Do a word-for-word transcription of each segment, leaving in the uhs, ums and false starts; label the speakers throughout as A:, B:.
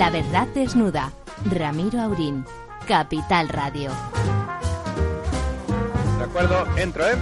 A: La verdad desnuda. Ramiro Aurín. Capital Radio.
B: De acuerdo, entro, ¿eh?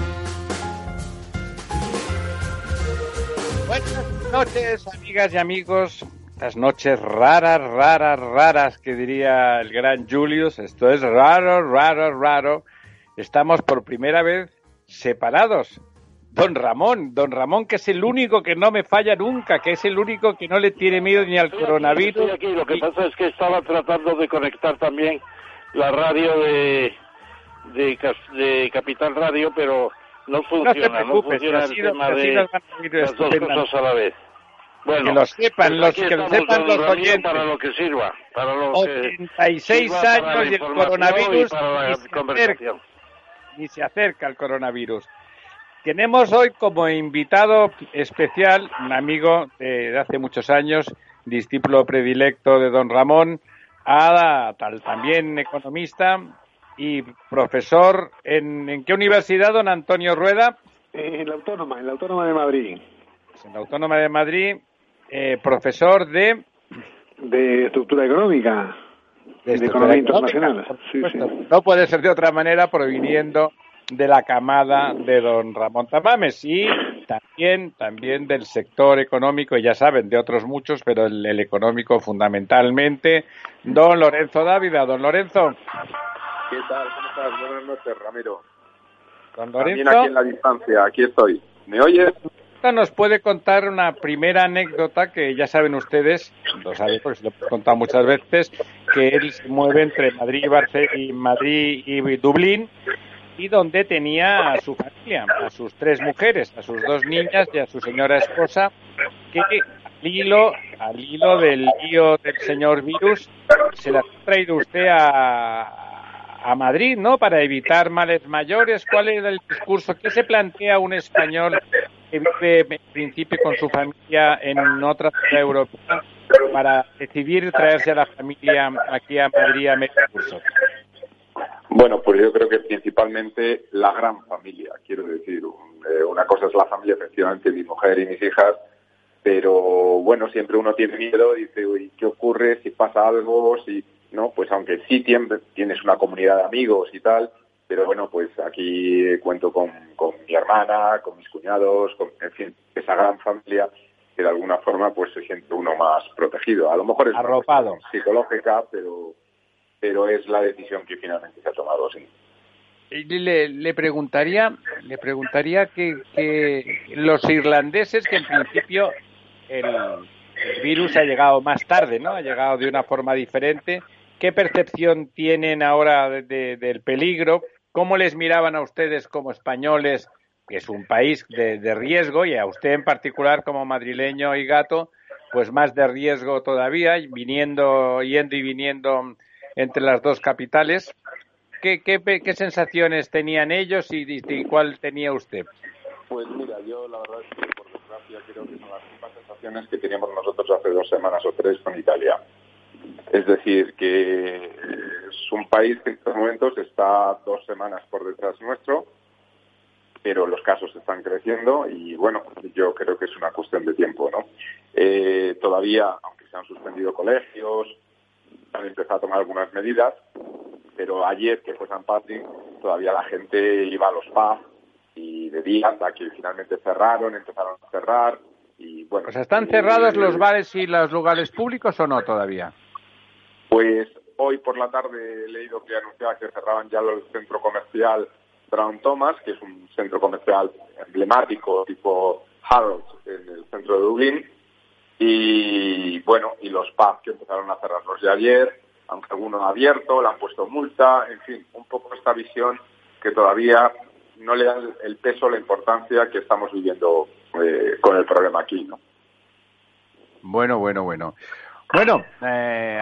B: Buenas noches, amigas y amigos. Estas noches raras, raras, raras, que diría el gran Julius. Esto es raro, raro, raro. Estamos por primera vez separados. Don Ramón, don Ramón, que es el único que no me falla nunca, que es el único que no le tiene miedo ni al
C: estoy
B: coronavirus.
C: Aquí, estoy aquí. Lo que y... pasa es que estaba tratando de conectar también la radio de, de, de Capital Radio, pero no funciona, no, no funciona el tema de las dos cosas a la vez. Bueno,
B: que lo sepan, los, que lo sepan los oyentes.
C: Para lo que sirva, para lo
B: ochenta y seis
C: que sirva
B: años y el coronavirus
C: y para la
B: ni,
C: conversación.
B: Se acerca, ni se acerca el coronavirus. Tenemos hoy como invitado especial un amigo de, de hace muchos años, discípulo predilecto de don Ramón, a, tal, también economista y profesor. ¿En, en qué universidad, don Antonio Rueda?
D: En la Autónoma, en la Autónoma de Madrid.
B: Pues en la Autónoma de Madrid, eh, profesor de...
D: De estructura económica, de, de economía internacional. Sí, sí.
B: No puede ser de otra manera proviniendo de la camada de don Ramón Tamames y también, también del sector económico, y ya saben, de otros muchos, pero el, el económico fundamentalmente, don Lorenzo Dávila. Don Lorenzo.
E: ¿Qué tal? ¿Cómo estás? Buenas noches, Ramiro.
B: Don Lorenzo.
E: También aquí en la distancia, aquí estoy. ¿Me oyes?
B: Nos puede contar una primera anécdota que ya saben ustedes, lo saben porque se lo he contado muchas veces, que él se mueve entre Madrid y, Barcelona, y Madrid y Dublín, y donde tenía a su familia, a sus tres mujeres, a sus dos niñas y a su señora esposa, que al hilo, al hilo del lío del señor virus, se la ha traído usted a, a Madrid, ¿no?, para evitar males mayores. ¿Cuál es el discurso? ¿Qué se plantea un español que vive en principio con su familia en otra ciudad europea para decidir traerse a la familia aquí a Madrid a medio curso?
E: Bueno, pues yo creo que principalmente la gran familia, quiero decir, eh, una cosa es la familia, efectivamente, mi mujer y mis hijas, pero bueno, siempre uno tiene miedo, dice, uy, ¿qué ocurre si pasa algo? Si no, pues aunque sí tienes una comunidad de amigos y tal, pero bueno, pues aquí cuento con, con mi hermana, con mis cuñados, con, en fin, esa gran familia que de alguna forma pues se siente uno más protegido. A lo mejor es
B: arropado,
E: psicológica, pero pero es la decisión que finalmente se ha tomado, sí.
B: Le, le preguntaría, le preguntaría que, que los irlandeses, que en principio el, el virus ha llegado más tarde, ¿no? Ha llegado de una forma diferente. ¿Qué percepción tienen ahora de, de, del peligro? ¿Cómo les miraban a ustedes como españoles, que es un país de, de riesgo, y a usted en particular como madrileño y gato, pues más de riesgo todavía, viniendo, yendo y viniendo entre las dos capitales? ¿Qué, qué, qué sensaciones tenían ellos y, y cuál tenía usted?
E: Pues mira, yo la verdad es que por desgracia creo que son las mismas sensaciones que teníamos nosotros hace dos semanas o tres con Italia. Es decir, que es un país que en estos momentos está dos semanas por detrás nuestro, pero los casos están creciendo y bueno, yo creo que es una cuestión de tiempo, ¿no? Eh, todavía, aunque se han suspendido colegios, han empezado a tomar algunas medidas, pero ayer, que fue San Patrick, todavía la gente iba a los pubs y de día hasta que finalmente cerraron, empezaron a cerrar y bueno.
B: Pues ¿están cerrados eh, los bares y los lugares públicos o no todavía?
E: Pues hoy por la tarde he leído que anunciaba que cerraban ya el centro comercial Brown Thomas, que es un centro comercial emblemático tipo Harrods en el centro de Dublín. Y bueno, y los pubs que empezaron a cerrarlos de ayer, aunque algunos han abierto, le han puesto multa, en fin, un poco esta visión que todavía no le dan el peso, la importancia que estamos viviendo eh, con el problema aquí, ¿no?
B: Bueno, bueno, bueno. Bueno, eh,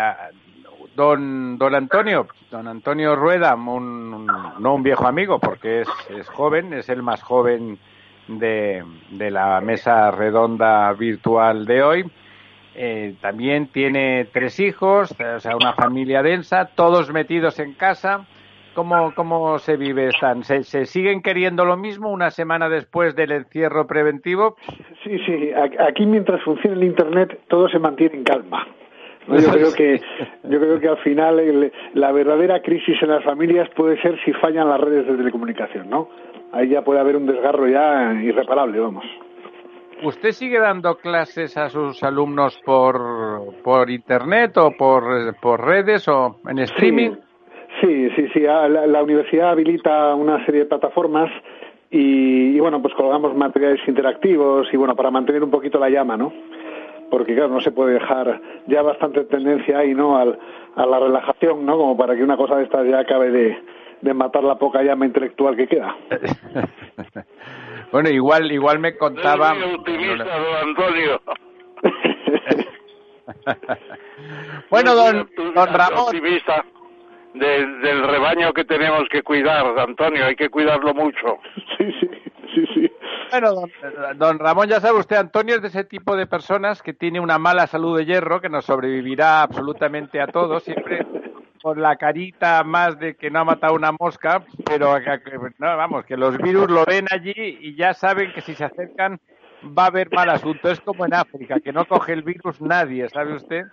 B: don don Antonio, don Antonio Rueda, un, un, no un viejo amigo, porque es, es joven, es el más joven de, de la mesa redonda virtual de hoy. Eh, también tiene tres hijos, o sea, una familia densa, todos metidos en casa. ¿Cómo, cómo se vive? Están, ¿Se, ¿Se siguen queriendo lo mismo una semana después del encierro preventivo?
D: Sí, sí. Aquí mientras funciona el Internet todo se mantiene en calma. No, yo creo que yo creo que al final el, la verdadera crisis en las familias puede ser si fallan las redes de telecomunicación, ¿no? Ahí ya puede haber un desgarro ya irreparable, vamos.
B: ¿Usted sigue dando clases a sus alumnos por por internet o por, por redes o en streaming?
D: Sí, sí, sí. sí. La, la universidad habilita una serie de plataformas y, y, bueno, pues colgamos materiales interactivos y, bueno, para mantener un poquito la llama, ¿no? Porque, claro, no se puede dejar ya bastante tendencia ahí, ¿no?, Al, a la relajación, ¿no?, como para que una cosa de estas ya acabe de, de matar la poca llama intelectual que queda.
B: Bueno, igual igual me contaba...
C: Muy optimista, don Antonio.
B: Bueno, don, don Ramón...
C: Optimista del, del rebaño que tenemos que cuidar, Antonio, hay que cuidarlo mucho.
D: Sí, sí, sí, sí.
B: Bueno, don, don Ramón, ya sabe usted, Antonio es de ese tipo de personas que tiene una mala salud de hierro, que nos sobrevivirá absolutamente a todos, siempre... con la carita más de que no ha matado una mosca, pero no, vamos, que los virus lo ven allí y ya saben que si se acercan va a haber mal asunto. Es como en África, que no coge el virus nadie, ¿sabe usted?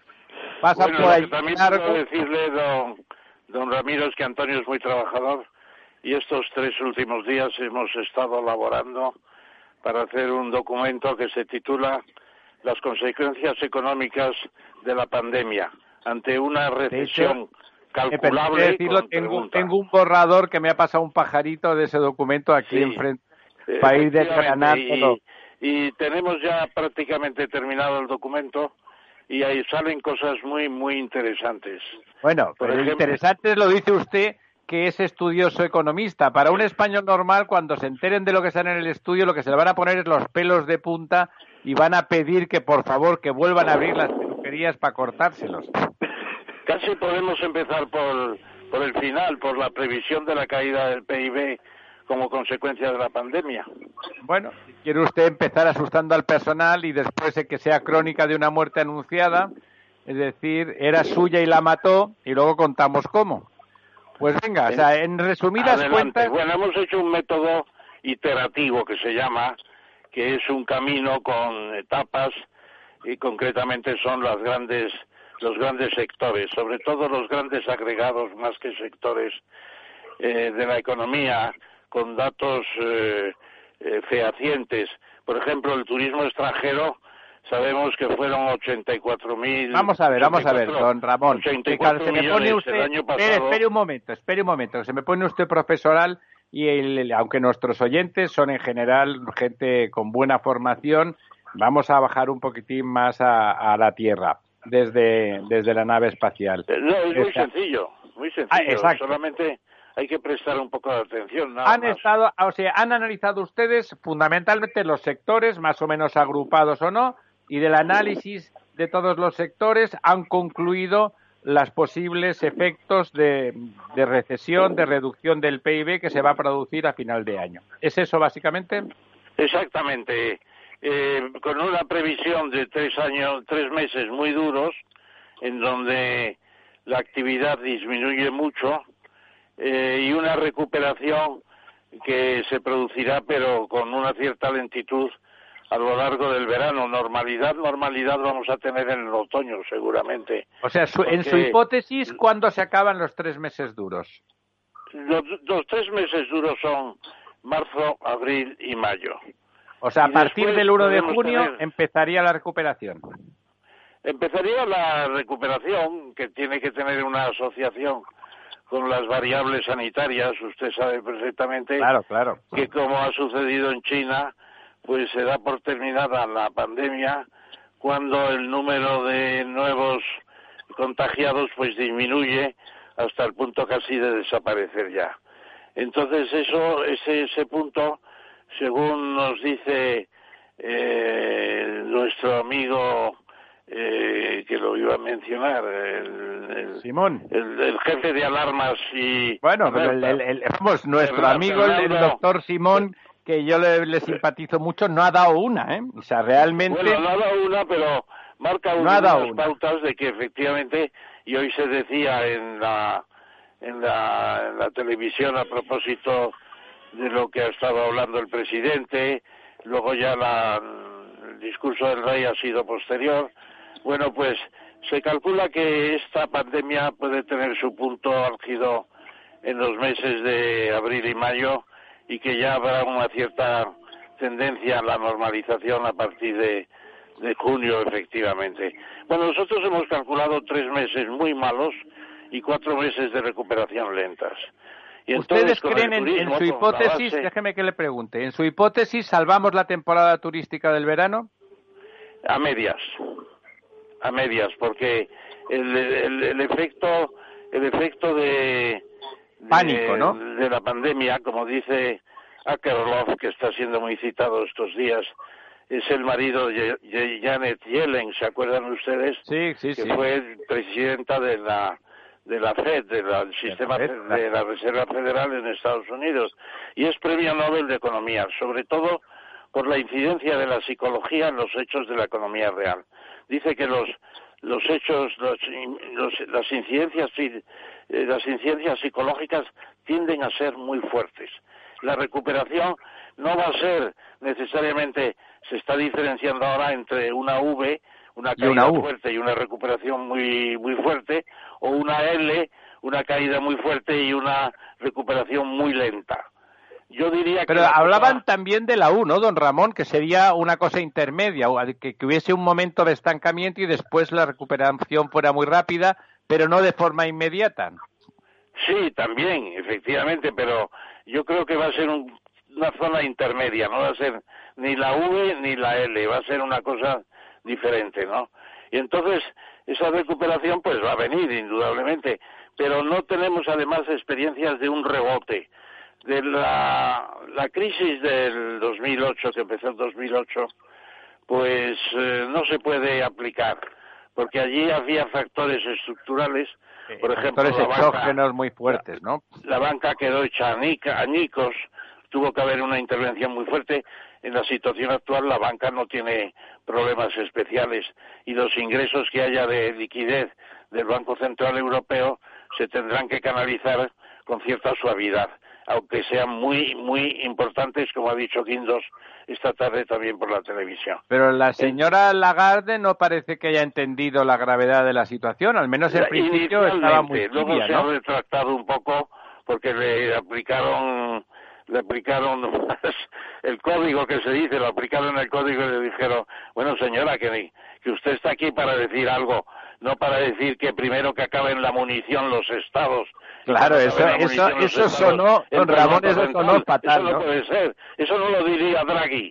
B: Pasa
C: bueno,
B: por ahí.
C: También puedo decirle, don, don Ramiro, es que Antonio es muy trabajador y estos tres últimos días hemos estado elaborando para hacer un documento que se titula Las consecuencias económicas de la pandemia ante una recesión calculable.
B: Me decirlo, tengo, tengo un borrador que me ha pasado un pajarito de ese documento aquí sí, enfrente para ir desgranando.
C: Y, y tenemos ya prácticamente terminado el documento y ahí salen cosas muy, muy interesantes.
B: Bueno,
C: Por
B: pero
C: ejemplo,
B: interesante lo dice usted, que es estudioso economista. Para un español normal, cuando se enteren de lo que sale en el estudio, lo que se le van a poner es los pelos de punta y van a pedir que, por favor, que vuelvan a abrir las peluquerías para cortárselos.
C: Casi podemos empezar por, por el final, por la previsión de la caída del P I B como consecuencia de la pandemia.
B: Bueno, quiere usted empezar asustando al personal y después de que sea crónica de una muerte anunciada, es decir, era suya y la mató, y luego contamos cómo. Pues venga, o sea, en resumidas
C: Adelante.
B: cuentas...
C: Bueno, hemos hecho un método iterativo que se llama, que es un camino con etapas, y concretamente son las grandes, los grandes sectores, sobre todo los grandes agregados más que sectores eh, de la economía, con datos eh, eh, fehacientes. Por ejemplo, el turismo extranjero, sabemos que fueron ochenta y cuatro mil...
B: Vamos a ver, vamos a ver, don Ramón.
C: ochenta y cuatro
B: se me pone usted,
C: el año pasado.
B: Espere, espere un momento, espere un momento, se me pone usted profesoral y el, aunque nuestros oyentes son en general gente con buena formación, vamos a bajar un poquitín más a, a la Tierra, desde, desde la nave espacial.
C: No, es muy
B: Esta...
C: sencillo, muy sencillo,
B: ah, exacto.
C: Solamente hay que prestar un poco de atención. Nada
B: han
C: más.
B: estado, o sea, han analizado ustedes fundamentalmente los sectores, más o menos agrupados o no, y del análisis de todos los sectores han concluido los posibles efectos de, de recesión, de reducción del P I B que se va a producir a final de año. ¿Es eso básicamente?
C: Exactamente. Eh, con una previsión de tres años, tres meses muy duros, en donde la actividad disminuye mucho eh, y una recuperación que se producirá, pero con una cierta lentitud a lo largo del verano. Normalidad, normalidad vamos a tener en el otoño, seguramente.
B: O sea, su, en su hipótesis, ¿cuándo se acaban los tres meses duros?
C: Los, los tres meses duros son marzo, abril y mayo.
B: O sea, a
C: y
B: partir del uno de junio
C: tener...
B: empezaría la recuperación.
C: Empezaría la recuperación, que tiene que tener una asociación con las variables sanitarias. Usted sabe perfectamente
B: claro, claro.
C: que, como ha sucedido en China, pues se da por terminada la pandemia cuando el número de nuevos contagiados pues disminuye hasta el punto casi de desaparecer ya. Entonces eso, ese, ese punto, según nos dice eh, nuestro amigo eh, que lo iba a mencionar, el, el
B: Simón,
C: el, el jefe de alarmas y
B: bueno, pero el, el, el, vamos, nuestro Fernando, amigo el, el doctor Simón, que yo le, le simpatizo mucho, no ha dado una, ¿eh? O sea, realmente...
C: Bueno, no ha dado una, pero marca
B: no
C: unas
B: una.
C: pautas de que efectivamente, y hoy se decía en la, en la, en la televisión a propósito de lo que ha estado hablando el presidente, luego ya la, el discurso del rey ha sido posterior. Bueno, pues Se calcula que esta pandemia puede tener su punto álgido en los meses de abril y mayo y que ya habrá una cierta tendencia a la normalización a partir de, de junio, efectivamente. Bueno, nosotros hemos calculado tres meses muy malos y cuatro meses de recuperación lentas. Y
B: ¿Ustedes creen en, en su hipótesis, base, déjeme que le pregunte, en su hipótesis salvamos la temporada turística del verano?
C: A medias, a medias, porque el, el, el efecto, el efecto de,
B: pánico,
C: de,
B: ¿no?
C: de la pandemia, como dice Akerlof, que está siendo muy citado estos días, es el marido de Janet Yellen, ¿se acuerdan ustedes?
B: Sí, sí,
C: que
B: sí.
C: fue presidenta de la de la Fed, del sistema de la, de la Reserva Federal en Estados Unidos, y es premio Nobel de Economía, sobre todo por la incidencia de la psicología en los hechos de la economía real. Dice que los los hechos, los, los, las incidencias las incidencias psicológicas tienden a ser muy fuertes. La recuperación no va a ser necesariamente, se está diferenciando ahora entre una V, una caída una fuerte y una recuperación muy muy fuerte, o una L, una caída muy fuerte y una recuperación muy lenta. Yo diría que...
B: Pero hablaban cosa... también de la U, ¿no, don Ramón? Que sería una cosa intermedia, que, que hubiese un momento de estancamiento y después la recuperación fuera muy rápida, pero no de forma inmediata.
C: Sí, también, efectivamente, pero yo creo que va a ser un, una zona intermedia, no va a ser ni la V ni la L, va a ser una cosa diferente, ¿no? Y entonces esa recuperación pues va a venir indudablemente, pero no tenemos además experiencias de un rebote. De la, la crisis del dos mil ocho, que empezó en dos mil ocho, pues eh, no se puede aplicar, porque allí había factores estructurales, por ejemplo,
B: factores exógenos muy fuertes, ¿no?
C: La banca quedó hecha añicos, tuvo que haber una intervención muy fuerte. En la situación actual la banca no tiene problemas especiales y los ingresos que haya de liquidez del Banco Central Europeo se tendrán que canalizar con cierta suavidad, aunque sean muy muy importantes, como ha dicho Guindos esta tarde también por la televisión.
B: Pero la señora Lagarde no parece que haya entendido la gravedad de la situación, al menos al principio estaba muy tibia,
C: luego se
B: ¿no?
C: ha retractado un poco porque le aplicaron le aplicaron el código que se dice, lo aplicaron el código y le dijeron, bueno señora, que, que usted está aquí para decir algo, no para decir que primero que acaben la munición los estados.
B: Claro, eso, eso, eso sonó, don Ramón, eso sonó fatal,
C: Eso no,
B: ¿no?
C: puede ser, eso no lo diría Draghi.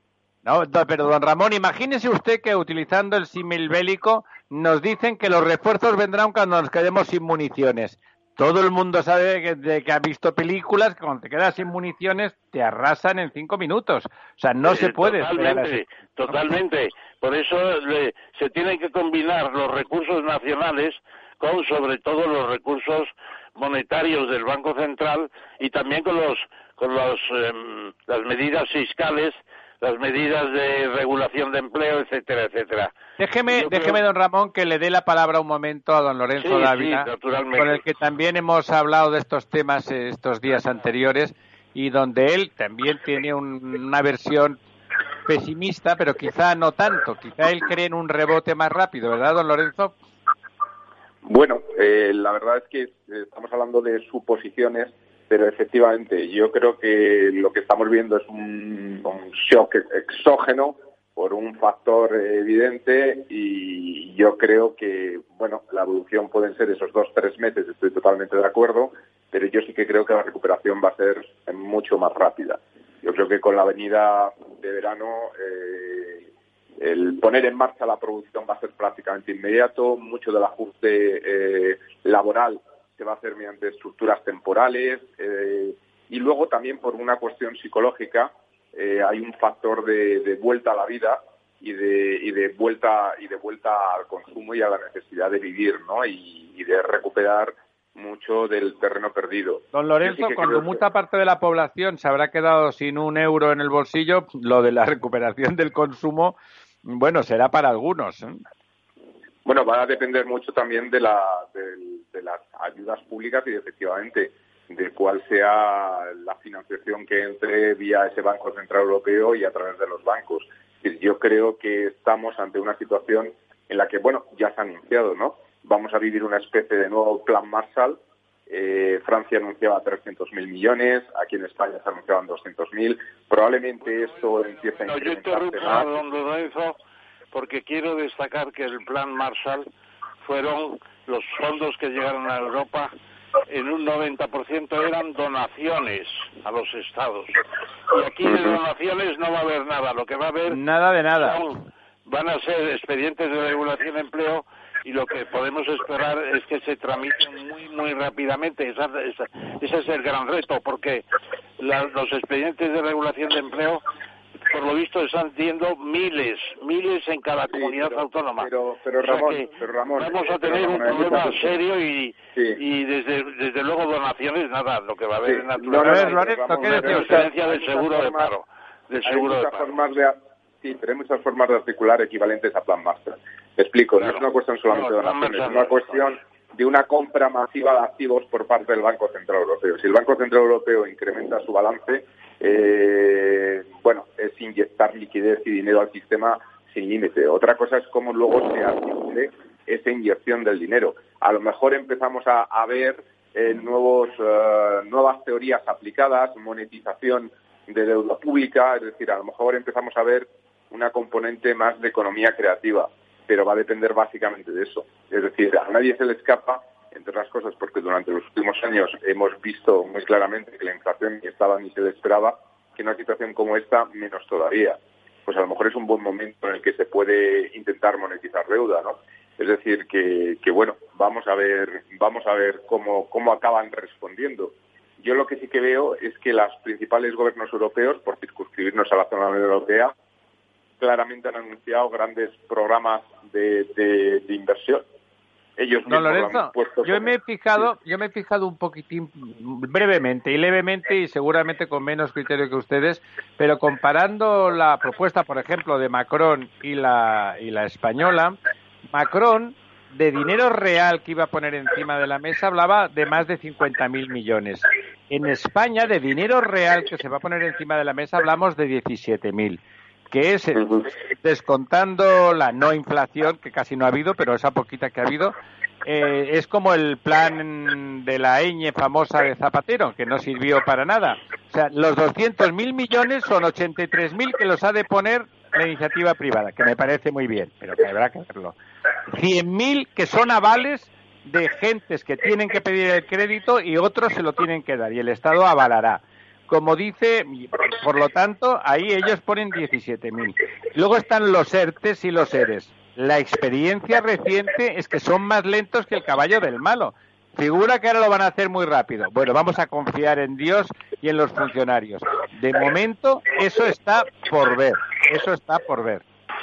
B: No, pero don Ramón, imagínese usted que utilizando el símil bélico nos dicen que los refuerzos vendrán cuando nos quedemos sin municiones. Todo el mundo sabe que, de, que ha visto películas que cuando te quedas sin municiones te arrasan en cinco minutos. O sea, no eh, se puede
C: totalmente,
B: esperar así.
C: Totalmente. Por eso le, se tienen que combinar los recursos nacionales con, sobre todo, los recursos monetarios del Banco Central y también con los con los eh, las medidas fiscales, las medidas de regulación de empleo, etcétera, etcétera.
B: Déjeme, déjeme creo... don Ramón, que le dé la palabra un momento a don Lorenzo
C: sí,
B: Dávila,
C: sí, naturalmente.
B: Con el que también hemos hablado de estos temas estos días anteriores y donde él también tiene un, una versión pesimista, pero quizá no tanto. Quizá él cree en un rebote más rápido, ¿verdad, don Lorenzo?
E: Bueno, eh, la verdad es que estamos hablando de suposiciones, pero efectivamente yo creo que lo que estamos viendo es un, un shock exógeno por un factor evidente y yo creo que, bueno, la evolución pueden ser esos dos, tres meses, estoy totalmente de acuerdo, pero yo sí que creo que la recuperación va a ser mucho más rápida. Yo creo que con la venida de verano eh, el poner en marcha la producción va a ser prácticamente inmediato, mucho del ajuste eh, laboral se va a hacer mediante estructuras temporales eh, y luego también por una cuestión psicológica eh, hay un factor de, de vuelta a la vida y de, y de vuelta y de vuelta al consumo y a la necesidad de vivir, ¿no? Y, y de recuperar mucho del terreno perdido.
B: Don Lorenzo, sí cuando mucha que... parte de la población se habrá quedado sin un euro en el bolsillo, lo de la recuperación del consumo, bueno, será para algunos, ¿eh?
E: Bueno, va a depender mucho también de, la, de, de las ayudas públicas y, efectivamente, de cuál sea la financiación que entre vía ese Banco Central Europeo y a través de los bancos. Yo creo que estamos ante una situación en la que, bueno, ya se ha anunciado, ¿no? Vamos a vivir una especie de nuevo plan Marshall. Eh, Francia anunciaba trescientos mil millones, aquí en España se anunciaban doscientos mil. Probablemente esto empiece a
C: no, yo interrumpo a don Lorenzo porque quiero destacar que el plan Marshall fueron los fondos que llegaron a Europa, en un noventa por ciento eran donaciones a los estados. Y aquí de donaciones no va a haber nada, lo que va a haber...
B: Nada de nada.
C: Son, van a ser expedientes de regulación de empleo, y lo que podemos esperar es que se tramiten muy, muy rápidamente. Esa, esa, ese es el gran reto, porque la, los expedientes de regulación de empleo, por lo visto, están siendo miles, miles en cada sí, comunidad
E: pero,
C: autónoma.
E: Pero, pero, Ramón, o sea pero Ramón,
C: vamos a tener un problema serio y, sí. y desde, desde luego donaciones, nada, lo que va a haber
E: sí.
C: en naturaleza.
B: No, no, Lorenzo, ¿qué decía usted?
C: Del seguro de paro. Del seguro de paro.
E: De, sí, pero hay muchas formas de articular equivalentes a Plan Marshall. Explico, claro. No es una cuestión solamente no, de donaciones, es una cuestión de una compra masiva de activos por parte del Banco Central Europeo. Si el Banco Central Europeo incrementa su balance, eh, bueno, es inyectar liquidez y dinero al sistema sin límite. Otra cosa es cómo luego se articule esa inyección del dinero. A lo mejor empezamos a, a ver eh, nuevos, uh, nuevas teorías aplicadas, monetización de deuda pública, es decir, a lo mejor empezamos a ver una componente más de economía creativa, pero va a depender básicamente de eso. Es decir, a nadie se le escapa, entre otras cosas, porque durante los últimos años hemos visto muy claramente que la inflación ni estaba ni se le esperaba, que en una situación como esta, menos todavía. Pues a lo mejor es un buen momento en el que se puede intentar monetizar deuda, ¿no? Es decir, que, que bueno, vamos a ver, vamos a ver cómo, cómo acaban respondiendo. Yo lo que sí que veo es que los principales gobiernos europeos, por circunscribirnos a la zona de la Unión Europea, claramente han anunciado grandes programas de, de, de inversión. Ellos
B: no, Lorenzo, yo me he fijado, yo me he fijado un poquitín brevemente y levemente y seguramente con menos criterio que ustedes, pero comparando la propuesta, por ejemplo, de Macron y la y la española, Macron, de dinero real que iba a poner encima de la mesa, hablaba de más de cincuenta mil millones. En España, de dinero real que se va a poner encima de la mesa, hablamos de diecisiete mil. Que es, descontando la no inflación, que casi no ha habido, pero esa poquita que ha habido, eh, es como el plan de la ñ famosa de Zapatero, que no sirvió para nada. O sea, los doscientos mil millones son ochenta y tres mil que los ha de poner la iniciativa privada, que me parece muy bien, pero que habrá que hacerlo. cien mil que son avales de gentes que tienen que pedir el crédito y otros se lo tienen que dar, y el Estado avalará. Como dice, por lo tanto, ahí ellos ponen diecisiete mil. Luego están los ERTES y los ERES. La experiencia reciente es que son más lentos que el caballo del malo. Figura que ahora lo van a hacer muy rápido. Bueno, vamos a confiar en Dios y en los funcionarios. De momento, eso está por ver. Eso está por ver.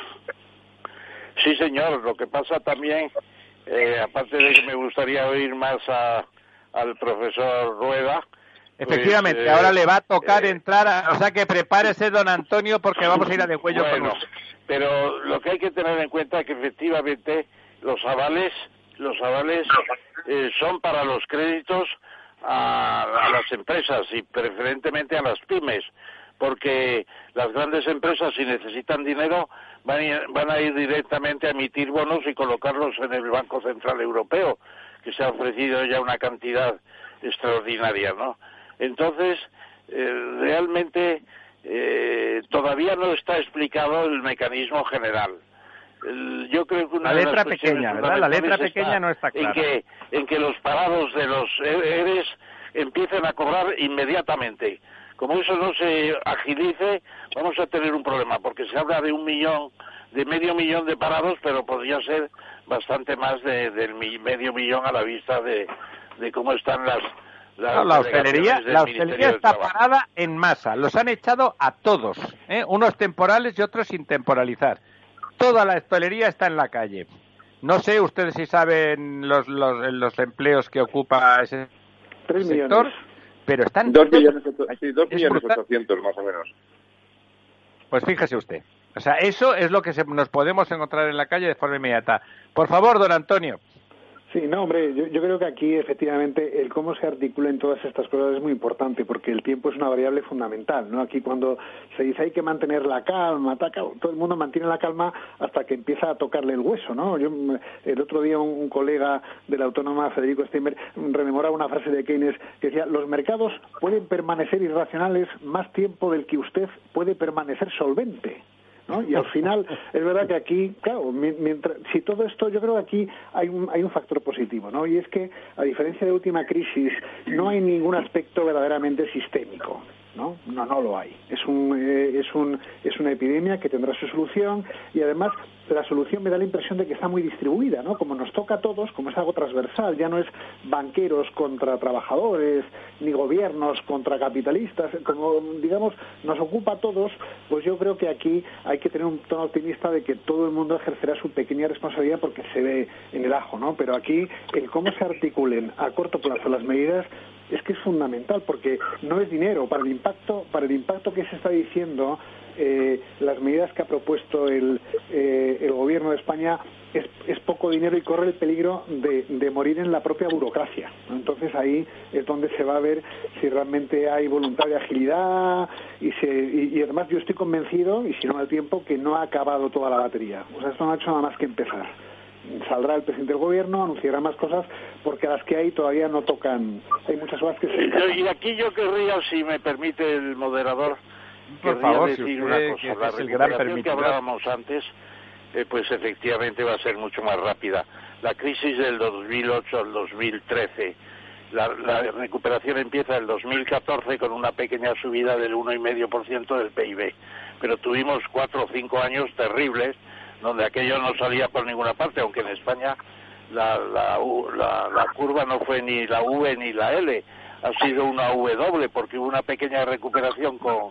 C: Sí, señor. Lo que pasa también, eh, aparte de que me gustaría oír más a, al profesor Rueda,
B: efectivamente, pues, eh, ahora le va a tocar eh, entrar, a, o sea que prepárese, don Antonio, porque vamos a ir a de cuello
C: bueno,
B: con usted.
C: Pero lo que hay que tener en cuenta es que efectivamente los avales, los avales eh, son para los créditos a, a las empresas y preferentemente a las pymes, porque las grandes empresas, si necesitan dinero, van a ir, van a ir directamente a emitir bonos y colocarlos en el Banco Central Europeo, que se ha ofrecido ya una cantidad extraordinaria, ¿no? Entonces, eh, realmente eh, todavía no está explicado el mecanismo general. El, yo creo que una
B: la letra
C: de las
B: pequeña, ¿verdad? La letra pequeña no está clara.
C: En que, en que los parados de los ERES empiecen a cobrar inmediatamente. Como eso no se agilice, vamos a tener un problema, porque se habla de un millón, de medio millón de parados, pero podría ser bastante más de, del medio millón a la vista de, de cómo están las... las
B: no, la hostelería, la hostelería está parada en masa, los han echado a todos, ¿eh? Unos temporales y otros sin temporalizar. Toda la hostelería está en la calle. No sé ustedes si saben los, los, los empleos que ocupa ese
D: Tres
B: sector,
D: millones.
E: Pero están... Dos millones, sí, dos millones ochocientos más o menos.
B: Pues fíjese usted. O sea, eso es lo que se, nos podemos encontrar en la calle de forma inmediata. Por favor, don Antonio.
D: Sí, no, hombre, yo, yo creo que aquí efectivamente el cómo se articulen todas estas cosas es muy importante porque el tiempo es una variable fundamental, ¿no? Aquí cuando se dice hay que mantener la calma, todo el mundo mantiene la calma hasta que empieza a tocarle el hueso, ¿no? Yo el otro día un, un colega de la Autónoma, Federico Steinberg, rememoraba una frase de Keynes que decía: los mercados pueden permanecer irracionales más tiempo del que usted puede permanecer solvente, ¿no? Y al final es verdad que aquí, claro, mientras, si todo esto, yo creo que aquí hay un, hay un factor positivo, ¿no? Y es que, a diferencia de la última crisis, no hay ningún aspecto verdaderamente sistémico, ¿no? No, no lo hay. Es un, eh, es un, es una epidemia que tendrá su solución y además la solución me da la impresión de que está muy distribuida, ¿no? Como nos toca a todos, como es algo transversal, ya no es banqueros contra trabajadores, ni gobiernos contra capitalistas, como, digamos, nos ocupa a todos, pues yo creo que aquí hay que tener un tono optimista de que todo el mundo ejercerá su pequeña responsabilidad porque se ve en el ajo, ¿no? Pero aquí, el cómo se articulen a corto plazo las medidas es que es fundamental, porque no es dinero. Para el impacto, para el impacto que se está diciendo, eh, las medidas que ha propuesto el, eh, el gobierno de España es, es poco dinero y corre el peligro de, de morir en la propia burocracia, ¿no? Entonces ahí es donde se va a ver si realmente hay voluntad de agilidad y, se, y, y además yo estoy convencido, y si no al tiempo, que no ha acabado toda la batería. O sea, esto no ha hecho nada más que empezar. Saldrá el presidente del gobierno, anunciará más cosas, porque a las que hay todavía no tocan, hay muchas cosas que se encajan.
C: Y aquí yo querría, si me permite el moderador,
B: por favor,
C: decir
B: si
C: una cosa.
B: que
C: La
B: es el gran
C: recuperación que hablábamos antes, eh, pues efectivamente va a ser mucho más rápida. La crisis del dos mil ocho al dos mil trece, la, la recuperación empieza el dos mil catorce con una pequeña subida del uno coma cinco por ciento del P I B, pero tuvimos cuatro o cinco años terribles donde aquello no salía por ninguna parte, aunque en España la, la, la, la curva no fue ni la V ni la L, ha sido una W, porque hubo una pequeña recuperación con,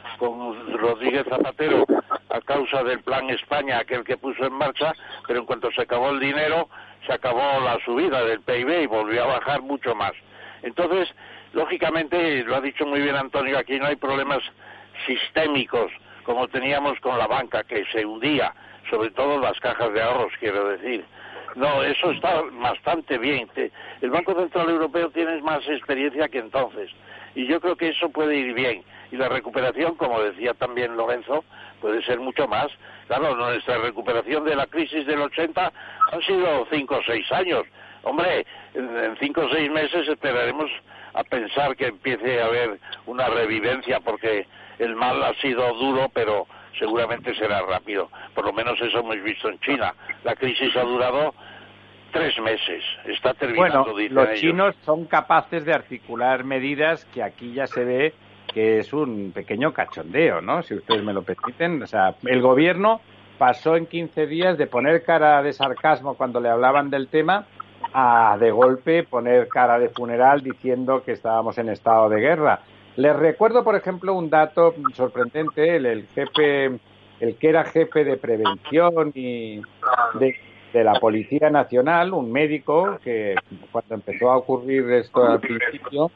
C: con Rodríguez Zapatero a causa del Plan España, aquel que puso en marcha, pero en cuanto se acabó el dinero, se acabó la subida del P I B y volvió a bajar mucho más. Entonces, lógicamente, lo ha dicho muy bien Antonio, aquí no hay problemas sistémicos, como teníamos con la banca, que se hundía, sobre todo las cajas de ahorros, quiero decir. No, eso está bastante bien. El Banco Central Europeo tiene más experiencia que entonces, y yo creo que eso puede ir bien. Y la recuperación, como decía también Lorenzo, puede ser mucho más. Claro, nuestra recuperación de la crisis del ochenta han sido cinco o seis años. Hombre, en cinco o seis meses esperaremos a pensar que empiece a haber una revivencia, porque el mal ha sido duro, pero seguramente será rápido. Por lo menos eso hemos visto en China. La crisis ha durado tres meses. Está terminando,
B: bueno,
C: dicen
B: los
C: ellos.
B: chinos son capaces de articular medidas que aquí ya se ve que es un pequeño cachondeo, ¿no? Si ustedes me lo permiten. O sea, el gobierno pasó en quince días de poner cara de sarcasmo cuando le hablaban del tema a, de golpe, poner cara de funeral diciendo que estábamos en estado de guerra. Les recuerdo, por ejemplo, un dato sorprendente. El, el jefe, el que era jefe de prevención y de, de la Policía Nacional, un médico que cuando empezó a ocurrir esto al principio,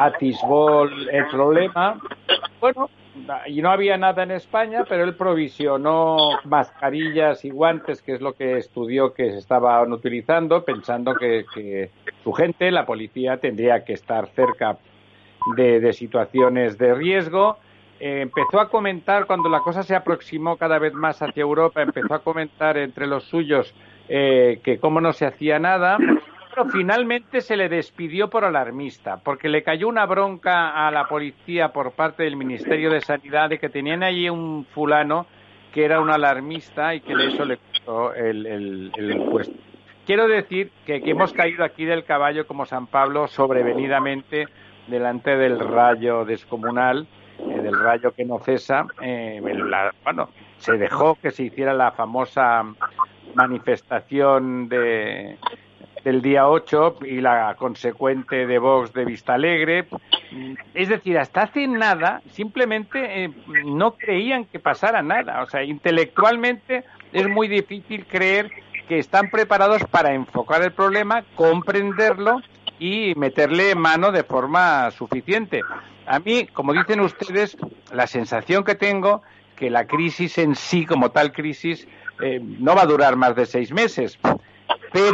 B: atisbó el problema. Bueno, y no había nada en España, pero él provisionó mascarillas y guantes, que es lo que estudió que se estaban utilizando, pensando que, que su gente, la policía, tendría que estar cerca De, de situaciones de riesgo. Eh, empezó a comentar, cuando la cosa se aproximó cada vez más hacia Europa, empezó a comentar entre los suyos eh, que cómo no se hacía nada, pero finalmente se le despidió por alarmista, porque le cayó una bronca a la policía por parte del Ministerio de Sanidad de que tenían allí un fulano que era un alarmista y que eso le costó el, el, el puesto. Quiero decir que, que hemos caído aquí del caballo como San Pablo sobrevenidamente delante del rayo descomunal, eh, del rayo que no cesa. Eh, la, bueno, se dejó que se hiciera la famosa manifestación de, del día ocho y la consecuente de Vox de Vistalegre. Es decir, hasta hace nada, simplemente eh, no creían que pasara nada. O sea, intelectualmente es muy difícil creer que están preparados para enfocar el problema, comprenderlo y meterle mano de forma suficiente. A mí, como dicen ustedes, la sensación que tengo que la crisis en sí, como tal crisis, eh, no va a durar más de seis meses, pero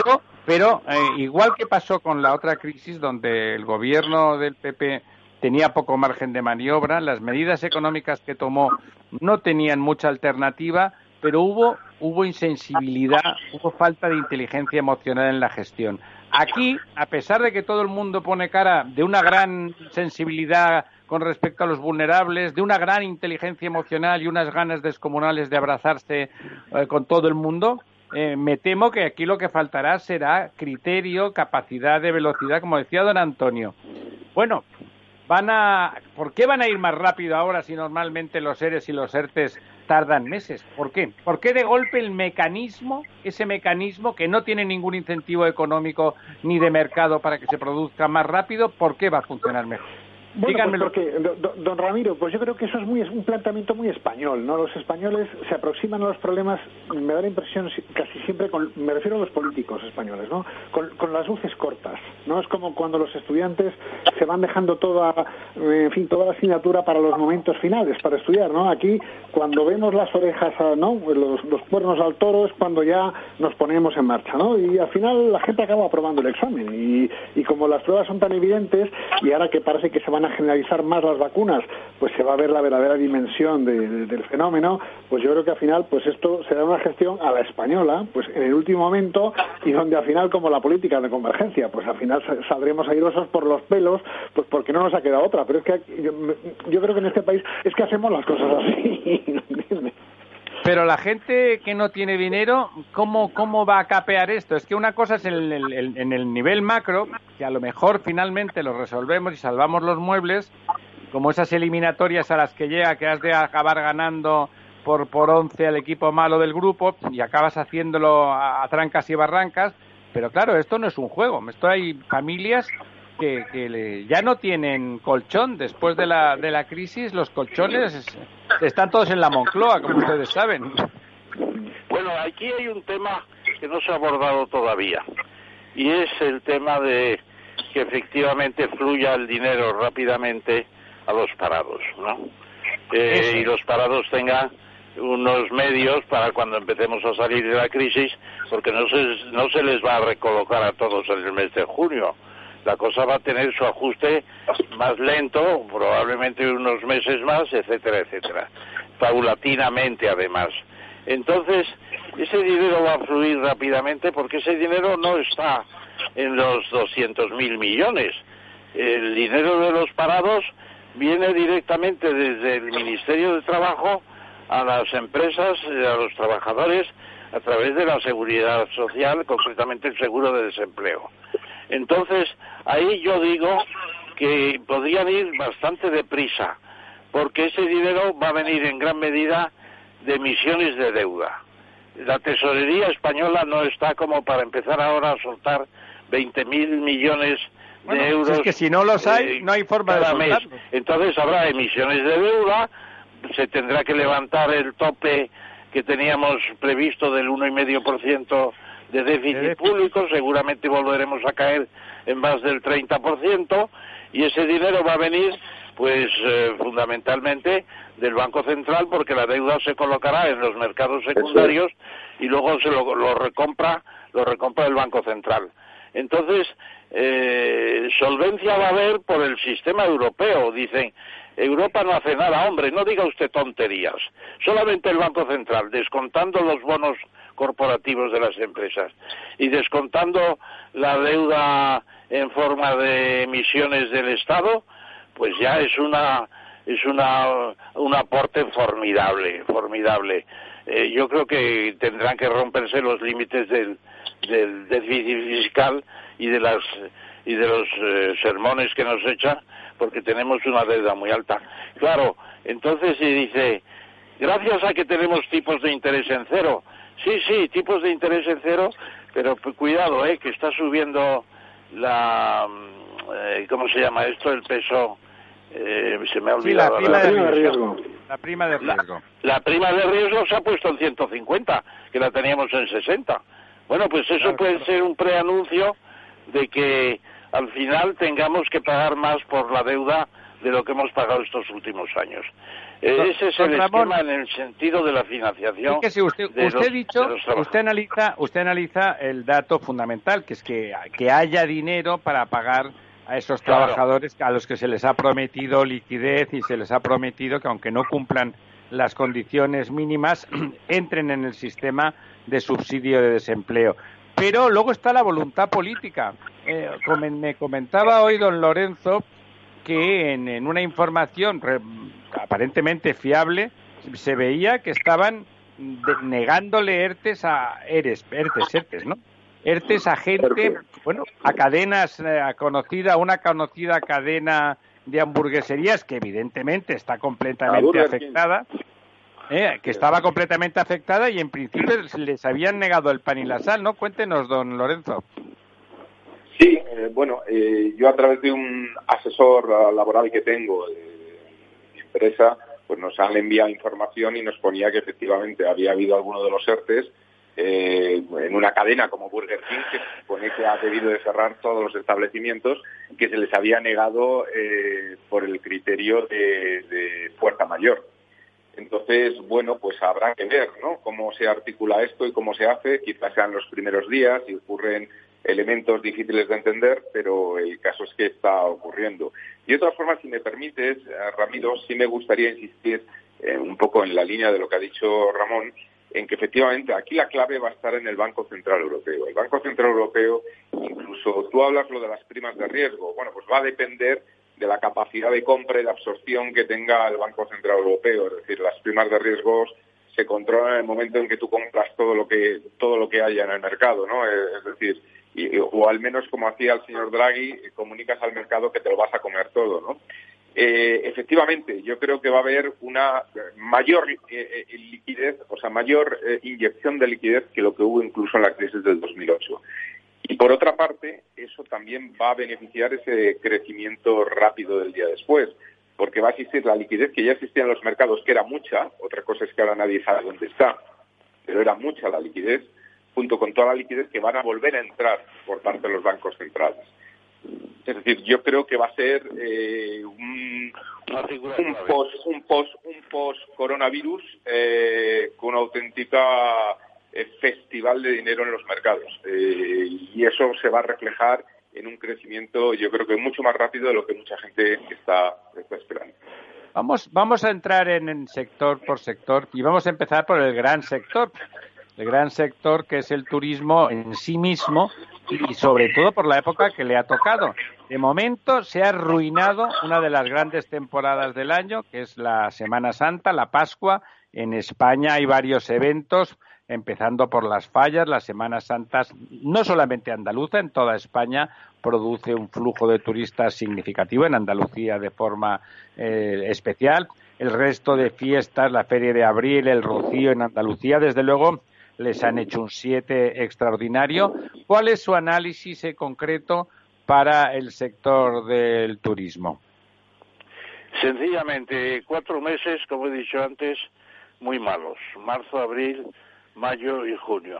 B: Pero eh, igual que pasó con la otra crisis, donde el gobierno del P P tenía poco margen de maniobra, las medidas económicas que tomó no tenían mucha alternativa, pero hubo, hubo insensibilidad, hubo falta de inteligencia emocional en la gestión. Aquí, a pesar de que todo el mundo pone cara de una gran sensibilidad con respecto a los vulnerables, de una gran inteligencia emocional y unas ganas descomunales de abrazarse eh, con todo el mundo, eh, me temo que aquí lo que faltará será criterio, capacidad de velocidad, como decía don Antonio. Bueno, van a, ¿por qué van a ir más rápido ahora si normalmente los ERES y los ERTES tardan meses? ¿Por qué? ¿Por qué de golpe el mecanismo, ese mecanismo que no tiene ningún incentivo económico ni de mercado para que se produzca más rápido, ¿por qué va a funcionar mejor?
D: Bueno, pues porque, don, don Ramiro, pues yo creo que eso es muy es un planteamiento muy español, ¿no? Los españoles se aproximan a los problemas, me da la impresión casi siempre, con, me refiero a los políticos españoles, ¿no? Con, con las luces cortas, ¿no? Es como cuando los estudiantes se van dejando toda, en fin, toda la asignatura para los momentos finales, para estudiar, ¿no? Aquí, cuando vemos las orejas, ¿no? Los, los cuernos al toro es cuando ya nos ponemos en marcha, ¿no? Y al final la gente acaba aprobando el examen y, y como las pruebas son tan evidentes y ahora que parece que se van a generalizar más las vacunas, pues se va a ver la verdadera dimensión de, de, del fenómeno, pues yo creo que al final pues esto será una gestión a la española, pues en el último momento y donde al final como la política de convergencia, pues al final saldremos airosos por los pelos, pues porque no nos ha quedado otra, pero es que yo, yo creo que en este país es que hacemos las cosas así, ¿entiendes?
B: Pero la gente que no tiene dinero, ¿cómo, cómo va a capear esto? Es que una cosa es en el, el, en el nivel macro, que a lo mejor finalmente lo resolvemos y salvamos los muebles, como esas eliminatorias a las que llega, que has de acabar ganando por, por once al equipo malo del grupo y acabas haciéndolo a, a trancas y barrancas. Pero claro, esto no es un juego. Esto hay familias que, que le, ya no tienen colchón. Después de la, de la crisis, los colchones están todos en la Moncloa, como ustedes saben.
C: Bueno, aquí hay un tema que no se ha abordado todavía, y es el tema de que efectivamente fluya el dinero rápidamente a los parados, ¿no? Eh, y los parados tengan unos medios para cuando empecemos a salir de la crisis, porque no se, no se les va a recolocar a todos en el mes de junio. La cosa va a tener su ajuste más lento, probablemente unos meses más, etcétera, etcétera. Paulatinamente, además. Entonces, ese dinero va a fluir rápidamente porque ese dinero no está en los doscientos mil millones. El dinero de los parados viene directamente desde el Ministerio de Trabajo a las empresas, a los trabajadores, a través de la Seguridad Social, concretamente el seguro de desempleo. Entonces, ahí yo digo que podrían ir bastante deprisa, porque ese dinero va a venir en gran medida de emisiones de deuda. La tesorería española no está como para empezar ahora a soltar veinte mil millones de bueno, euros.
B: Es que si no los hay, eh, no hay forma de soltarlos.
C: Mes. Entonces habrá emisiones de deuda, se tendrá que levantar el tope que teníamos previsto del uno coma cinco por ciento de déficit, de déficit público, seguramente volveremos a caer en más del treinta por ciento, y ese dinero va a venir pues eh, fundamentalmente del Banco Central, porque la deuda se colocará en los mercados secundarios y luego se lo, lo recompra lo recompra el Banco Central. Entonces, eh, solvencia va a haber por el sistema europeo. Dicen, Europa no hace nada, hombre, no diga usted tonterías. Solamente el Banco Central, descontando los bonos corporativos de las empresas y descontando la deuda en forma de emisiones del Estado, pues ya es una es una un aporte formidable, formidable. Eh, yo creo que tendrán que romperse los límites del, del déficit fiscal y de las y de los eh, sermones que nos echan, porque tenemos una deuda muy alta. Claro, entonces se dice, gracias a que tenemos tipos de interés en cero. Sí, sí, tipos de interés en cero, pero cuidado, eh, que está subiendo la, eh, ¿cómo se llama esto? El peso, eh, se me ha olvidado.
B: Sí, la prima de riesgo. La prima de riesgo.
C: La, la prima de riesgo se ha puesto en ciento cincuenta, que la teníamos en sesenta. Bueno, pues eso claro, puede claro. ser un preanuncio de que al final tengamos que pagar más por la deuda de lo que hemos pagado estos últimos años. Eh,
B: don,
C: ese es el
B: Ramón,
C: esquema en el sentido de la financiación.
B: Es que si usted,
C: de
B: usted
C: los,
B: ha dicho, usted analiza, usted analiza el dato fundamental, que es que, que haya dinero para pagar a esos
C: claro.
B: trabajadores a los que se les ha prometido liquidez y se les ha prometido que aunque no cumplan las condiciones mínimas, entren en el sistema de subsidio de desempleo. Pero luego está la voluntad política. Eh, me comentaba hoy don Lorenzo que en, en una información re, aparentemente fiable se veía que estaban de, negándole ERTES a ERES, ERTES, ERTES, ¿no? ERTES a gente, bueno, a cadenas, eh, a conocida, una conocida cadena de hamburgueserías que evidentemente está completamente afectada, eh, que estaba completamente afectada y en principio les habían negado el pan y la sal, ¿no? Cuéntenos, don Lorenzo.
E: Sí, eh, bueno, eh, yo a través de un asesor laboral que tengo de mi empresa, pues nos han enviado información y nos ponía que efectivamente había habido alguno de los ERTES eh, en una cadena como Burger King, que se supone que ha debido de cerrar todos los establecimientos, que se les había negado eh, por el criterio de, de fuerza mayor. Entonces, bueno, pues habrá que ver, ¿no?, cómo se articula esto y cómo se hace. Quizás sean los primeros días y ocurren elementos difíciles de entender, pero el caso es que está ocurriendo. Y de todas formas, si me permites, Ramiro, sí me gustaría insistir eh, un poco en la línea de lo que ha dicho Ramón, en que efectivamente aquí la clave va a estar en el Banco Central Europeo. El Banco Central Europeo, incluso tú hablas lo de las primas de riesgo, bueno, pues va a depender de la capacidad de compra y de absorción que tenga el Banco Central Europeo. Es decir, las primas de riesgos se controlan en el momento en que tú compras todo lo que todo lo que haya en el mercado, ¿no? Es decir, y, o al menos como hacía el señor Draghi, comunicas al mercado que te lo vas a comer todo, ¿no? Eh, efectivamente, yo creo que va a haber una mayor eh, eh, liquidez, o sea, mayor eh, inyección de liquidez que lo que hubo incluso en la crisis del dos mil ocho. Y por otra parte, eso también va a beneficiar ese crecimiento rápido del día después, porque va a existir la liquidez que ya existía en los mercados, que era mucha, otra cosa es que ahora nadie sabe dónde está, pero era mucha la liquidez, junto con toda la liquidez que van a volver a entrar por parte de los bancos centrales. Es decir, yo creo que va a ser eh, un, un post un post un post coronavirus eh, con una auténtica eh, festival de dinero en los mercados, eh, y eso se va a reflejar en un crecimiento, yo creo que mucho más rápido de lo que mucha gente está, está esperando.
B: Vamos vamos a entrar en, en sector por sector y vamos a empezar por el gran sector. El gran sector que es el turismo en sí mismo y sobre todo por la época que le ha tocado. De momento se ha arruinado una de las grandes temporadas del año, que es la Semana Santa, la Pascua. En España hay varios eventos, empezando por las fallas. Las Semanas Santas, no solamente andaluza, en toda España produce un flujo de turistas significativo, en Andalucía de forma eh, especial. El resto de fiestas, la Feria de Abril, el Rocío en Andalucía, desde luego, les han hecho un siete extraordinario. ¿Cuál es su análisis en concreto para el sector del turismo?
C: Sencillamente, cuatro meses, como he dicho antes, muy malos. Marzo, abril, mayo y junio.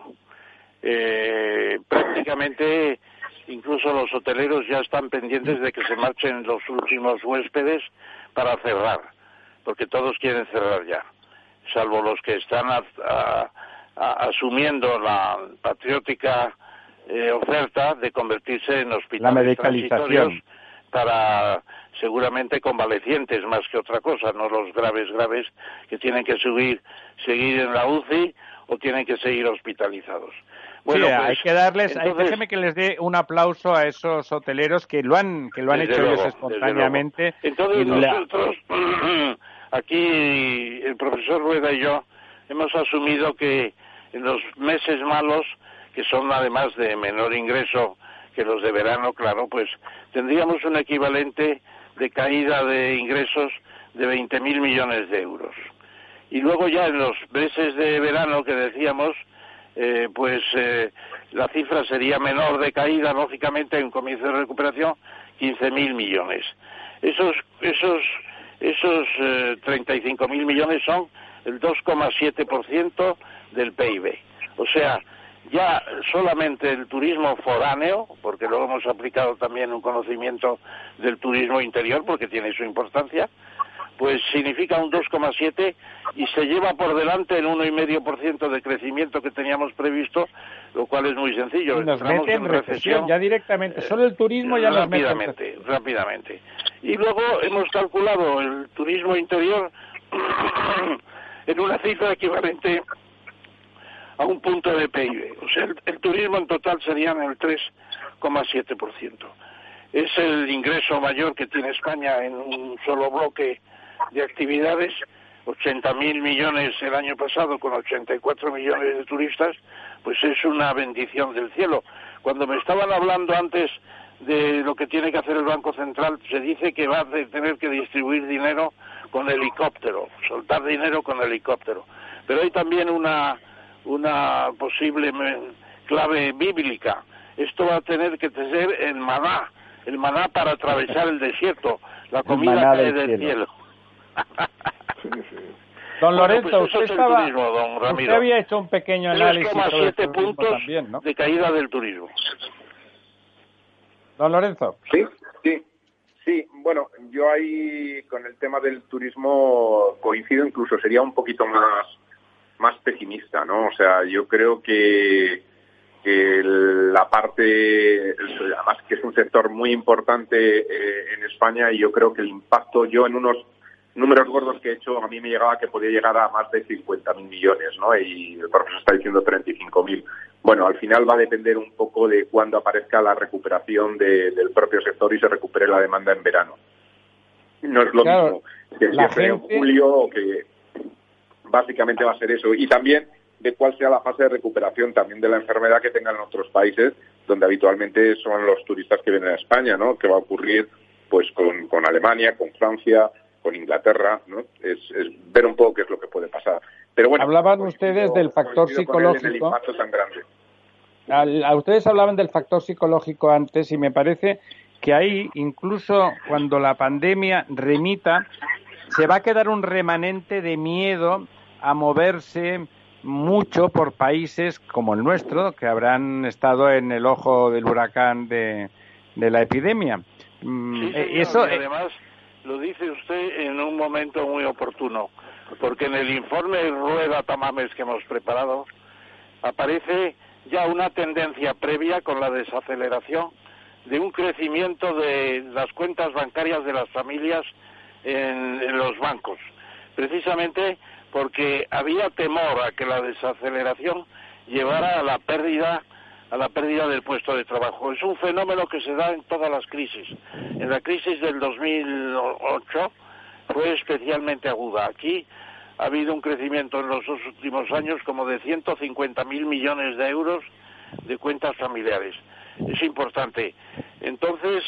C: Eh, prácticamente, incluso los hoteleros ya están pendientes de que se marchen los últimos huéspedes para cerrar, porque todos quieren cerrar ya, salvo los que están a, a A, asumiendo la patriótica eh, oferta de convertirse en hospitales transitorios para seguramente convalecientes más que otra cosa, no los graves graves que tienen que subir, seguir en la U C I o tienen que seguir hospitalizados. Bueno,
B: sí,
C: pues,
B: hay que darles,
C: entonces,
B: hay, déjeme que les dé un aplauso a esos hoteleros que lo han que lo han hecho
C: luego,
B: ellos espontáneamente.
C: Entonces
B: y
C: nosotros,
B: la...
C: aquí el profesor Rueda y yo hemos asumido que en los meses malos, que son además de menor ingreso que los de verano, claro, pues tendríamos un equivalente de caída de ingresos de veinte mil millones de euros. Y luego ya en los meses de verano que decíamos, eh, pues eh, la cifra sería menor de caída, lógicamente en comienzo de recuperación, quince mil millones. Esos, esos, esos eh, treinta y cinco mil millones son el dos coma siete por ciento del P I B. O sea, ya solamente el turismo foráneo, porque luego hemos aplicado también un conocimiento del turismo interior, porque tiene su importancia, pues significa un dos coma siete y se lleva por delante el uno coma cinco por ciento de crecimiento que teníamos previsto, lo cual es muy sencillo.
B: Nos
C: Entramos
B: mete en recesión ya directamente, solo el turismo ya nos mete
C: rápidamente, rápidamente. Y luego hemos calculado el turismo interior en una cifra equivalente a un punto de P I B. O sea, el, el turismo en total serían el tres coma siete por ciento. Es el ingreso mayor que tiene España en un solo bloque de actividades, ochenta mil millones el año pasado con ochenta y cuatro millones de turistas, pues es una bendición del cielo. Cuando me estaban hablando antes de lo que tiene que hacer el Banco Central, se dice que va a tener que distribuir dinero con helicóptero, soltar dinero con helicóptero. Pero hay también una, una posible clave bíblica. Esto va a tener que ser el maná, el maná para atravesar el desierto, la comida cae del, del cielo. cielo.
B: Don Lorenzo,
C: bueno, pues
B: usted, estaba,
C: turismo, don Ramiro.
B: Usted había hecho un pequeño análisis
C: tres coma siete puntos
B: también, ¿no?
C: de caída del turismo.
B: Don Lorenzo.
E: Sí, sí, sí. Bueno, yo ahí con el tema del turismo coincido, incluso sería un poquito más, más pesimista, ¿no? O sea, yo creo que que la parte, además que es un sector muy importante eh, en España, y yo creo que el impacto, yo en unos números gordos que he hecho, a mí me llegaba que podía llegar a más de cincuenta mil millones, ¿no? Y el profesor está diciendo treinta y cinco mil. Bueno, al final va a depender un poco de cuándo aparezca la recuperación de, del propio sector y se recupere la demanda en verano. No es lo claro, mismo que siempre gente... en julio, o que básicamente va a ser eso. Y también de cuál sea la fase de recuperación también de la enfermedad que tengan en otros países, donde habitualmente son los turistas que vienen a España, ¿no? Que va a ocurrir pues con, con Alemania, con Francia, con Inglaterra, ¿no? Es, es ver un poco qué es lo que puede pasar. Pero bueno,
B: hablaban ustedes del factor psicológico.
E: El impacto tan grande.
B: A, a ustedes hablaban del factor psicológico antes, y me parece que ahí, incluso cuando la pandemia remita, se va a quedar un remanente de miedo a moverse mucho por países como el nuestro, que habrán estado en el ojo del huracán de, de la epidemia.
C: Sí, señor, Eso, y además lo dice usted en un momento muy oportuno, porque en el informe Rueda Tamames que hemos preparado aparece ya una tendencia previa con la desaceleración de un crecimiento de las cuentas bancarias de las familias en, en los bancos, precisamente porque había temor a que la desaceleración llevara a la pérdida a la pérdida del puesto de trabajo. Es un fenómeno que se da en todas las crisis. En la crisis del dos mil ocho fue especialmente aguda. Aquí ha habido un crecimiento en los dos últimos años como de ciento cincuenta mil millones de euros de cuentas familiares. Es importante. Entonces,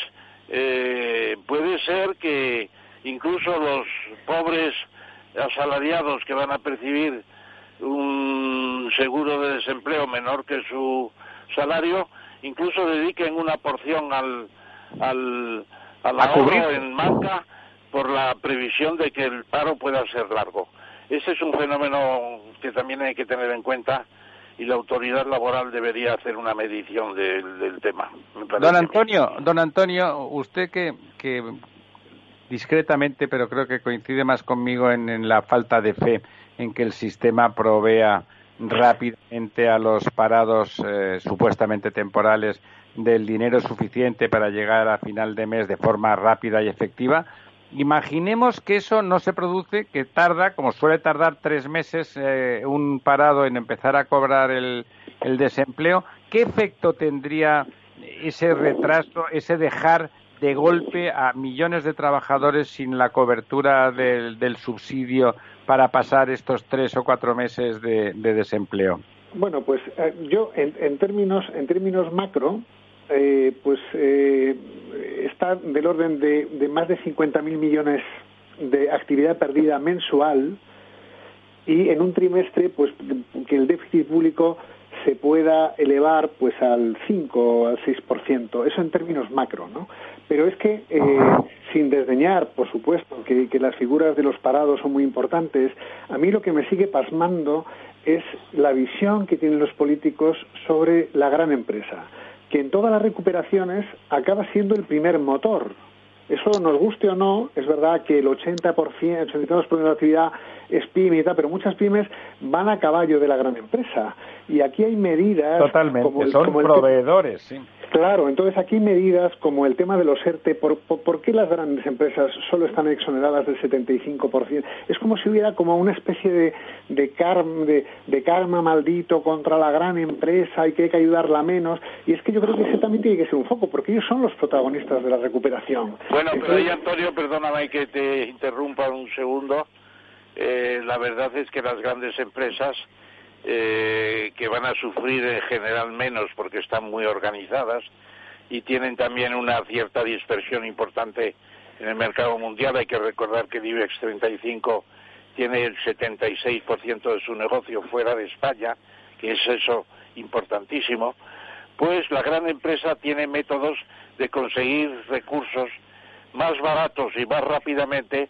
C: eh, puede ser que incluso los pobres asalariados que van a percibir un seguro de desempleo menor que su salario, incluso dediquen una porción al, al, al ahorro en banca por la previsión de que el paro pueda ser largo. Ese es un fenómeno que también hay que tener en cuenta, y la autoridad laboral debería hacer una medición del, del tema.
B: Don Antonio, don Antonio, usted que, que discretamente, pero creo que coincide más conmigo en, en la falta de fe en que el sistema provea rápidamente a los parados eh, supuestamente temporales del dinero suficiente para llegar a final de mes de forma rápida y efectiva. Imaginemos que eso no se produce, que tarda, como suele tardar tres meses eh, un parado en empezar a cobrar el, el desempleo. ¿Qué efecto tendría ese retraso, ese dejar de golpe a millones de trabajadores sin la cobertura del, del subsidio para pasar estos tres o cuatro meses de, de desempleo?
D: Bueno, pues eh, yo en, en términos en términos macro, eh, pues eh, está del orden de, de más de cincuenta mil millones de actividad perdida mensual, y en un trimestre, pues que el déficit público se pueda elevar pues al cinco o al seis por ciento. Eso en términos macro, ¿no? Pero es que, eh, sin desdeñar, por supuesto, que, que las figuras de los parados son muy importantes, a mí lo que me sigue pasmando es la visión que tienen los políticos sobre la gran empresa, que en todas las recuperaciones acaba siendo el primer motor. Eso nos guste o no, es verdad que el ochenta por ciento, el ochenta y dos por ciento de la actividad es pyme y tal, pero muchas pymes van a caballo de la gran empresa. Y aquí hay medidas...
B: Totalmente, como el, son como el proveedores, te... sí.
D: Claro, entonces aquí hay medidas como el tema de los ERTE. ¿Por, por, ¿Por qué las grandes empresas solo están exoneradas del setenta y cinco por ciento? Es como si hubiera como una especie de, de, karma, de, de karma maldito contra la gran empresa y que hay que ayudarla menos. Y es que yo creo que ese también tiene que ser un foco, porque ellos son los protagonistas de la recuperación.
C: Bueno, entonces... pero ahí, Antonio, perdóname que te interrumpa un segundo. Eh, la verdad es que las grandes empresas... Eh, que van a sufrir en general menos porque están muy organizadas y tienen también una cierta dispersión importante en el mercado mundial. Hay que recordar que el IBEX treinta y cinco tiene el setenta y seis por ciento de su negocio fuera de España, que es eso importantísimo. Pues la gran empresa tiene métodos de conseguir recursos más baratos y más rápidamente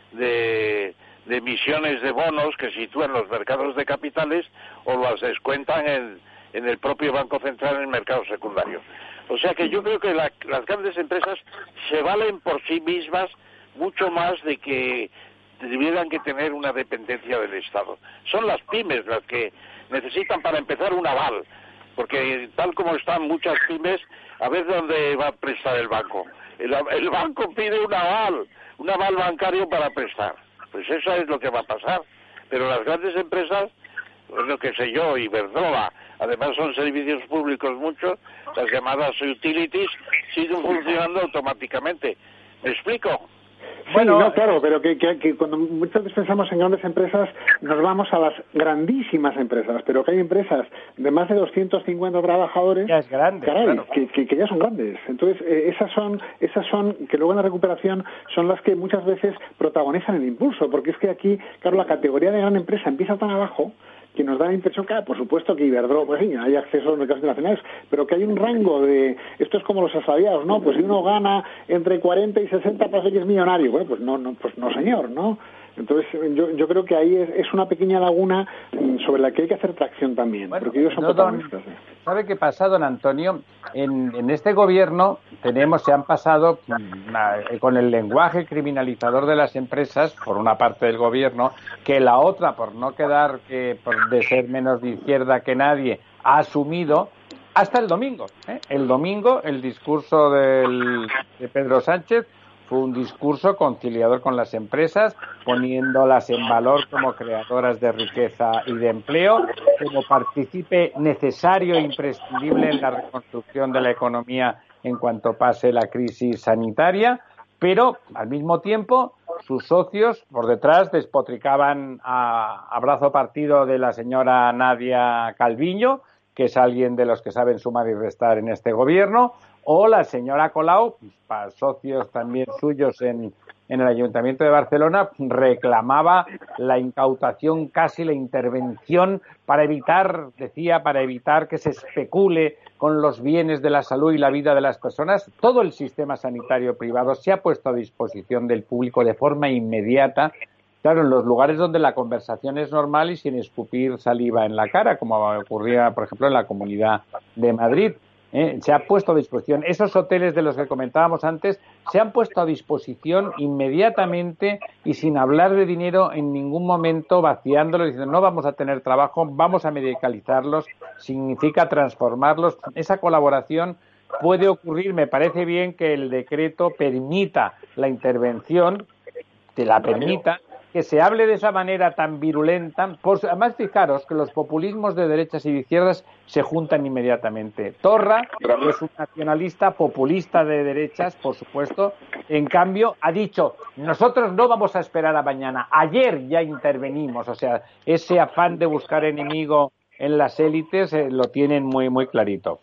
C: de... de emisiones de bonos que sitúan los mercados de capitales o las descuentan en, en el propio Banco Central en el mercado secundario. O sea que yo creo que la, las grandes empresas se valen por sí mismas mucho más de que tuvieran que tener una dependencia del Estado. Son las pymes las que necesitan para empezar un aval, porque tal como están muchas pymes, a ver dónde va a prestar el banco. El, el banco pide un aval, un aval bancario para prestar. Pues eso es lo que va a pasar. Pero las grandes empresas, pues lo que sé yo, Iberdrola, además son servicios públicos muchos, las llamadas utilities, siguen funcionando automáticamente. ¿Me explico?
D: Sí, bueno, no, claro, pero que, que, que cuando muchas veces pensamos en grandes empresas nos vamos a las grandísimas empresas, pero que hay empresas de más de doscientos cincuenta trabajadores,
B: ya es grande,
D: caray,
B: claro.
D: que, que, que ya son grandes. Entonces, eh, esas son, esas son, que luego en la recuperación son las que muchas veces protagonizan el impulso, porque es que aquí, claro, la categoría de gran empresa empieza tan abajo que nos da la impresión que, por supuesto, que Iberdrola, pues sí, hay acceso a los mercados internacionales, pero que hay un rango de... Esto es como los asalariados, ¿no? Pues si uno gana entre cuarenta y sesenta, parece que es millonario. Bueno, pues no, no, pues no, señor, ¿no? Entonces, yo, yo creo que ahí es, es una pequeña laguna sobre la que hay que hacer tracción también, bueno, porque ellos son no, protagonistas.
B: Don, ¿Sabe qué pasa, don Antonio? En, en este gobierno tenemos, se han pasado una, con el lenguaje criminalizador de las empresas, por una parte del gobierno, que la otra, por no quedar que por de ser menos de izquierda que nadie, ha asumido hasta el domingo. ¿eh? El domingo, el discurso del, de Pedro Sánchez fue un discurso conciliador con las empresas, poniéndolas en valor como creadoras de riqueza y de empleo, como partícipe necesario e imprescindible en la reconstrucción de la economía en cuanto pase la crisis sanitaria, pero al mismo tiempo sus socios por detrás despotricaban a, a brazo partido de la señora Nadia Calviño, que es alguien de los que saben sumar y restar en este gobierno, o la señora Colau, pues, socios también suyos en, en el Ayuntamiento de Barcelona, reclamaba la incautación, casi la intervención para evitar, decía, para evitar que se especule con los bienes de la salud y la vida de las personas. Todo el sistema sanitario privado se ha puesto a disposición del público de forma inmediata, claro, en los lugares donde la conversación es normal y sin escupir saliva en la cara, como ocurría, por ejemplo, en la Comunidad de Madrid. ¿eh? Se ha puesto a disposición. Esos hoteles de los que comentábamos antes se han puesto a disposición inmediatamente y sin hablar de dinero en ningún momento, vaciándolos, diciendo no vamos a tener trabajo, vamos a medicalizarlos, significa transformarlos. Esa colaboración puede ocurrir. Me parece bien que el decreto permita la intervención, te la permita, que se hable de esa manera tan virulenta. Pues, además, fijaros que los populismos de derechas y de izquierdas se juntan inmediatamente. Torra, que es un nacionalista populista de derechas, por supuesto, en cambio, ha dicho, nosotros no vamos a esperar a mañana, ayer ya intervenimos. O sea, ese afán de buscar enemigo en las élites eh, lo tienen muy, muy clarito.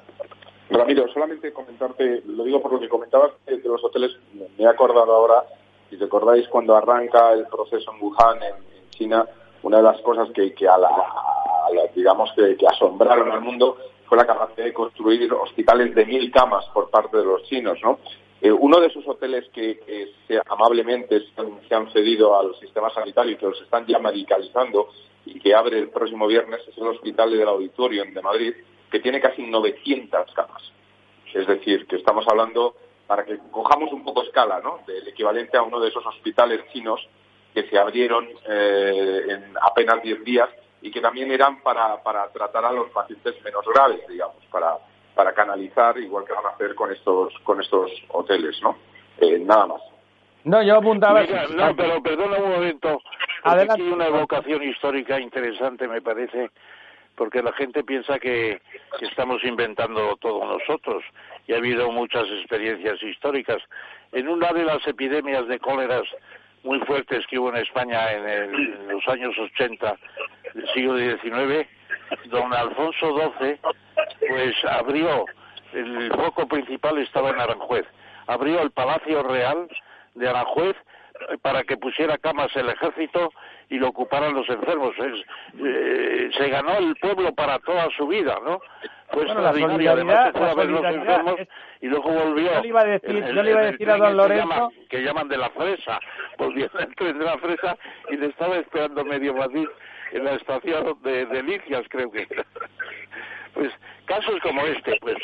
E: Ramiro, solamente comentarte, lo digo por lo que comentabas de los hoteles, me he acordado ahora. Si recordáis, cuando arranca el proceso en Wuhan, en, en China, una de las cosas que, que a la, a la digamos que, que asombraron al mundo fue la capacidad de construir hospitales de mil camas por parte de los chinos, ¿no? Eh, uno de esos hoteles que, que se, amablemente se han, se han cedido al sistema sanitario y que los están ya medicalizando, y, y que abre el próximo viernes es el Hospital del Auditorium de Madrid, que tiene casi novecientas camas. Es decir, que estamos hablando, para que cojamos un poco escala, ¿no?, del equivalente a uno de esos hospitales chinos que se abrieron eh, en apenas diez días y que también eran para, para tratar a los pacientes menos graves, digamos, para, para canalizar, igual que van a hacer con estos, con estos hoteles, ¿no? Eh, nada más.
B: No, yo apuntaba...
C: Mira, no, pero perdona un momento. Adelante. Aquí hay una evocación histórica interesante, me parece, porque la gente piensa que, que estamos inventando todo nosotros, y ha habido muchas experiencias históricas. En una de las epidemias de cóleras muy fuertes que hubo en España en, el, en los años ochenta del siglo diecinueve, don Alfonso doce, pues abrió, el foco principal estaba en Aranjuez, abrió el Palacio Real de Aranjuez para que pusiera camas el ejército y lo ocuparan los enfermos. Es, eh, se ganó el pueblo para toda su vida, ¿no? Fue
B: bueno, extraordinario. Además se fue a ver los enfermos
C: es... y luego volvió.
B: Yo le iba a decir, el, el, yo le iba a, decir a don Lorenzo...
C: Llama, que llaman de la Fresa. Volvió el tren de la Fresa y le estaba esperando medio Madrid en la estación de Delicias, creo que era. Pues casos como este, pues...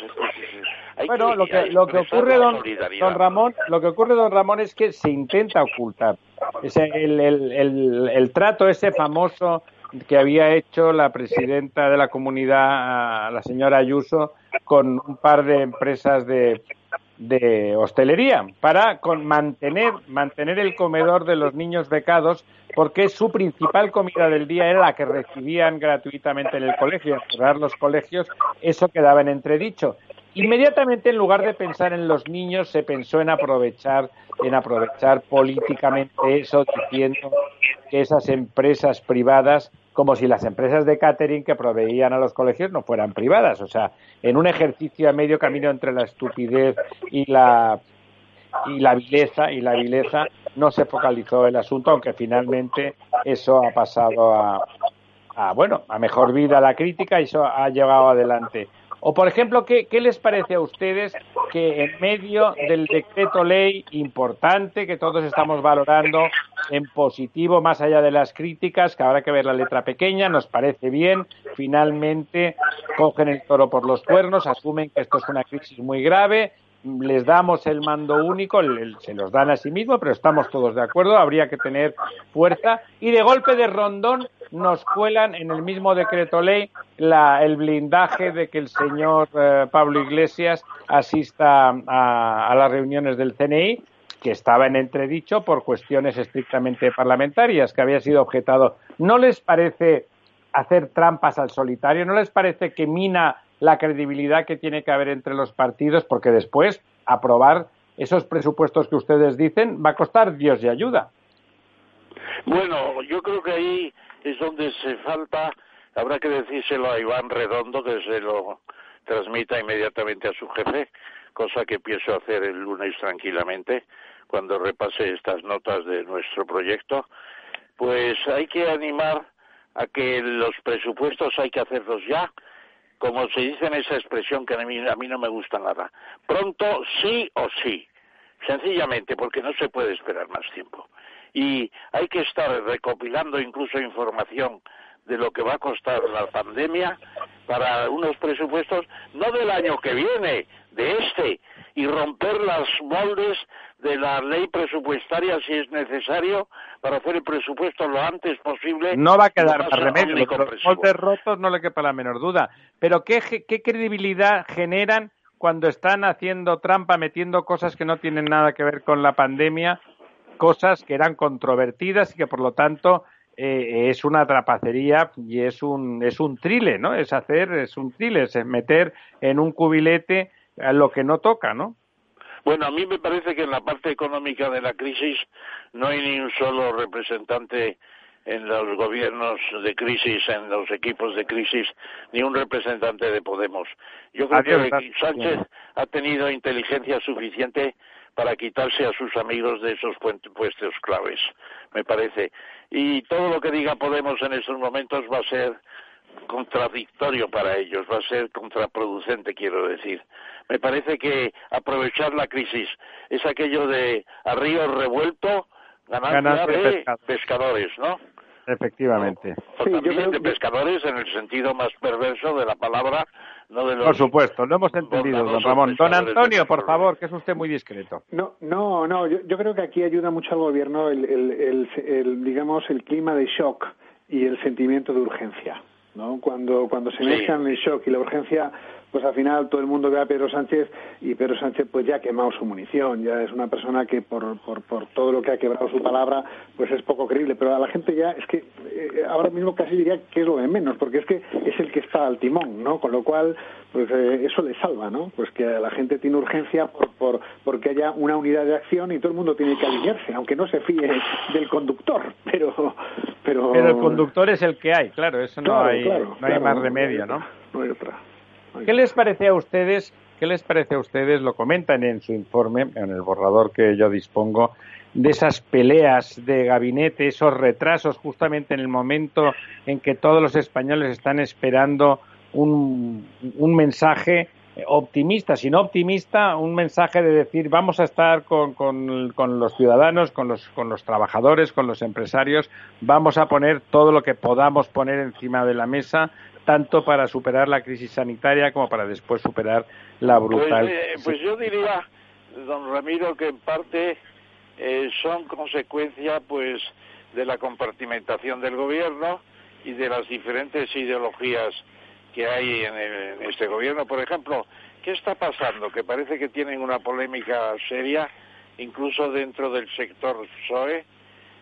C: Hay
B: bueno,
C: que,
B: lo que, lo que ocurre, don, don Ramón, lo que ocurre, don Ramón, es que se intenta ocultar. Ese, el, el, el, el trato ese famoso que había hecho la presidenta de la comunidad, la señora Ayuso, con un par de empresas de, de hostelería para con mantener mantener el comedor de los niños becados, porque su principal comida del día era la que recibían gratuitamente en el colegio. Al cerrar los colegios, eso quedaba en entredicho. Inmediatamente, en lugar de pensar en los niños, se pensó en aprovechar en aprovechar políticamente eso, diciendo que esas empresas privadas, como si las empresas de catering que proveían a los colegios no fueran privadas. O sea, en un ejercicio a medio camino entre la estupidez y la y la vileza, y la vileza no se focalizó el asunto, aunque finalmente eso ha pasado a, a bueno, a mejor vida la crítica y eso ha llevado adelante. O, por ejemplo, ¿qué, ¿qué les parece a ustedes que en medio del decreto ley importante que todos estamos valorando en positivo, más allá de las críticas, que habrá que ver la letra pequeña, nos parece bien, finalmente cogen el toro por los cuernos, asumen que esto es una crisis muy grave, les damos el mando único, se los dan a sí mismos, pero estamos todos de acuerdo, habría que tener fuerza, y de golpe de rondón nos cuelan en el mismo decreto ley la, el blindaje de que el señor eh, Pablo Iglesias asista a, a las reuniones del C N I, que estaba en entredicho por cuestiones estrictamente parlamentarias, que había sido objetado. ¿No les parece hacer trampas al solitario? ¿No les parece que mina la credibilidad que tiene que haber entre los partidos? Porque después aprobar esos presupuestos que ustedes dicen va a costar Dios y ayuda.
C: Bueno, yo creo que ahí es donde se falta, habrá que decírselo a Iván Redondo, que se lo transmita inmediatamente a su jefe, cosa que pienso hacer el lunes tranquilamente, cuando repase estas notas de nuestro proyecto. Pues hay que animar a que los presupuestos hay que hacerlos ya, como se dice en esa expresión que a mí, a mí no me gusta nada. Pronto, sí o sí. Sencillamente, porque no se puede esperar más tiempo. Y hay que estar recopilando incluso información de lo que va a costar la pandemia para unos presupuestos, no del año que viene, de este, y romper las moldes de la ley presupuestaria si es necesario para hacer el presupuesto lo antes posible.
B: No va a quedar más remedio, los moldes rotos no le quepa la menor duda. Pero ¿qué, qué credibilidad generan cuando están haciendo trampa, metiendo cosas que no tienen nada que ver con la pandemia, cosas que eran controvertidas y que por lo tanto eh, es una trapacería y es un es un trile, ¿no? Es hacer, es un trile, es meter en un cubilete a lo que no toca, ¿no?
C: Bueno, a mí me parece que en la parte económica de la crisis no hay ni un solo representante en los gobiernos de crisis, en los equipos de crisis, ni un representante de Podemos. Yo creo Adiós, que Sánchez ha tenido inteligencia suficiente para quitarse a sus amigos de esos puestos claves, me parece. Y todo lo que diga Podemos en estos momentos va a ser contradictorio para ellos, va a ser contraproducente, quiero decir. Me parece que aprovechar la crisis es aquello de a río revuelto, ganancia de pescadores, ¿no?
B: Efectivamente.
C: ¿No? Sí, también yo de pescadores en el sentido más perverso de la palabra, no de los...
B: Por supuesto, lo hemos entendido, don Ramón. Don Antonio, por favor, que es usted muy discreto.
D: No, no, no, yo, yo creo que aquí ayuda mucho al gobierno el, el, el, el, digamos, el clima de shock y el sentimiento de urgencia, ¿no? Cuando, cuando se
C: sí.
D: mezclan el shock y la urgencia, pues al final todo el mundo ve a Pedro Sánchez y Pedro Sánchez pues ya ha quemado su munición, ya es una persona que por, por, por todo lo que ha quebrado su palabra pues es poco creíble, pero a la gente ya es que eh, ahora mismo casi diría que es lo de menos, porque es que es el que está al timón, ¿no? Con lo cual pues eh, eso le salva, ¿no? Pues que la gente tiene urgencia por, por porque haya una unidad de acción y todo el mundo tiene que alinearse, aunque no se fíe del conductor, pero pero,
B: pero el conductor es el que hay, claro, eso no
D: claro,
B: hay
D: claro,
B: no
D: claro,
B: hay más remedio, ¿no?
D: No hay otra.
B: ¿Qué les parece a ustedes? ¿Qué les parece a ustedes? Lo comentan en su informe, en el borrador que yo dispongo, de esas peleas de gabinete, esos retrasos justamente en el momento en que todos los españoles están esperando un, un mensaje optimista, si no optimista, un mensaje de decir vamos a estar con, con, con los ciudadanos, con los, con los trabajadores, con los empresarios, vamos a poner todo lo que podamos poner encima de la mesa, tanto para superar la crisis sanitaria como para después superar la brutal.
C: Pues, eh, pues yo diría, don Ramiro, que en parte eh, son consecuencia pues de la compartimentación del gobierno y de las diferentes ideologías que hay en, el, en este gobierno. Por ejemplo, ¿qué está pasando? Que parece que tienen una polémica seria, incluso dentro del sector P S O E.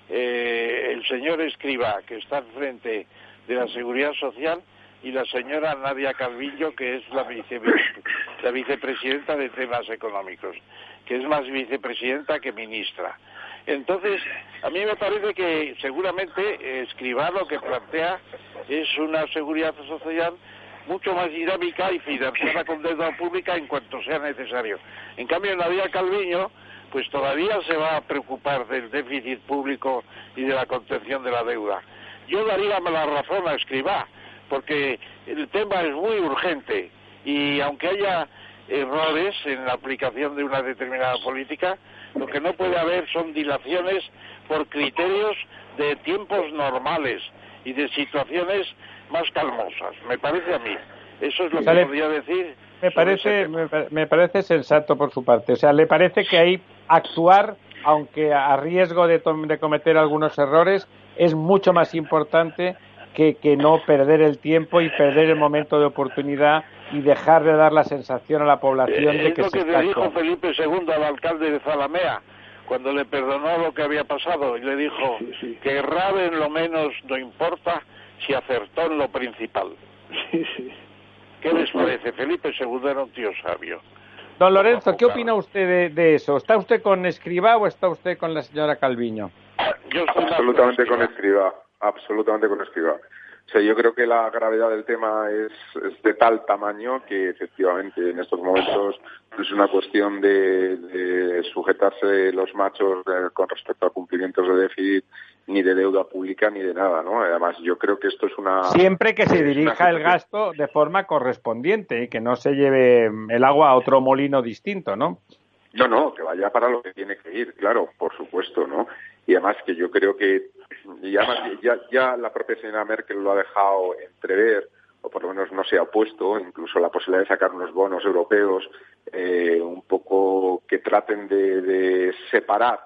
C: Eh, el señor Escrivá, que está al frente de la Seguridad Social, y la señora Nadia Calviño, que es la, vice, la vicepresidenta de temas económicos, que es más vicepresidenta que ministra. Entonces, a mí me parece que seguramente Escrivá lo que plantea es una seguridad social mucho más dinámica y financiada con deuda pública en cuanto sea necesario. En cambio, Nadia Calviño, pues todavía se va a preocupar del déficit público y de la contención de la deuda. Yo daría la razón a Escrivá, porque el tema es muy urgente y aunque haya errores en la aplicación de una determinada política, lo que no puede haber son dilaciones por criterios de tiempos normales y de situaciones más calmosas, me parece a mí. Eso es lo que podría decir.
B: Me parece, me, me parece sensato por su parte. O sea, ¿le parece que ahí actuar, aunque a riesgo de, de cometer algunos errores, es mucho más importante que, que no perder el tiempo y perder el momento de oportunidad y dejar de dar la sensación a la población
C: eh,
B: de que
C: es lo
B: se
C: que
B: está
C: le dijo
B: actuando?
C: Felipe segundo al alcalde de Zalamea cuando le perdonó lo que había pasado y le dijo sí, sí. que errar en lo menos no importa si acertó en lo principal.
D: Sí, sí.
C: ¿Qué les parece? Felipe segundo era un tío sabio.
B: Don Lorenzo, ¿qué opina usted de, de eso? ¿Está usted con Escrivá o está usted con la señora Calviño?
C: Yo estoy
E: absolutamente con Escrivá, absolutamente con Escrivá. O sea, yo creo que la gravedad del tema es, es de tal tamaño que efectivamente en estos momentos no es una cuestión de, de sujetarse los machos de, con respecto a cumplimientos de déficit, ni de deuda pública, ni de nada, ¿no? Además, yo creo que esto es una...
B: Siempre que se dirija el gasto de forma correspondiente y que no se lleve el agua a otro molino distinto, ¿no?
E: No, no, que vaya para lo que tiene que ir, claro, por supuesto, ¿no? Y además que yo creo que y además ya, ya la propia señora Merkel lo ha dejado entrever, o por lo menos no se ha opuesto, incluso la posibilidad de sacar unos bonos europeos eh, un poco que traten de, de separar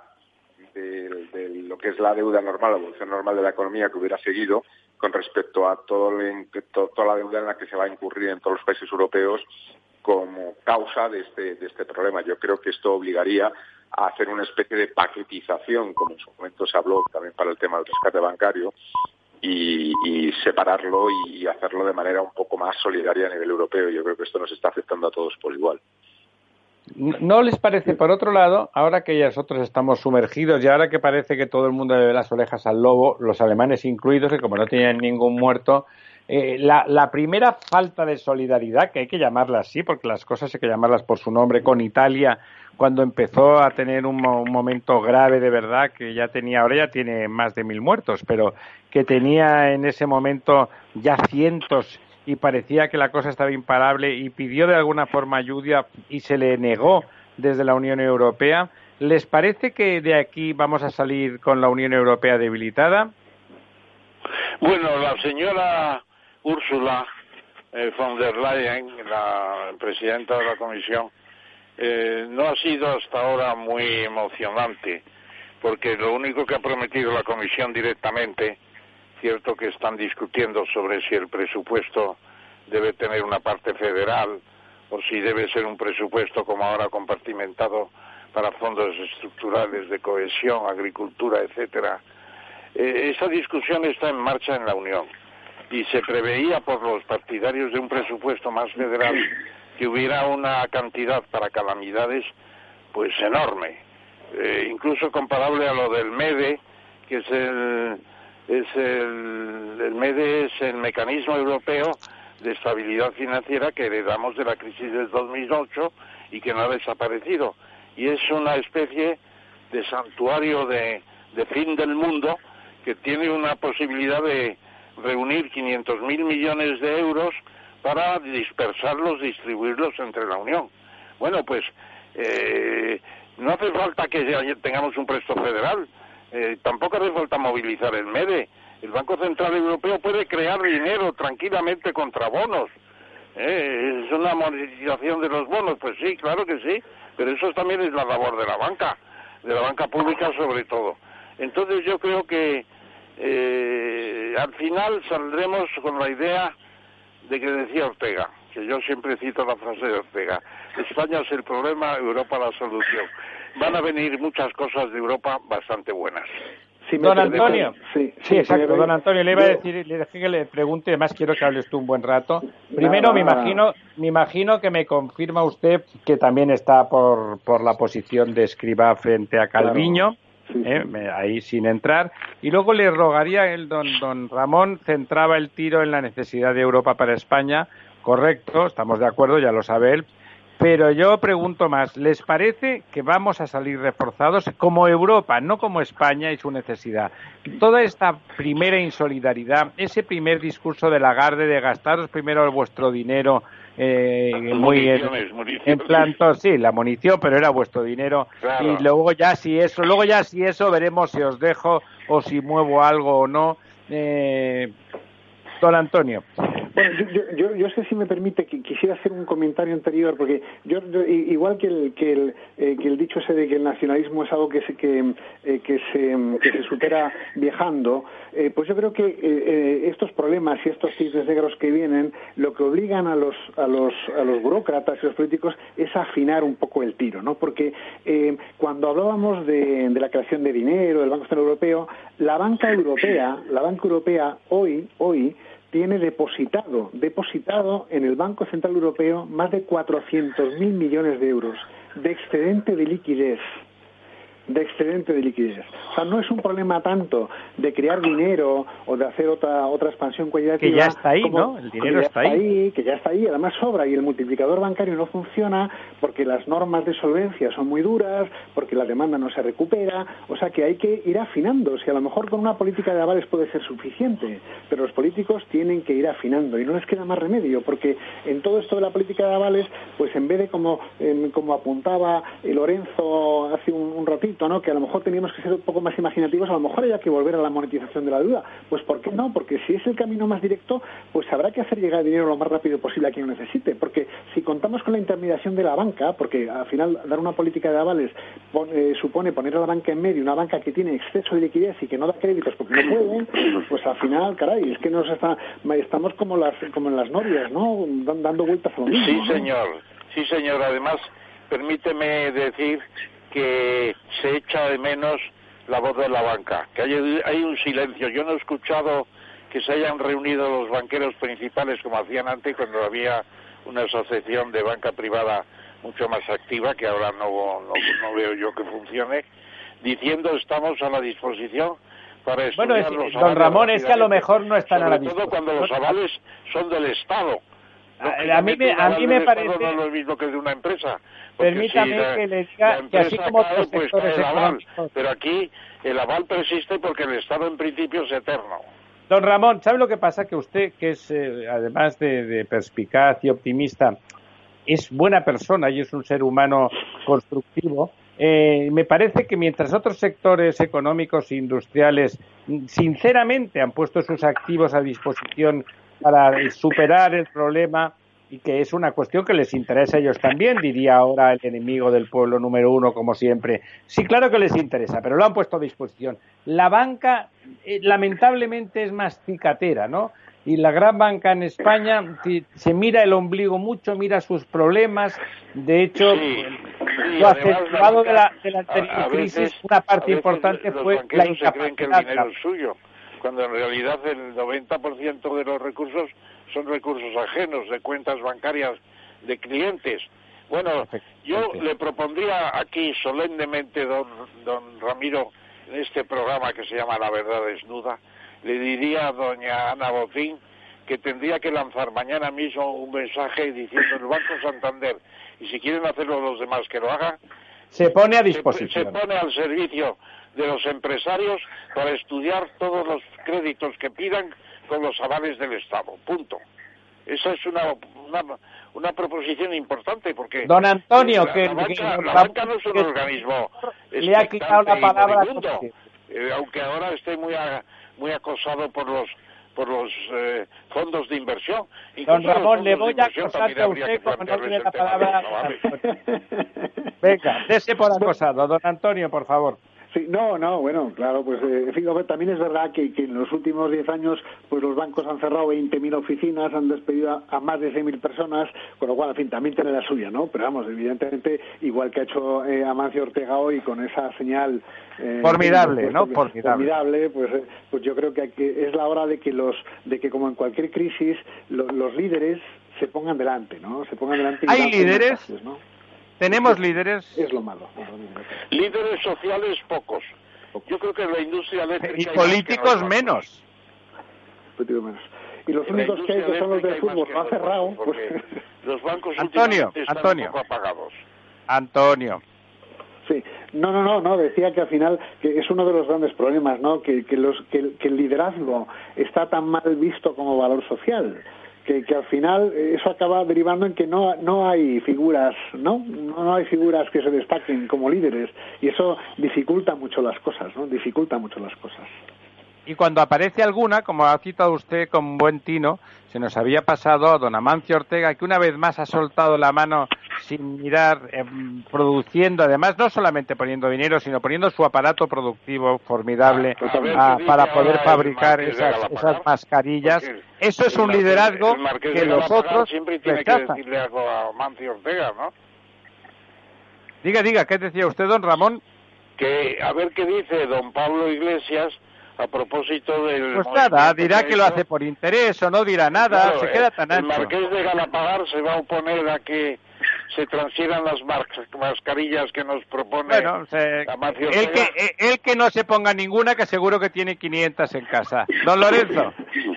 E: de, de lo que es la deuda normal, la evolución normal de la economía que hubiera seguido con respecto a todo el, to, toda la deuda en la que se va a incurrir en todos los países europeos como causa de este, de este problema. Yo creo que esto obligaría a hacer una especie de paquetización, como en su momento se habló también para el tema del rescate bancario, y, y separarlo y hacerlo de manera un poco más solidaria a nivel europeo. Yo creo que esto nos está afectando a todos por igual.
B: ¿No les parece, por otro lado, ahora que nosotros estamos sumergidos y ahora que parece que todo el mundo le ve las orejas al lobo, los alemanes incluidos, que como no tenían ningún muerto, eh, la, la primera falta de solidaridad, que hay que llamarla así, porque las cosas hay que llamarlas por su nombre, con Italia, cuando empezó a tener un, un momento grave de verdad, que ya tenía, ahora ya tiene más de mil muertos, pero que tenía en ese momento ya cientos y parecía que la cosa estaba imparable y pidió de alguna forma ayuda y se le negó desde la Unión Europea. ¿Les parece que de aquí vamos a salir con la Unión Europea debilitada?
C: Bueno, la señora Úrsula eh, von der Leyen, la presidenta de la Comisión, eh, no ha sido hasta ahora muy emocionante, porque lo único que ha prometido la Comisión directamente, cierto que están discutiendo sobre si el presupuesto debe tener una parte federal o si debe ser un presupuesto como ahora compartimentado para fondos estructurales de cohesión, agricultura, etcétera. Eh, esa discusión está en marcha en la Unión y se preveía por los partidarios de un presupuesto más federal que hubiera una cantidad para calamidades pues enorme, eh, incluso comparable a lo del MEDE, que es el es el, el MEDE es el mecanismo europeo de estabilidad financiera que heredamos de la crisis del dos mil ocho y que no ha desaparecido, y es una especie de santuario de, de fin del mundo que tiene una posibilidad de reunir quinientos mil millones de euros para dispersarlos, distribuirlos entre la Unión. Bueno, pues eh, no hace falta que tengamos un presupuesto federal, eh, tampoco hace falta movilizar el MEDE. El Banco Central Europeo puede crear dinero tranquilamente contra bonos. Eh, ¿Es una monetización de los bonos? Pues sí, claro que sí, pero eso también es la labor de la banca, de la banca pública sobre todo. Entonces yo creo que eh, al final saldremos con la idea de que decía Ortega, que yo siempre cito la frase de Ortega: España es el problema, Europa la solución. Van a venir muchas cosas de Europa bastante buenas.
F: Sí, don Antonio,
D: sí,
F: sí, exacto, don Antonio, le iba a decir, le dejé que le pregunte, además quiero que hables tú un buen rato. Primero, nada, me imagino, me imagino que me confirma usted que también está por, por la posición de Escrivá frente a Calviño. Claro. Sí, ¿Eh? sí. Ahí sin entrar, y luego le rogaría, el don, don Ramón centraba el tiro en la necesidad de Europa para España, correcto, estamos de acuerdo, ya lo sabe él, pero yo pregunto más, ¿les parece que vamos a salir reforzados como Europa, no como España y su necesidad? Toda esta primera insolidaridad, ese primer discurso de Lagarde de gastaros primero vuestro dinero, Eh, muy en, en plan, sí, la munición, pero era vuestro dinero, claro. Y luego ya si eso, luego ya si eso veremos si os dejo o si muevo algo o no. Eh, don Antonio.
D: Bueno, yo, yo, yo sé si me permite que quisiera hacer un comentario anterior, porque yo, yo igual que el que el, eh, que el dicho ese de que el nacionalismo es algo que se que, eh, que se que se supera viajando, eh, pues yo creo que eh, estos problemas y estos cisnes negros que vienen, lo que obligan a los a los a los burócratas y los políticos es afinar un poco el tiro, ¿no? Porque eh, cuando hablábamos de, de la creación de dinero del Banco Central Europeo, la banca europea, la banca europea hoy hoy tiene depositado, depositado en el Banco Central Europeo más de cuatrocientos mil millones de euros de excedente de liquidez. de excedente de liquidez. O sea, no es un problema tanto de crear dinero o de hacer otra otra expansión cuantitativa.
F: Que ya está ahí, ¿no? El dinero está, está ahí.
D: ahí. Que ya está ahí, además sobra, y el multiplicador bancario no funciona porque las normas de solvencia son muy duras, porque la demanda no se recupera, o sea que hay que ir afinando. Si a lo mejor con una política de avales puede ser suficiente, pero los políticos tienen que ir afinando y no les queda más remedio, porque en todo esto de la política de avales, pues en vez de como, eh, como apuntaba Lorenzo hace un, un ratito, ¿no? Que a lo mejor teníamos que ser un poco más imaginativos, a lo mejor hay que volver a la monetización de la deuda. Pues ¿por qué no? Porque si es el camino más directo, pues habrá que hacer llegar el dinero lo más rápido posible a quien lo necesite, porque si contamos con la intermediación de la banca, porque al final dar una política de avales pone, supone poner a la banca en medio, una banca que tiene exceso de liquidez y que no da créditos porque no puede, pues al final, caray, es que nos está, estamos como las como en las novias, ¿no? Dando vueltas a lo mismo.
C: Sí, señor, sí, señor. Además, permíteme decir que se echa de menos la voz de la banca, que hay, hay un silencio. Yo no he escuchado que se hayan reunido los banqueros principales como hacían antes, cuando había una asociación de banca privada mucho más activa, que ahora no, no, no veo yo que funcione, diciendo estamos a la disposición para estudiar
F: bueno, es,
C: los avales.
F: Don Ramón, es que a lo mejor no están a la disposición.
C: Sobre todo cuando los avales son del Estado.
F: A, a mí me, a mí me parece...
C: No es lo mismo que de una empresa.
F: Permítame si la, que le diga que así como
C: cae, pues cae el aval, pero aquí el aval persiste porque el Estado en principio es eterno.
F: Don Ramón, ¿sabe lo que pasa? Que usted, que es eh, además de, de perspicaz y optimista, es buena persona y es un ser humano constructivo. Eh, me parece que mientras otros sectores económicos e industriales sinceramente han puesto sus activos a disposición para superar el problema, y que es una cuestión que les interesa a ellos también, diría ahora el enemigo del pueblo número uno, como siempre. Sí, claro que les interesa, pero lo han puesto a disposición. La banca, eh, lamentablemente, es más cicatera, ¿no? Y la gran banca en España se mira el ombligo mucho, mira sus problemas. De hecho,
C: sí, sí,
F: lo acentuado de la, de la anterior
C: a, a
F: crisis,
C: veces,
F: una parte importante
C: los
F: fue la
C: incapacidad. Se creen que el dinero es
F: la...
C: suyo, cuando en realidad el noventa por ciento de los recursos son recursos ajenos, de cuentas bancarias de clientes. Bueno, yo le propondría aquí solemnemente, don, don Ramiro, en este programa que se llama La Verdad Desnuda, le diría a doña Ana Botín que tendría que lanzar mañana mismo un mensaje diciendo el Banco Santander, y si quieren hacerlo los demás que lo hagan,
F: se pone a disposición.
C: Se, se pone al servicio de los empresarios para estudiar todos los créditos que pidan con los avales del Estado. Punto. Esa es una una, una proposición importante, porque
F: don Antonio,
C: la,
F: que
C: la, banca,
F: que,
C: la banca no es un
F: que,
C: organismo
F: le ha quitado la palabra,
C: eh, aunque ahora esté muy a, muy acosado por los por los eh, fondos de inversión.
F: Incluso don Ramón, le voy a acosar a usted como no tiene la palabra. Venga, dese por acosado. Don Antonio, por favor.
D: Sí, no, no, bueno, claro, pues eh, en fin, también es verdad que, que en los últimos diez años pues los bancos han cerrado veinte mil oficinas, han despedido a, a más de seis mil personas, con lo cual, en fin, también tiene la suya, ¿no? Pero vamos, evidentemente, igual que ha hecho eh, Amancio Ortega hoy con esa señal...
F: Eh, formidable,
D: pues,
F: ¿no? Formidable.
D: Formidable, pues, eh, pues yo creo que, hay que es la hora de que los de que como en cualquier crisis lo, los líderes se pongan delante, ¿no? Se pongan delante.
F: Y ¿hay líderes?
D: Espacios, ¿no?
F: ¿Tenemos líderes?
D: Es lo malo.
C: Líderes sociales pocos. Yo creo que la industria eléctrica...
F: Y políticos menos.
D: Políticos menos. Y los únicos que hay que son los de fútbol, no ha cerrado. Pues...
C: Los bancos
F: Antonio,
C: están
F: Antonio.
C: un poco apagados.
F: Antonio.
D: Sí, no, no, no, no, decía que al final que es uno de los grandes problemas, ¿no? Que, que, los, que, que el liderazgo está tan mal visto como valor social. Que, que al final eso acaba derivando en que no no hay figuras, ¿no? No hay figuras que se destaquen como líderes, y eso dificulta mucho las cosas, ¿no? Dificulta mucho las cosas.
F: Y cuando aparece alguna, como ha citado usted con buen tino, se nos había pasado a don Amancio Ortega, que una vez más ha soltado la mano sin mirar, eh, produciendo, además no solamente poniendo dinero, sino poniendo su aparato productivo formidable ah, a, para poder fabricar esas, esas mascarillas. Eso es un liderazgo que los otros
C: siempre tiene rechazan. Que decirle algo a Amancio Ortega, ¿no?
F: Diga, diga, ¿qué decía usted, don Ramón?
C: Que a ver qué dice don Pablo Iglesias a propósito del...
F: Pues nada, dirá que lo hace por interés o no dirá nada, claro, se queda tan ancho.
C: El marqués de Galapagar se va a oponer a que se transfieran las mascarillas que nos propone
F: bueno, se...
C: Amancio
F: Ortega. El que, el que no se ponga ninguna, que seguro que tiene quinientas en casa. Don Lorenzo.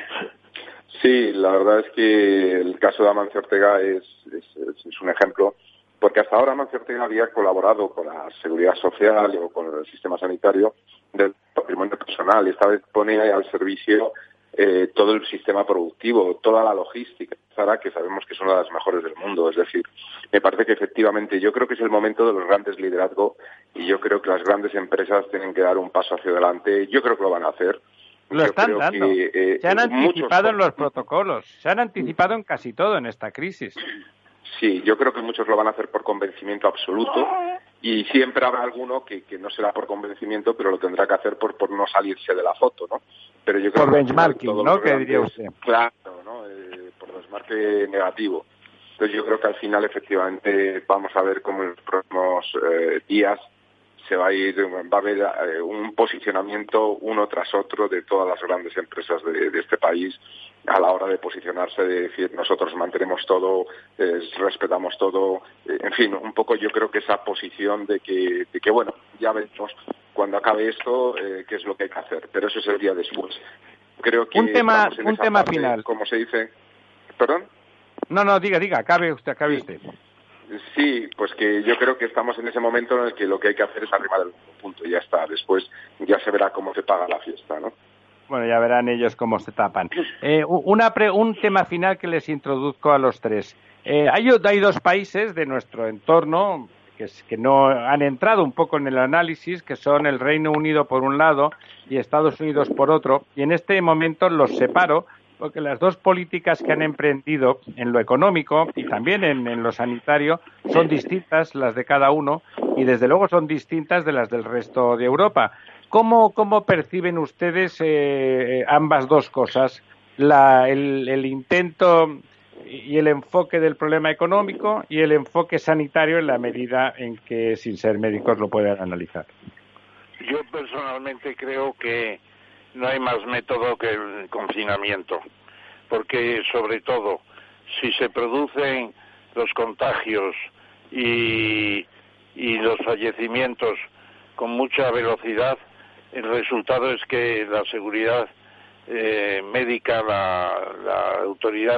E: Sí, la verdad es que el caso de Amancio Ortega es, es, es un ejemplo, porque hasta ahora Amancio Ortega había colaborado con la seguridad social o con el sistema sanitario del patrimonio personal, y esta vez pone al servicio eh, todo el sistema productivo, toda la logística, Zara, que sabemos que es una de las mejores del mundo. Es decir, me parece que efectivamente yo creo que es el momento de los grandes liderazgos, y yo creo que las grandes empresas tienen que dar un paso hacia adelante. Yo creo que lo van a hacer.
F: Lo
E: yo
F: están dando.
E: Que, eh,
F: se han anticipado
E: muchos...
F: en los protocolos, se han anticipado en casi todo en esta crisis.
E: Sí, yo creo que muchos lo van a hacer por convencimiento absoluto, y siempre habrá alguno que, que no será por convencimiento, pero lo tendrá que hacer por, por no salirse de la foto, ¿no? Pero yo creo
F: por
E: que
F: benchmarking, ¿no? ¿Qué diría usted?
E: Claro, ¿no? Eh, por benchmarking negativo. Entonces yo creo que al final efectivamente vamos a ver cómo en los próximos eh, días se va a ir, va a haber eh, un posicionamiento uno tras otro de todas las grandes empresas de, de este país a la hora de posicionarse, de decir nosotros mantenemos todo, eh, respetamos todo, eh, en fin, un poco yo creo que esa posición de que, de que bueno, ya veremos cuando acabe esto eh, qué es lo que hay que hacer, pero eso es el día después. Creo que
F: un tema,
E: en
F: un
E: esa
F: tema
E: parte,
F: final.
E: Como se dice, ¿perdón?
F: No, no, diga, diga, acabe usted, acabe usted.
E: Sí, pues que yo creo que estamos en ese momento en el que lo que hay que hacer es arrimar el punto y ya está. Después ya se verá cómo se paga la fiesta, ¿no?
F: Bueno, ya verán ellos cómo se tapan. Eh, una pre, un tema final que les introduzco a los tres. Eh, hay, hay dos países de nuestro entorno que, que no han entrado un poco en el análisis, que son el Reino Unido por un lado y Estados Unidos por otro, y en este momento los separo porque las dos políticas que han emprendido en lo económico y también en, en lo sanitario son distintas las de cada uno y desde luego son distintas de las del resto de Europa. ¿Cómo, cómo perciben ustedes eh, ambas dos cosas? La, el, el intento y el enfoque del problema económico y el enfoque sanitario en la medida en que, sin ser médicos, lo puedan analizar.
C: Yo personalmente creo que no hay más método que el confinamiento, porque sobre todo si se producen los contagios y, y los fallecimientos con mucha velocidad, el resultado es que la seguridad eh, médica, la, la autoridad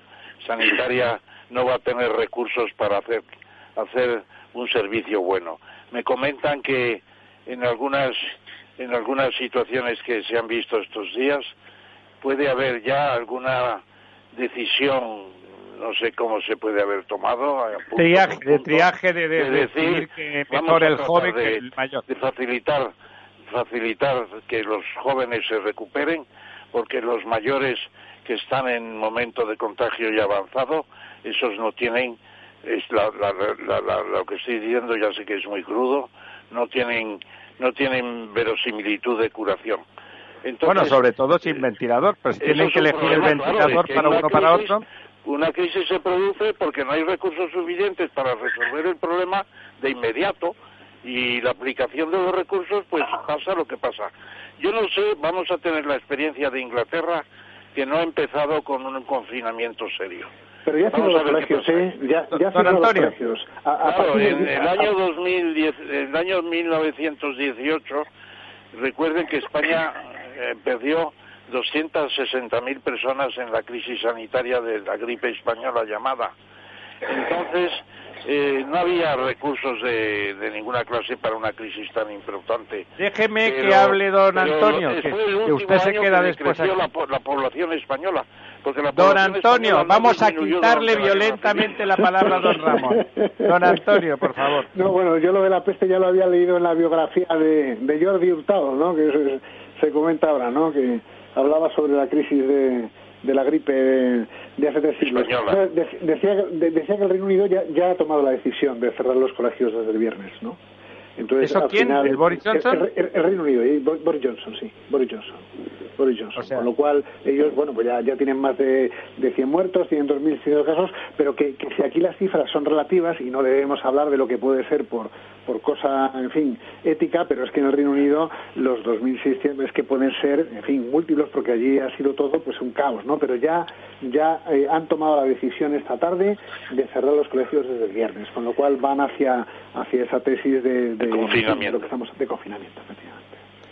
C: sanitaria no va a tener recursos para hacer, hacer un servicio bueno. Me comentan que en algunas en algunas situaciones que se han visto estos días puede haber ya alguna decisión, no sé cómo se puede haber tomado, punto,
F: triaje,
C: punto,
F: de triaje de, de,
C: de decir
F: que mejor el joven
C: de,
F: que el mayor,
C: de facilitar facilitar que los jóvenes se recuperen, porque los mayores que están en momento de contagio y avanzado, esos no tienen, es la, la, la, la, lo que estoy diciendo, ya sé que es muy crudo, no tienen no tienen verosimilitud de curación. Entonces,
F: bueno, sobre todo sin ventilador, pues tienen que elegir problema, el ventilador, claro, es que para uno crisis, para otro.
C: Una crisis se produce porque no hay recursos suficientes para resolver el problema de inmediato, y la aplicación de los recursos, pues pasa lo que pasa. Yo no sé, vamos a tener la experiencia de Inglaterra, que no ha empezado con un confinamiento serio.
D: Pero ya cierran los colegios, ¿eh? Ya, ya cierran los colegios.
C: A, a claro, en de... el año dos mil diez, el año mil novecientos dieciocho, recuerden que España eh, perdió doscientas sesenta mil personas en la crisis sanitaria de la gripe española llamada. Entonces, eh, no había recursos de, de ninguna clase para una crisis tan importante.
F: Déjeme pero, que hable don Antonio, que, que usted se queda
C: que
F: después aquí.
C: La, la población española. Porque la
F: don Antonio, vamos a quitarle violentamente la palabra a don Ramón. Don Antonio, por favor.
D: No, bueno, yo lo de la peste ya lo había leído en la biografía de, de Jordi Hurtado, ¿no? Que se, se comenta ahora, ¿no? Que hablaba sobre la crisis de, de la gripe de, de hace tres siglos. De, decía, de, decía que el Reino Unido ya, ya ha tomado la decisión de cerrar los colegios desde el viernes, ¿no? Entonces,
F: ¿eso quién? Final, ¿el Boris Johnson?
D: El, el, el Reino Unido, ¿eh? Boris Johnson, sí, Boris Johnson. Boris Johnson. O sea, con lo cual ellos, bueno, pues ya, ya tienen más de, de cien muertos, tienen dos mil seiscientos casos, pero que, que si aquí las cifras son relativas y no debemos hablar de lo que puede ser por por cosa, en fin, ética, pero es que en el Reino Unido los dos mil seiscientos es que pueden ser, en fin, múltiplos, porque allí ha sido todo pues un caos, ¿no? Pero ya ya eh, han tomado la decisión esta tarde de cerrar los colegios desde el viernes, con lo cual van hacia hacia esa tesis de, de,
C: de confinamiento,
D: de, lo que estamos, de confinamiento, efectivamente.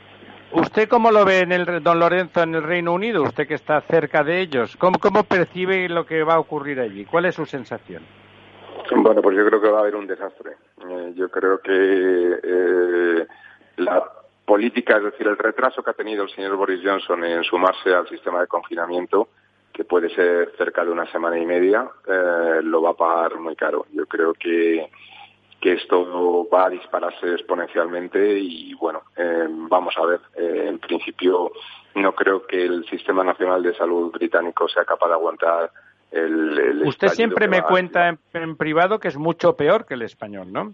F: ¿Usted cómo lo ve en el don Lorenzo en el Reino Unido? Usted que está cerca de ellos, ¿cómo cómo percibe lo que va a ocurrir allí? ¿Cuál es su sensación?
E: Bueno, pues yo creo que va a haber un desastre. Eh, yo creo que eh, la política, es decir, el retraso que ha tenido el señor Boris Johnson en sumarse al sistema de confinamiento, que puede ser cerca de una semana y media, eh, lo va a pagar muy caro. Yo creo que que esto va a dispararse exponencialmente y, bueno, eh, vamos a ver. Eh, en principio, no creo que el Sistema Nacional de Salud británico sea capaz de aguantar el, el
F: Usted siempre me cuenta en, en privado que es mucho peor que el español, ¿no?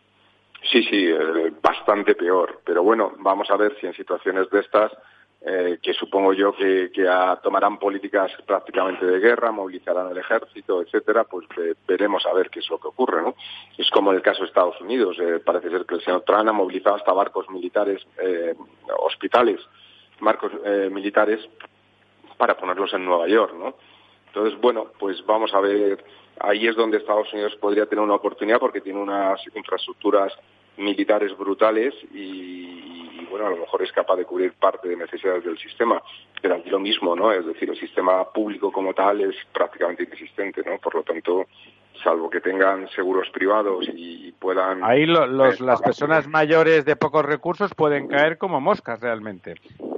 E: Sí, sí, eh, bastante peor. Pero bueno, vamos a ver si en situaciones de estas, eh, que supongo yo que, que a, tomarán políticas prácticamente de guerra, movilizarán el ejército, etcétera, pues eh, veremos a ver qué es lo que ocurre, ¿no? Es como en el caso de Estados Unidos. Eh, parece ser que el señor Trump ha movilizado hasta barcos militares, eh, hospitales, barcos eh, militares, para ponerlos en Nueva York, ¿no? Entonces, bueno, pues vamos a ver. Ahí es donde Estados Unidos podría tener una oportunidad porque tiene unas infraestructuras militares brutales y, y, bueno, a lo mejor es capaz de cubrir parte de necesidades del sistema. Pero aquí lo mismo, ¿no? Es decir, el sistema público como tal es prácticamente inexistente, ¿no? Por lo tanto, salvo que tengan seguros privados y, y puedan...
F: Ahí lo, los, las personas mayores de pocos recursos pueden caer como moscas realmente.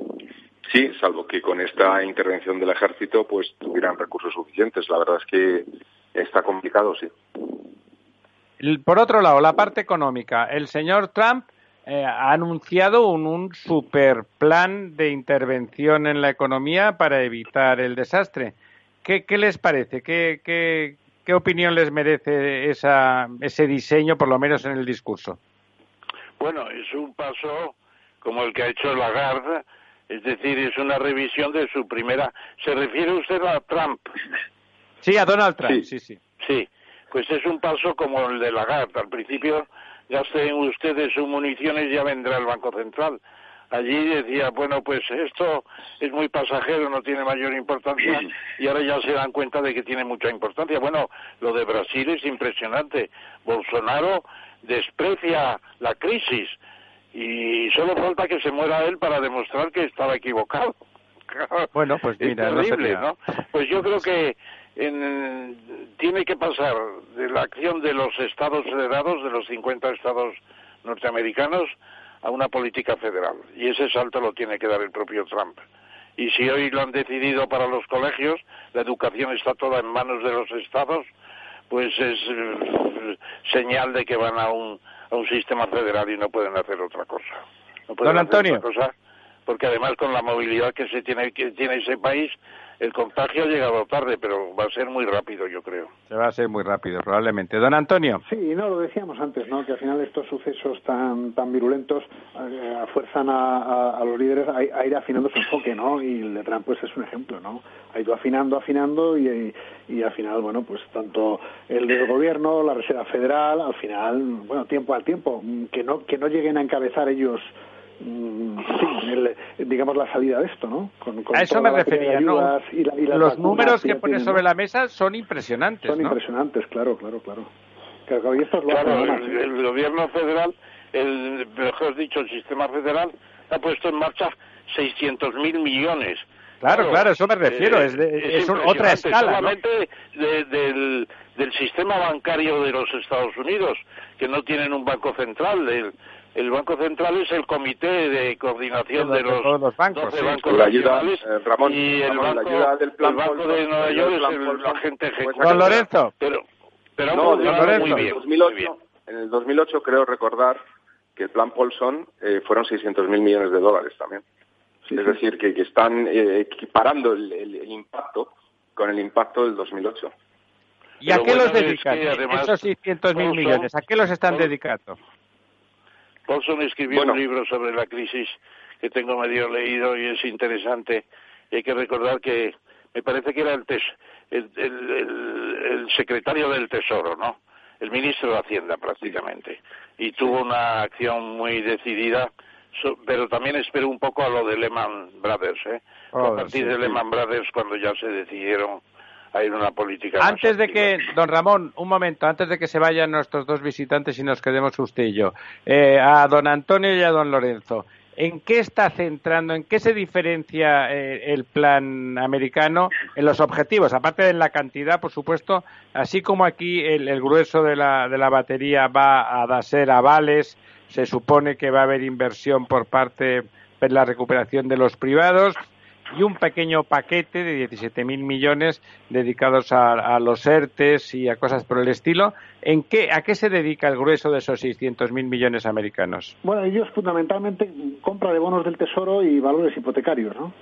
E: Sí, salvo que con esta intervención del ejército pues tuvieran recursos suficientes. La verdad es que está complicado, sí.
F: Por otro lado, la parte económica. El señor Trump eh, ha anunciado un, un super plan de intervención en la economía para evitar el desastre. ¿Qué, qué les parece? ¿Qué, qué, qué opinión les merece esa, ese diseño, por lo menos en el discurso?
C: Bueno, es un paso como el que ha hecho Lagarde, es decir, es una revisión de su primera... ¿Se refiere usted a Trump?
F: Sí, a Donald Trump, sí, sí.
C: Sí, sí. Pues es un paso como el de Lagarde. Al principio, gasten ustedes sus municiones, ya vendrá el Banco Central. Allí decía, bueno, pues esto es muy pasajero, no tiene mayor importancia, y ahora ya se dan cuenta de que tiene mucha importancia. Bueno, lo de Brasil es impresionante. Bolsonaro desprecia la crisis y solo falta que se muera él para demostrar que estaba equivocado.
F: Bueno, pues mira,
C: es terrible,
F: no,
C: ¿no? Pues yo creo que en, tiene que pasar de la acción de los estados federados, de los cincuenta estados norteamericanos, a una política federal. Y ese salto lo tiene que dar el propio Trump. Y si hoy lo han decidido para los colegios, la educación está toda en manos de los estados, pues es eh, señal de que van a un, a un sistema federal y no pueden hacer otra cosa. No pueden
F: Don
C: hacer
F: Antonio.
C: otra cosa, porque además con la movilidad que se tiene que tiene ese país, el contagio ha llegado tarde, pero va a ser muy rápido, yo creo.
F: Se va a ser muy rápido, probablemente. Don Antonio.
D: Sí, no, lo decíamos antes, ¿no? Que al final estos sucesos tan tan virulentos eh, fuerzan a, a, a los líderes a, a ir afinando su enfoque, ¿no? Y el de Trump, pues, es un ejemplo, ¿no? Ha ido afinando, afinando y, y, y al final, bueno, pues tanto el del gobierno, la Reserva Federal, al final, bueno, tiempo al tiempo, que no que no lleguen a encabezar ellos sí, el, digamos la salida de esto, ¿no? Con, con
F: a eso me refería, ¿no?
D: Y la, y
F: los números que pone sobre ¿no? la mesa son impresionantes,
D: Son
F: ¿no?
D: impresionantes, claro, claro, claro. Claro, y esto es lo
C: claro,
D: el,
C: el, el gobierno federal, el mejor dicho, el sistema federal ha puesto en marcha seiscientos mil millones.
F: Claro, claro, claro, eso me refiero, eh, es, de, es, es otra escala,
C: solamente ¿no? de, del, del sistema bancario de los Estados Unidos, que no tienen un banco central. El, el Banco Central es el comité de coordinación de, de los,
F: todos los bancos,
C: doce
F: sí.
C: bancos
E: la ayuda,
C: nacionales,
E: eh, Ramón,
C: y el
E: Ramón,
C: banco,
E: la ayuda del plan
C: el banco
E: Paulson,
C: de Nueva York es el
E: Paulson,
C: agente ejecutivo.
F: Don Lorenzo.
C: Pero, pero
E: no,
C: no,
E: Lorenzo,
C: muy bien,
E: en, dos mil ocho,
C: muy bien.
E: en el dos mil ocho creo recordar que el plan Paulson eh, fueron seiscientos mil millones de dólares también. Sí, es sí. decir, que, que están eh, equiparando el, el, el impacto con el impacto del dos mil ocho.
F: ¿Y a qué
C: bueno
F: los dedican?
C: Es además,
F: esos seiscientos mil millones, ¿a qué los están Paulson, dedicando?
C: Paulson escribió
E: bueno.
C: un libro sobre la crisis que tengo medio leído y es interesante. Y hay que recordar que me parece que era el, tes, el, el, el, el secretario del Tesoro, ¿no? El ministro de Hacienda prácticamente. Y tuvo una acción muy decidida, so, pero también esperó un poco a lo de Lehman Brothers, ¿eh? Oh, a partir sí, de Lehman sí. Brothers cuando ya se decidieron a ir a una política
F: antes
C: más
F: de que, don Ramón, un momento, antes de que se vayan nuestros dos visitantes y nos quedemos usted y yo, eh, a don Antonio y a don Lorenzo, ¿en qué está centrando, en qué se diferencia eh, el plan americano en los objetivos? Aparte de la cantidad, por supuesto, así como aquí el, el grueso de la, de la batería va a ser avales, se supone que va a haber inversión por parte de la recuperación de los privados, y un pequeño paquete de diecisiete mil millones dedicados a, a los ERTES y a cosas por el estilo. ¿En qué, ¿A qué se dedica el grueso de esos seiscientos mil millones americanos?
D: Bueno, ellos fundamentalmente compra de bonos del Tesoro y valores hipotecarios, ¿no?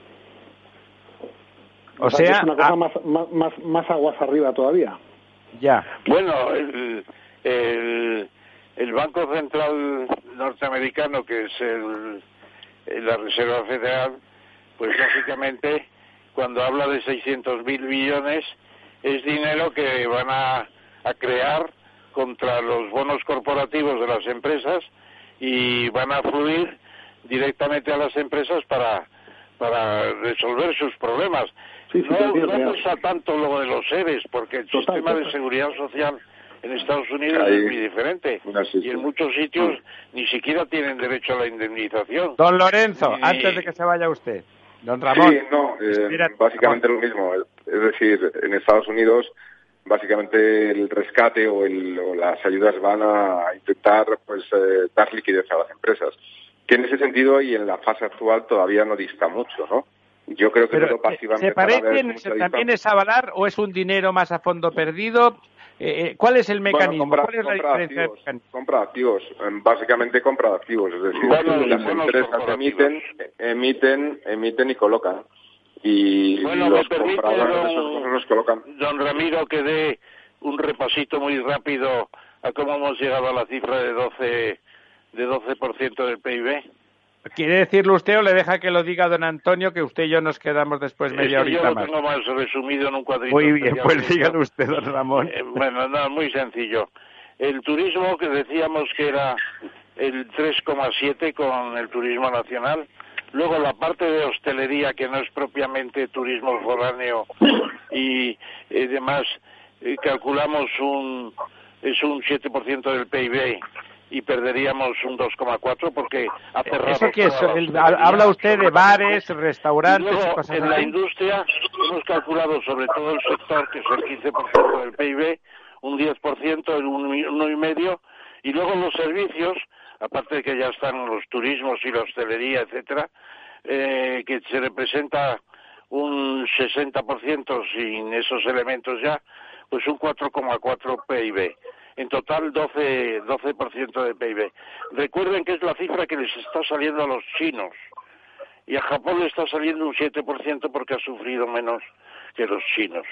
F: O, o sea, sea
D: es una cosa
F: a...
D: más, más, más, más aguas arriba todavía.
F: Ya.
C: Bueno, el, el, el Banco Central norteamericano, que es el, la Reserva Federal, pues básicamente cuando habla de seiscientos mil millones es dinero que van a, a crear contra los bonos corporativos de las empresas y van a fluir directamente a las empresas para para resolver sus problemas.
D: Sí, sí,
C: no no pasa tanto lo de los ERES, porque el total, sistema total. de seguridad social en Estados Unidos Ahí, es muy diferente y en muchos sitios mm. ni siquiera tienen derecho a la indemnización.
F: Don Lorenzo, y... antes de que se vaya usted. Don Ramón.
E: Sí, no, eh, básicamente Ramón. Lo mismo. Es decir, en Estados Unidos, básicamente el rescate o, el, o las ayudas van a intentar pues eh, dar liquidez a las empresas. Que en ese sentido y en la fase actual todavía no dista mucho, ¿no? Yo creo que
F: Pero,
E: Europa sí va a
F: ¿se parecen? ¿También es avalar o es un dinero más a fondo perdido? Eh, ¿Cuál es el mecanismo?
E: Bueno, compra,
F: ¿Cuál es la
E: compra
F: diferencia
E: activos,
F: del mecanismo?
E: compra activos, básicamente compra activos, es decir,
C: bueno,
E: las empresas emiten, emiten, emiten y colocan. Y
C: bueno,
E: los
C: me permite,
E: compradores
C: don,
E: de esos bonos los colocan.
C: Don Ramiro, que dé un repasito muy rápido a cómo hemos llegado a la cifra de doce de doce por ciento del P I B.
F: ¿Quiere decirlo usted o le deja que lo diga don Antonio, que usted y yo nos quedamos después media
C: es que
F: horita
C: yo
F: más?
C: lo tengo más resumido en un cuadrito.
F: Muy bien, pues dígalo usted, don Ramón.
C: Eh, bueno, no, muy sencillo. El turismo, que decíamos que era el tres coma siete con el turismo nacional. Luego la parte de hostelería, que no es propiamente turismo foráneo y eh, demás, eh, calculamos un es un siete por ciento del P I B y perderíamos un dos coma cuatro porque ha cerrado.
F: ¿Eso qué es? El, habla usted de bares, restaurantes y,
C: luego,
F: y cosas
C: en
F: así.
C: La industria hemos calculado sobre todo el sector, que es el quince por ciento del P I B, un diez por ciento, un uno y medio, y luego los servicios, aparte de que ya están los turismos y la hostelería, etcétera, eh, que se representa un sesenta por ciento sin esos elementos ya, pues un cuatro coma cuatro P I B. En total doce por ciento de P I B. Recuerden que es la cifra que les está saliendo a los chinos. Y a Japón le está saliendo un siete por ciento porque ha sufrido menos que los chinos.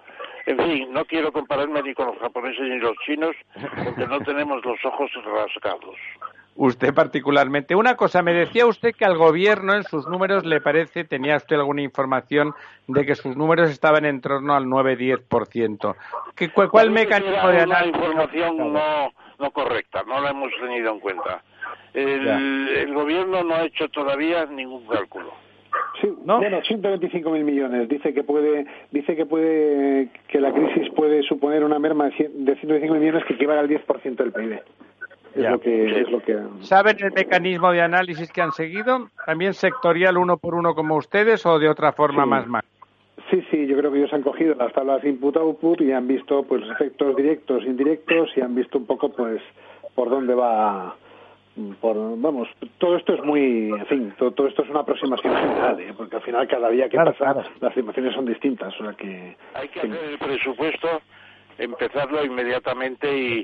C: En fin, no quiero compararme ni con los japoneses ni los chinos, porque no tenemos los ojos rasgados.
F: Usted particularmente. Una cosa, me decía usted que al gobierno en sus números le parece, tenía usted alguna información de que sus números estaban en torno al nueve a diez por ciento. ¿Qué, ¿Cuál, cuál mecanismo de análisis?
C: Una información no, no correcta, no la hemos tenido en cuenta. El, el gobierno no ha hecho todavía ningún cálculo.
D: Sí, ¿no? Bueno, ciento veinticinco mil millones. Dice que puede, dice que puede, que la crisis puede suponer una merma de ciento veinticinco mil millones que equivale al diez por ciento del P I B. Es lo que, sí. es lo que...
F: ¿Saben el mecanismo de análisis que han seguido? ¿También sectorial uno por uno como ustedes o de otra forma
D: sí.
F: más más?
D: Sí, sí, yo creo que ellos han cogido las tablas input-output y han visto pues efectos directos, indirectos y han visto un poco pues por dónde va... Por, vamos, todo esto es muy, en fin, todo, todo esto es una aproximación general, ¿eh? Porque al final cada día que claro, pasa claro. las estimaciones son distintas, o sea que...
C: Hay que hacer el presupuesto, empezarlo inmediatamente y,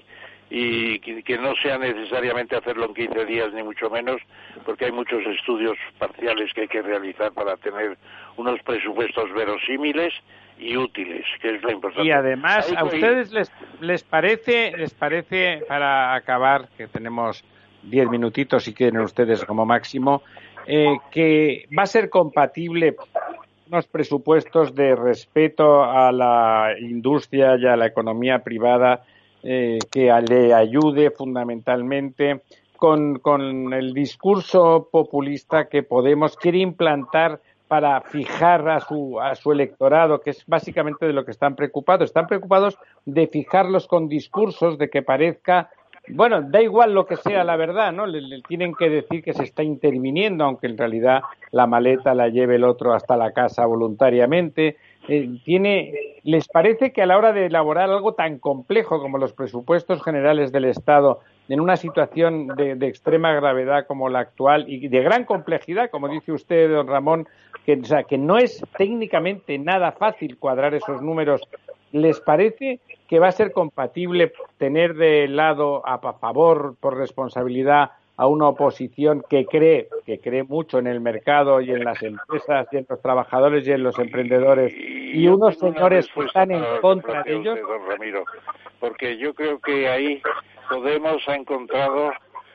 C: y que, que no sea necesariamente hacerlo en quince días ni mucho menos, porque hay muchos estudios parciales que hay que realizar para tener unos presupuestos verosímiles y útiles, que es lo importante.
F: Y además, ¿a ustedes les, les parece, les parece, para acabar, que tenemos diez minutitos si quieren ustedes como máximo, eh, que va a ser compatible unos presupuestos de respeto a la industria y a la economía privada eh, que le ayude fundamentalmente con, con el discurso populista que Podemos quiere implantar para fijar a su, a su electorado, que es básicamente de lo que están preocupados. Están preocupados de fijarlos con discursos, de que parezca... Bueno, da igual lo que sea la verdad, ¿no? Le, le tienen que decir que se está interviniendo, aunque en realidad la maleta la lleve el otro hasta la casa voluntariamente. Eh, tiene, ¿les parece que a la hora de elaborar algo tan complejo como los presupuestos generales del Estado, en una situación de, de extrema gravedad como la actual y de gran complejidad, como dice usted, don Ramón, que, o sea, que no es técnicamente nada fácil cuadrar esos números, ¿les parece que va a ser compatible tener de lado a favor, por responsabilidad, a una oposición que cree, que cree mucho en el mercado y en las empresas y en los trabajadores y en los emprendedores, y, y unos señores que están en contra de ellos?
C: Usted, don Ramiro, porque yo creo que ahí Podemos ha encontrado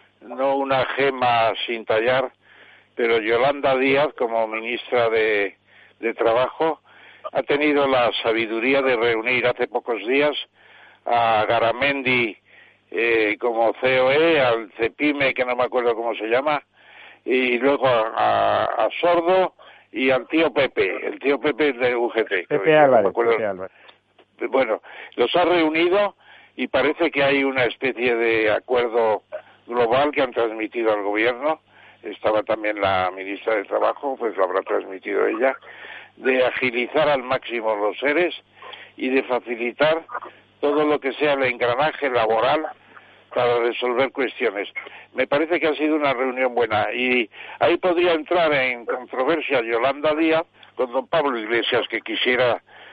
C: no una gema sin tallar, pero Yolanda Díaz, como ministra de, de Trabajo, ha tenido la sabiduría de reunir hace pocos días a Garamendi eh, como C O E, al Cepime, que no me acuerdo cómo se llama, y luego a, a, a Sordo y al tío Pepe, el tío Pepe de U G T.
F: Pepe Álvarez, no Pepe Álvarez.
C: Bueno, los ha reunido y parece que hay una especie de acuerdo global que han transmitido al gobierno. Estaba también la ministra de Trabajo, pues lo habrá transmitido ella, de agilizar al máximo los seres y de facilitar todo lo que sea el engranaje laboral para resolver cuestiones. Me parece que ha sido una reunión buena y ahí podría entrar en controversia Yolanda Díaz con don Pablo Iglesias, que quisiera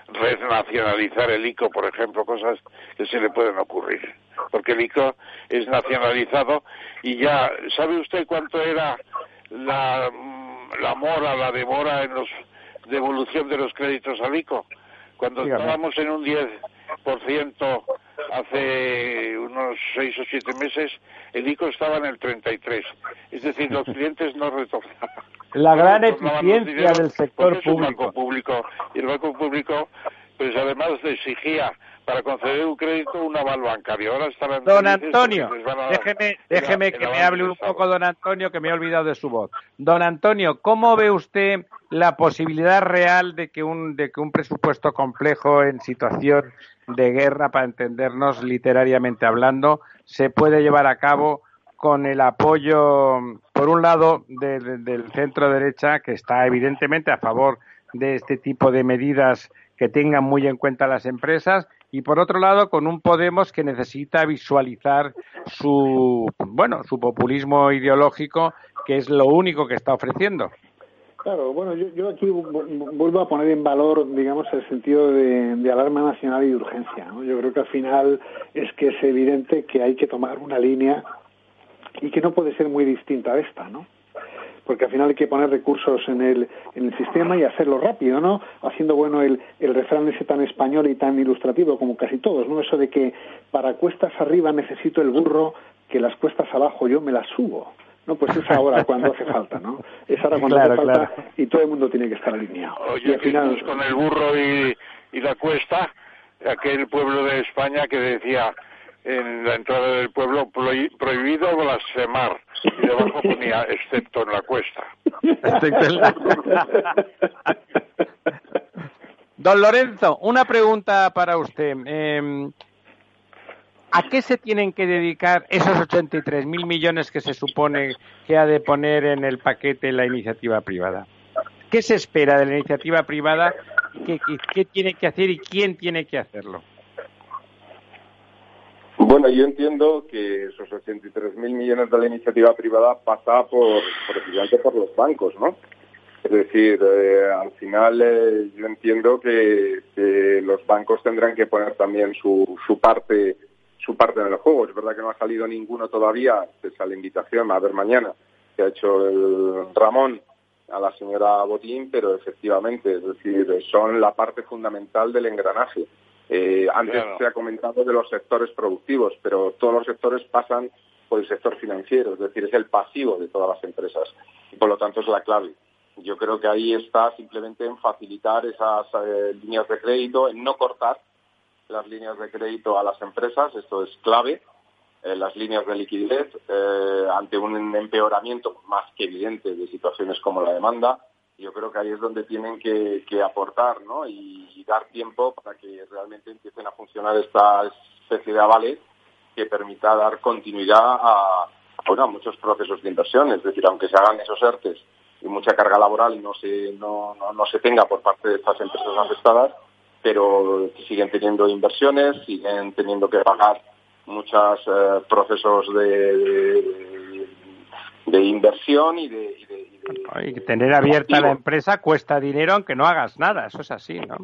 C: renacionalizar el I C O, por ejemplo, cosas que se le pueden ocurrir, porque el I C O es nacionalizado y ya, ¿sabe usted cuánto era la, la mora, la demora en los devolución de los créditos al I C O? Cuando Dígame. estábamos en un diez por ciento hace unos seis o siete meses, el I C O estaba en el treinta y tres. Es decir, los clientes no retornaban.
F: La no gran eficiencia del sector público.
C: El banco público. Y el banco público, pues además exigía para conceder un crédito un aval bancario. Ahora estarán
F: Don Antonio, déjeme, déjeme que me hable un poco, don Antonio, que me he olvidado de su voz. Don Antonio, ¿cómo ve usted la posibilidad real de que un de que un presupuesto complejo en situación de guerra, para entendernos literariamente hablando, se puede llevar a cabo con el apoyo, por un lado, de, de, del centro derecha, que está evidentemente a favor de este tipo de medidas que tengan muy en cuenta las empresas, y por otro lado con un Podemos que necesita visualizar su, bueno, su populismo ideológico, que es lo único que está ofreciendo?
D: Claro, bueno, yo, yo aquí vuelvo a poner en valor, digamos, el sentido de, de alarma nacional y de urgencia, ¿no? Yo creo que al final es que es evidente que hay que tomar una línea y que no puede ser muy distinta a esta, ¿no? Porque al final hay que poner recursos en el en el sistema y hacerlo rápido, ¿no? Haciendo bueno el, el refrán ese tan español y tan ilustrativo como casi todos, ¿no? Eso de que para cuestas arriba necesito el burro, que las cuestas abajo yo me las subo. No, pues es ahora cuando hace falta, ¿no? Es ahora cuando claro, hace falta claro. Y todo el mundo tiene que estar alineado.
C: Oye,
D: y al final...
C: con el burro y, y la cuesta, aquel pueblo de España que decía en la entrada del pueblo prohibido blasfemar, y debajo ponía excepto en la cuesta.
F: Don Lorenzo, una pregunta para usted. Eh, ¿A qué se tienen que dedicar esos ochenta y tres mil millones que se supone que ha de poner en el paquete la iniciativa privada? ¿Qué se espera de la iniciativa privada? ¿Qué, qué, qué tiene que hacer y quién tiene que hacerlo?
E: Bueno, yo entiendo que esos ochenta y tres mil millones de la iniciativa privada pasa por, precisamente por los bancos, ¿no? Es decir, eh, al final eh, yo entiendo que, que los bancos tendrán que poner también su, su parte su parte en el juego. Es verdad que no ha salido ninguno todavía, esa la invitación a ver mañana que ha hecho el Ramón a la señora Botín, pero efectivamente, es decir, son la parte fundamental del engranaje. Eh, antes claro. Se ha comentado de los sectores productivos, pero todos los sectores pasan por el sector financiero, es decir, es el pasivo de todas las empresas y por lo tanto es la clave. Yo creo que ahí está simplemente en facilitar esas eh, líneas de crédito, en no cortar las líneas de crédito a las empresas, esto es clave, eh, las líneas de liquidez eh, ante un empeoramiento más que evidente de situaciones como la demanda. Yo creo que ahí es donde tienen que, que aportar, ¿no? Y, y dar tiempo para que realmente empiecen a funcionar esta especie de avales que permita dar continuidad a, bueno, a muchos procesos de inversión. Es decir, aunque se hagan esos ERTES y mucha carga laboral no se, no, no, no se tenga por parte de estas empresas afectadas, pero siguen teniendo inversiones, siguen teniendo que pagar muchos eh, procesos de, de, de inversión y de... Y de, y de
F: y tener abierta activo. La empresa cuesta dinero aunque no hagas nada, eso es así, ¿no?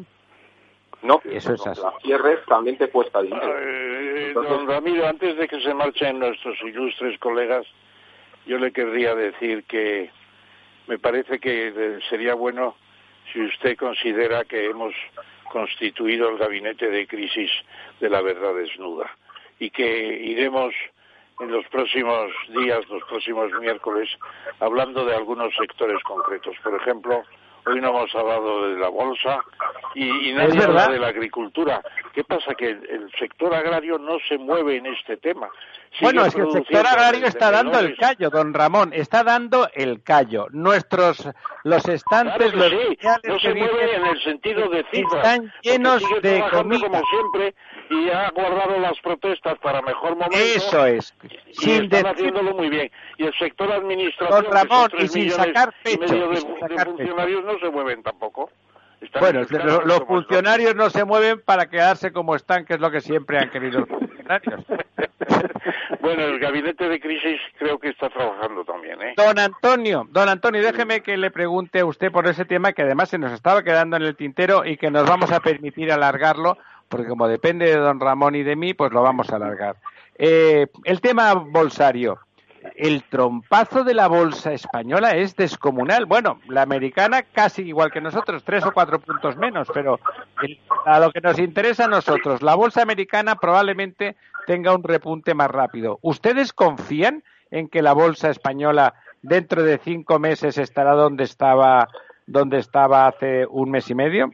E: No,
F: eso es así.
E: Las cierres también te cuesta dinero.
C: Eh, Entonces... Don Ramiro, antes de que se marchen nuestros ilustres colegas, yo le querría decir que me parece que sería bueno si usted considera que hemos constituido el gabinete de crisis de la verdad desnuda y que iremos en los próximos días, los próximos miércoles, hablando de algunos sectores concretos. Por ejemplo, hoy no hemos hablado de la bolsa y, y nadie habla de la agricultura. ¿Qué pasa? Que el, el sector agrario no se mueve en este tema. Sigue
F: bueno, es que el sector agrario está dando el callo, don Ramón, está dando el callo. Nuestros, los estantes,
C: claro
F: los
C: sí, no se mueve en el sentido de cifras.
F: Están llenos de comida.
C: Como siempre, y ha guardado las protestas para mejor momento.
F: Eso es.
C: Y sin están decir... haciéndolo muy bien. Y el sector administrativo,
F: don Ramón, y sin sacar pecho,
C: y medio de, de funcionarios pecho. No se mueven tampoco.
F: Están bueno, lo, los funcionarios no se mueven para quedarse como están, que es lo que siempre han querido los funcionarios.
C: Bueno, el gabinete de crisis creo que está trabajando también, ¿eh?
F: Don Antonio, don Antonio, déjeme que le pregunte a usted por ese tema que además se nos estaba quedando en el tintero y que nos vamos a permitir alargarlo, porque como depende de don Ramón y de mí, pues lo vamos a alargar. Eh, el tema bolsario. El trompazo de la bolsa española es descomunal. Bueno, la americana casi igual que nosotros, tres o cuatro puntos menos, pero el, a lo que nos interesa a nosotros, la bolsa americana probablemente tenga un repunte más rápido. ¿Ustedes confían en que la bolsa española dentro de cinco meses estará donde estaba, donde estaba hace un mes y medio?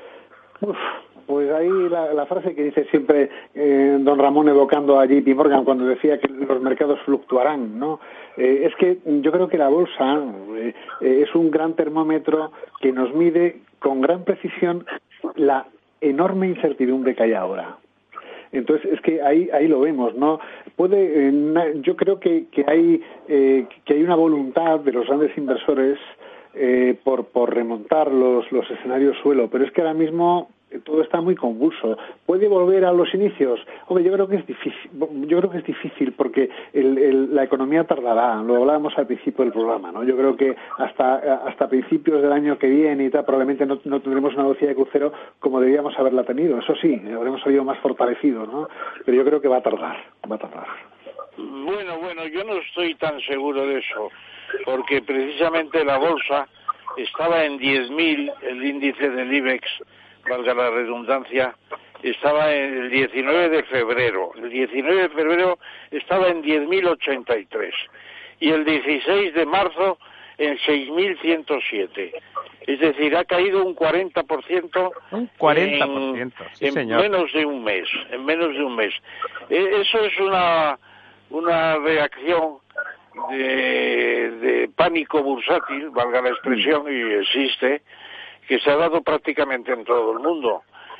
D: Uf. Pues ahí la, la frase que dice siempre eh, don Ramón evocando a J P Morgan cuando decía que los mercados fluctuarán, ¿no? Eh, es que yo creo que la bolsa eh, eh, es un gran termómetro que nos mide con gran precisión la enorme incertidumbre que hay ahora. Entonces es que ahí ahí lo vemos, ¿no? Puede, eh, yo creo que que hay eh, que hay una voluntad de los grandes inversores eh, por por remontar los los escenarios suelo, pero es que ahora mismo todo está muy convulso. ¿Puede volver a los inicios? Hombre, yo creo que es difícil, yo creo que es difícil porque el, el, la economía tardará, lo hablábamos al principio del programa, ¿no? Yo creo que hasta hasta principios del año que viene y tal, probablemente no, no tendremos una velocidad de crucero como debíamos haberla tenido. Eso sí, habremos salido más fortalecidos, ¿no? Pero yo creo que va a tardar, va a tardar.
C: Bueno, bueno, yo no estoy tan seguro de eso, porque precisamente la bolsa estaba en diez mil, el índice del IBEX, valga la redundancia, estaba en el diecinueve de febrero. El diecinueve de febrero estaba en diez mil ochenta y tres y el dieciséis de marzo en seis mil ciento siete. Es decir, ha caído un cuarenta por ciento,
F: un cuarenta por ciento,
C: en,
F: sí,
C: en
F: señor.
C: menos de un mes, en menos de un mes. Eso es una una reacción de, de pánico bursátil, valga la expresión, y existe, que se ha dado prácticamente en todo el mundo.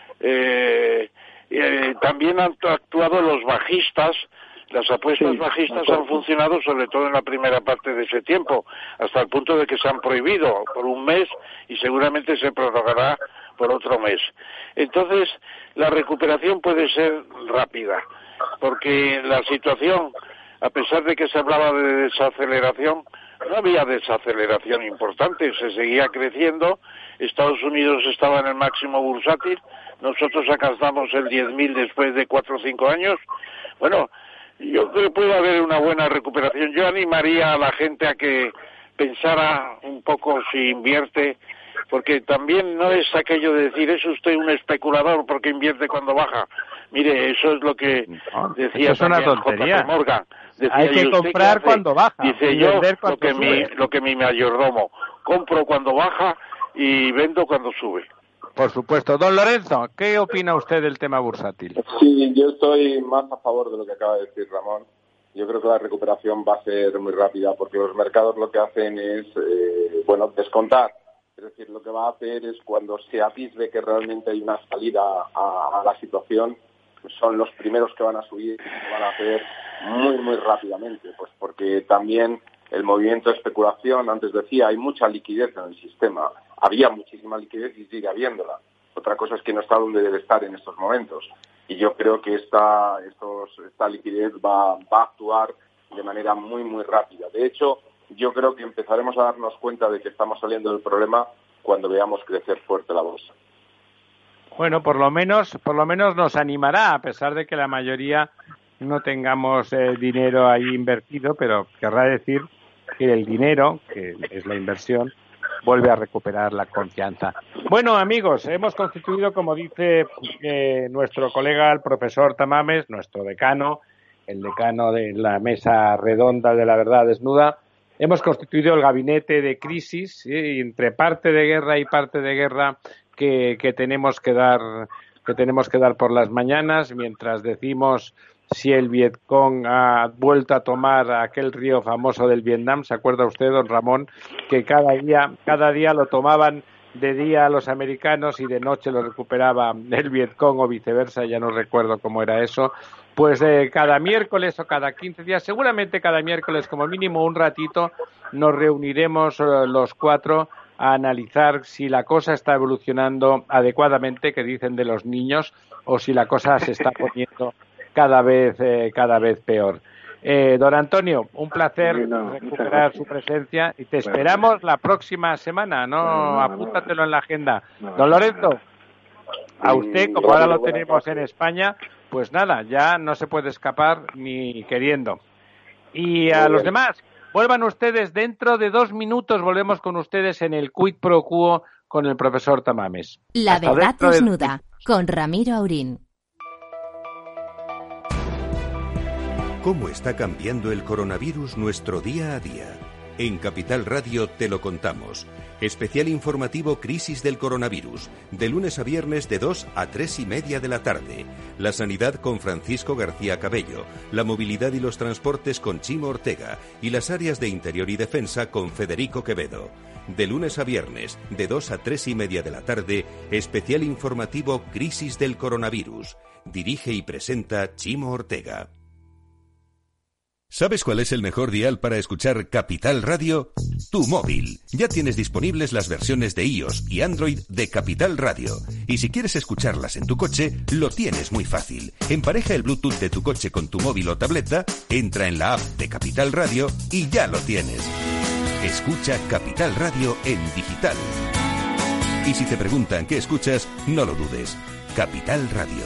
C: Eh, eh, también han actuado los bajistas. Las apuestas sí, bajistas han funcionado sobre todo en la primera parte de ese tiempo, hasta el punto de que se han prohibido por un mes y seguramente se prorrogará por otro mes. Entonces, la recuperación puede ser rápida, porque la situación, a pesar de que se hablaba de desaceleración, no había desaceleración importante, se seguía creciendo. Estados Unidos estaba en el máximo bursátil, nosotros alcanzamos el diez mil después de cuatro o cinco años. Bueno, yo creo que puede haber una buena recuperación. Yo animaría a la gente a que pensara un poco si invierte, porque también no es aquello de decir, es usted un especulador porque invierte cuando baja. Mire, eso es lo que no, decía
F: es una tontería.
C: J P Morgan. Decía,
F: hay que comprar cuando baja.
C: Dice yo, lo que, mi, lo que mi mayordomo, compro cuando baja y vendo cuando sube.
F: Por supuesto. Don Lorenzo, ¿qué opina usted del tema bursátil?
E: Sí, yo estoy más a favor de lo que acaba de decir Ramón. Yo creo que la recuperación va a ser muy rápida porque los mercados lo que hacen es, eh, bueno, descontar. Es decir, lo que va a hacer es cuando se atisbe que realmente hay una salida a, a la situación, son los primeros que van a subir y lo van a hacer muy, muy rápidamente. Pues porque también el movimiento de especulación, antes decía, hay mucha liquidez en el sistema. Había muchísima liquidez y sigue habiéndola. Otra cosa es que no está donde debe estar en estos momentos. Y yo creo que esta, estos, esta liquidez va, va a actuar de manera muy, muy rápida. De hecho, yo creo que empezaremos a darnos cuenta de que estamos saliendo del problema cuando veamos crecer fuerte la bolsa.
F: Bueno, por lo menos, por lo menos nos animará, a pesar de que la mayoría no tengamos eh, dinero ahí invertido, pero querrá decir que el dinero, que es la inversión, vuelve a recuperar la confianza. Bueno, amigos, hemos constituido, como dice eh, nuestro colega, el profesor Tamames, nuestro decano, el decano de la mesa redonda de la verdad desnuda, hemos constituido el gabinete de crisis, ¿sí? Entre parte de guerra y parte de guerra que, que tenemos que dar, que tenemos que dar por las mañanas, mientras decimos si el Vietcong ha vuelto a tomar aquel río famoso del Vietnam. ¿Se acuerda usted, don Ramón, que cada día, cada día lo tomaban de día los americanos y de noche lo recuperaba el Vietcong o viceversa? Ya no recuerdo cómo era eso. Pues eh, cada miércoles o cada quince días, seguramente cada miércoles como mínimo un ratito, nos reuniremos eh, los cuatro a analizar si la cosa está evolucionando adecuadamente, que dicen de los niños, o si la cosa se está poniendo cada vez, eh, cada vez peor. Eh, don Antonio, un placer
D: sí, no,
F: recuperar su presencia y te esperamos la próxima semana, ¿no? no, no Apúntatelo no, en la agenda. No, don Lorenzo, a usted, como ahora lo tenemos en España, pues nada, ya no se puede escapar ni queriendo. Y a los demás, vuelvan ustedes dentro de dos minutos, volvemos con ustedes en el Quid Pro Quo con el profesor Tamames.
A: La Hasta verdad desnuda, de... con Ramiro Aurín.
G: ¿Cómo está cambiando el coronavirus nuestro día a día? En Capital Radio te lo contamos. Especial informativo Crisis del Coronavirus, de lunes a viernes de dos a tres y media de la tarde. La sanidad con Francisco García Cabello, la movilidad y los transportes con Chimo Ortega y las áreas de interior y defensa con Federico Quevedo. De lunes a viernes, de dos a tres y media de la tarde, especial informativo Crisis del Coronavirus. Dirige y presenta Chimo Ortega. ¿Sabes cuál es el mejor dial para escuchar Capital Radio? Tu móvil. Ya tienes disponibles las versiones de iOS y Android de Capital Radio. Y si quieres escucharlas en tu coche, lo tienes muy fácil. Empareja el Bluetooth de tu coche con tu móvil o tableta, entra en la app de Capital Radio y ya lo tienes. Escucha Capital Radio en digital. Y si te preguntan qué escuchas, no lo dudes. Capital Radio.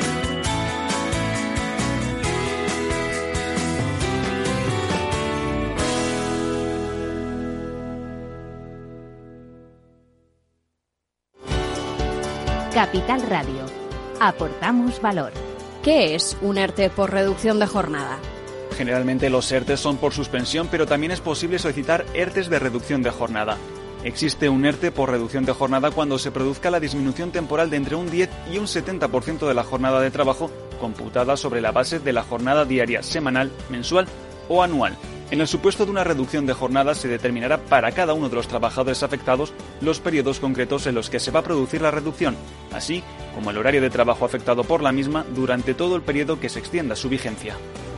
A: Capital Radio. Aportamos valor.
H: ¿Qué es un ERTE por reducción de jornada?
I: Generalmente los ERTES son por suspensión, pero también es posible solicitar ERTES de reducción de jornada. Existe un ERTE por reducción de jornada cuando se produzca la disminución temporal de entre un diez y un setenta por ciento de la jornada de trabajo computada sobre la base de la jornada diaria, semanal, mensual o anual. En el supuesto de una reducción de jornada se determinará para cada uno de los trabajadores afectados los periodos concretos en los que se va a producir la reducción, así como el horario de trabajo afectado por la misma durante todo el periodo que se extienda su vigencia.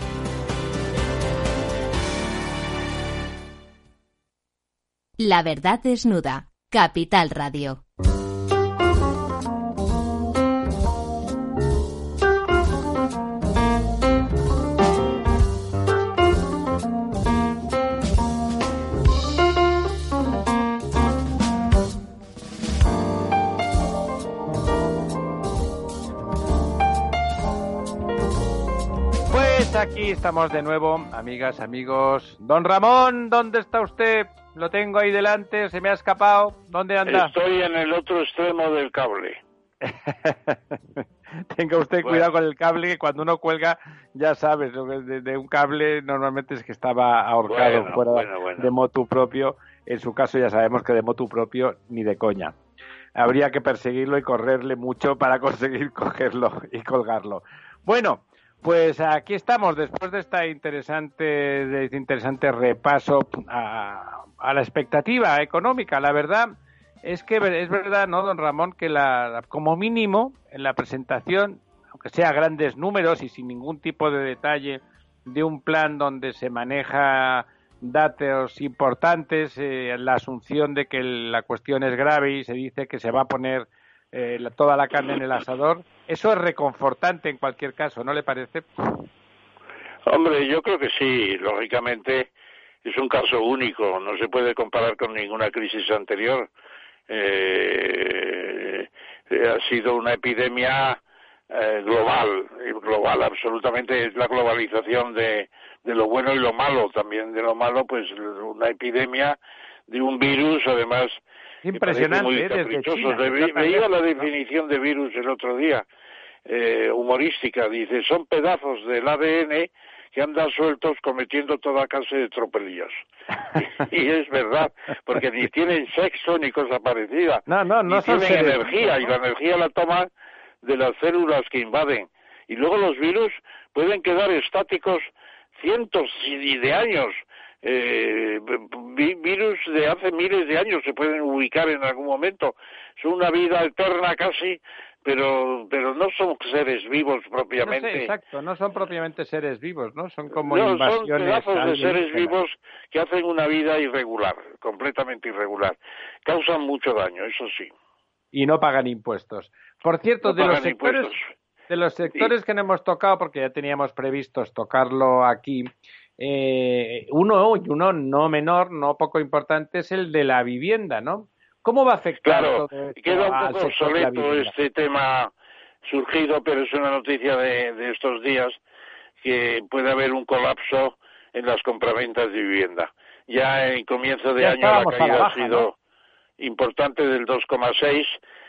A: La verdad desnuda. Capital Radio.
F: Aquí estamos de nuevo, amigas, amigos. Don Ramón, ¿dónde está usted? Lo tengo ahí delante, se me ha escapado. ¿Dónde anda?
C: Estoy en el otro extremo del cable.
F: Tenga usted
C: bueno.
F: cuidado con el cable, que cuando uno cuelga, ya sabes, de, de un cable normalmente es que estaba ahorcado
C: bueno,
F: fuera
C: bueno, bueno.
F: de motu propio. En su caso ya sabemos que de motu propio ni de coña. Habría que perseguirlo y correrle mucho para conseguir cogerlo y colgarlo. Bueno, pues aquí estamos, después de esta interesante, de este interesante repaso a, a la expectativa económica. La verdad es que es verdad, ¿no, don Ramón? Que la, como mínimo en la presentación, aunque sea grandes números y sin ningún tipo de detalle de un plan donde se maneja datos importantes, eh, la asunción de que la cuestión es grave y se dice que se va a poner Eh, la, toda la carne en el asador, eso es reconfortante en cualquier caso, ¿no le parece?
C: Hombre, yo creo que sí, lógicamente es un caso único, no se puede comparar con ninguna crisis anterior. Eh, eh, ha sido una epidemia eh, global, global absolutamente, es la globalización de, de lo bueno y lo malo, también de lo malo, pues una epidemia de un virus, además
F: impresionante,
C: muy
F: ¿eh? Desde China.
C: Ve, veía la definición de virus el otro día, eh, humorística, dice, son pedazos del A D N que andan sueltos cometiendo toda clase de tropelías. Y, y es verdad, porque ni tienen sexo ni cosa parecida,
F: no, no, no
C: ni tienen
F: seres,
C: energía,
F: ¿no?
C: Y la energía la toman de las células que invaden. Y luego los virus pueden quedar estáticos cientos de años. Eh, virus de hace miles de años se pueden ubicar en algún momento. Son una vida eterna casi, pero pero no son seres vivos propiamente.
F: No sé, exacto, no son propiamente seres vivos, ¿no? Son como
C: no,
F: invasiones.
C: Son pedazos de seres vivos que hacen una vida irregular, completamente irregular. Causan mucho daño, eso sí.
F: Y no pagan impuestos. Por cierto,
C: no
F: de
C: pagan
F: los sectores...
C: Impuestos.
F: de los sectores sí. que no hemos tocado, porque ya teníamos previstos tocarlo aquí, eh, uno y uno no menor, no poco importante, es el de la vivienda, ¿no? ¿Cómo va a afectar
C: claro,
F: todo esto
C: queda un
F: al
C: poco obsoleto este tema surgido, pero es una noticia de, de estos días que puede haber un colapso en las compraventas de vivienda. Ya en comienzo de
F: ya
C: año la caída
F: la baja,
C: ha sido
F: ¿no?
C: importante del dos coma seis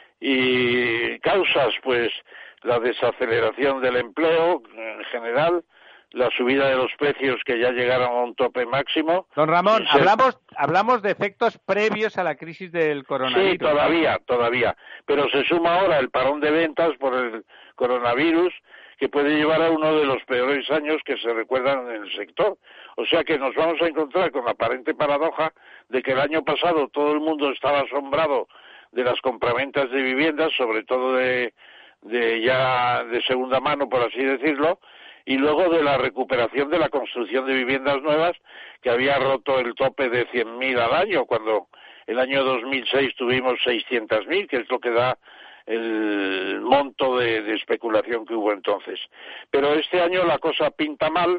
C: y causas, pues, la desaceleración del empleo en general, la subida de los precios que ya llegaron a un tope máximo.
F: Don Ramón, ser... hablamos hablamos de efectos previos a la crisis del coronavirus.
C: Sí, todavía, todavía. Pero se suma ahora el parón de ventas por el coronavirus, que puede llevar a uno de los peores años que se recuerdan en el sector. O sea que nos vamos a encontrar con la aparente paradoja de que el año pasado todo el mundo estaba asombrado de las compraventas de viviendas, sobre todo de, de ya de segunda mano, por así decirlo, y luego de la recuperación de la construcción de viviendas nuevas, que había roto el tope de cien mil al año, cuando el año dos mil seis tuvimos seiscientos mil, que es lo que da el monto de, de especulación que hubo entonces. Pero este año la cosa pinta mal,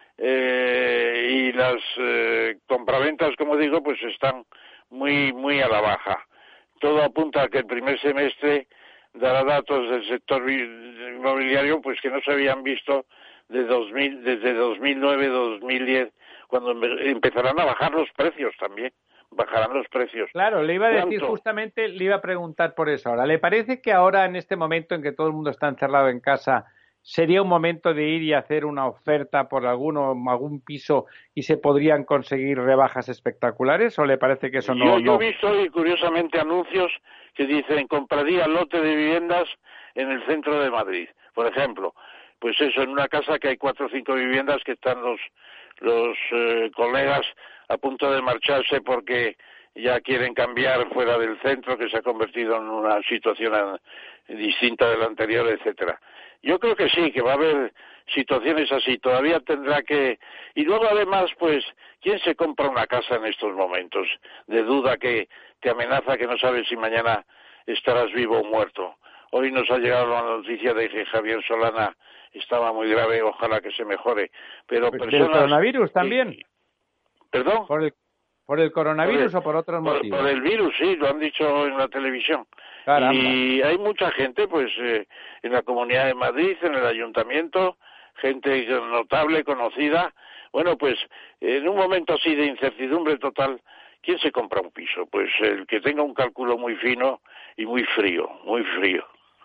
C: eh, y las eh, compraventas, como digo, pues están muy, muy a la baja. Todo apunta a que el primer semestre dará datos del sector inmobiliario pues que no se habían visto de dos mil, desde dos mil nueve, dos mil diez, cuando empezarán a bajar los precios también. Bajarán los precios.
F: Claro, le iba a decir
C: ¿Cuánto?
F: justamente, le iba a preguntar por eso ahora. ¿Le parece que ahora, en este momento en que todo el mundo está encerrado en casa, sería un momento de ir y hacer una oferta por alguno, algún piso y se podrían conseguir rebajas espectaculares? ¿O le parece que eso no?
C: Yo, yo
F: no?
C: he visto hoy, curiosamente, anuncios que dicen compraría lote de viviendas en el centro de Madrid, por ejemplo. Pues eso, en una casa que hay cuatro o cinco viviendas que están los los eh, colegas a punto de marcharse porque ya quieren cambiar fuera del centro, que se ha convertido en una situación distinta de la anterior, etcétera. Yo creo que sí, que va a haber situaciones así, todavía tendrá que... Y luego además, pues, ¿quién se compra una casa en estos momentos de duda que te amenaza que no sabes si mañana estarás vivo o muerto? Hoy nos ha llegado la noticia de que Javier Solana estaba muy grave, ojalá que se mejore. Pero
F: ¿Del
C: personas...
F: coronavirus también?
C: Eh, ¿Perdón?
F: ¿Por el, por el coronavirus
C: por el,
F: o por otros
C: por,
F: motivos?
C: Por el virus, sí, lo han dicho en la televisión.
F: Caramba.
C: Y hay mucha gente, pues, eh, en la Comunidad de Madrid, en el Ayuntamiento, gente notable, conocida. Bueno, pues, en un momento así de incertidumbre total, ¿quién se compra un piso? Pues el que tenga un cálculo muy fino y muy frío, muy frío.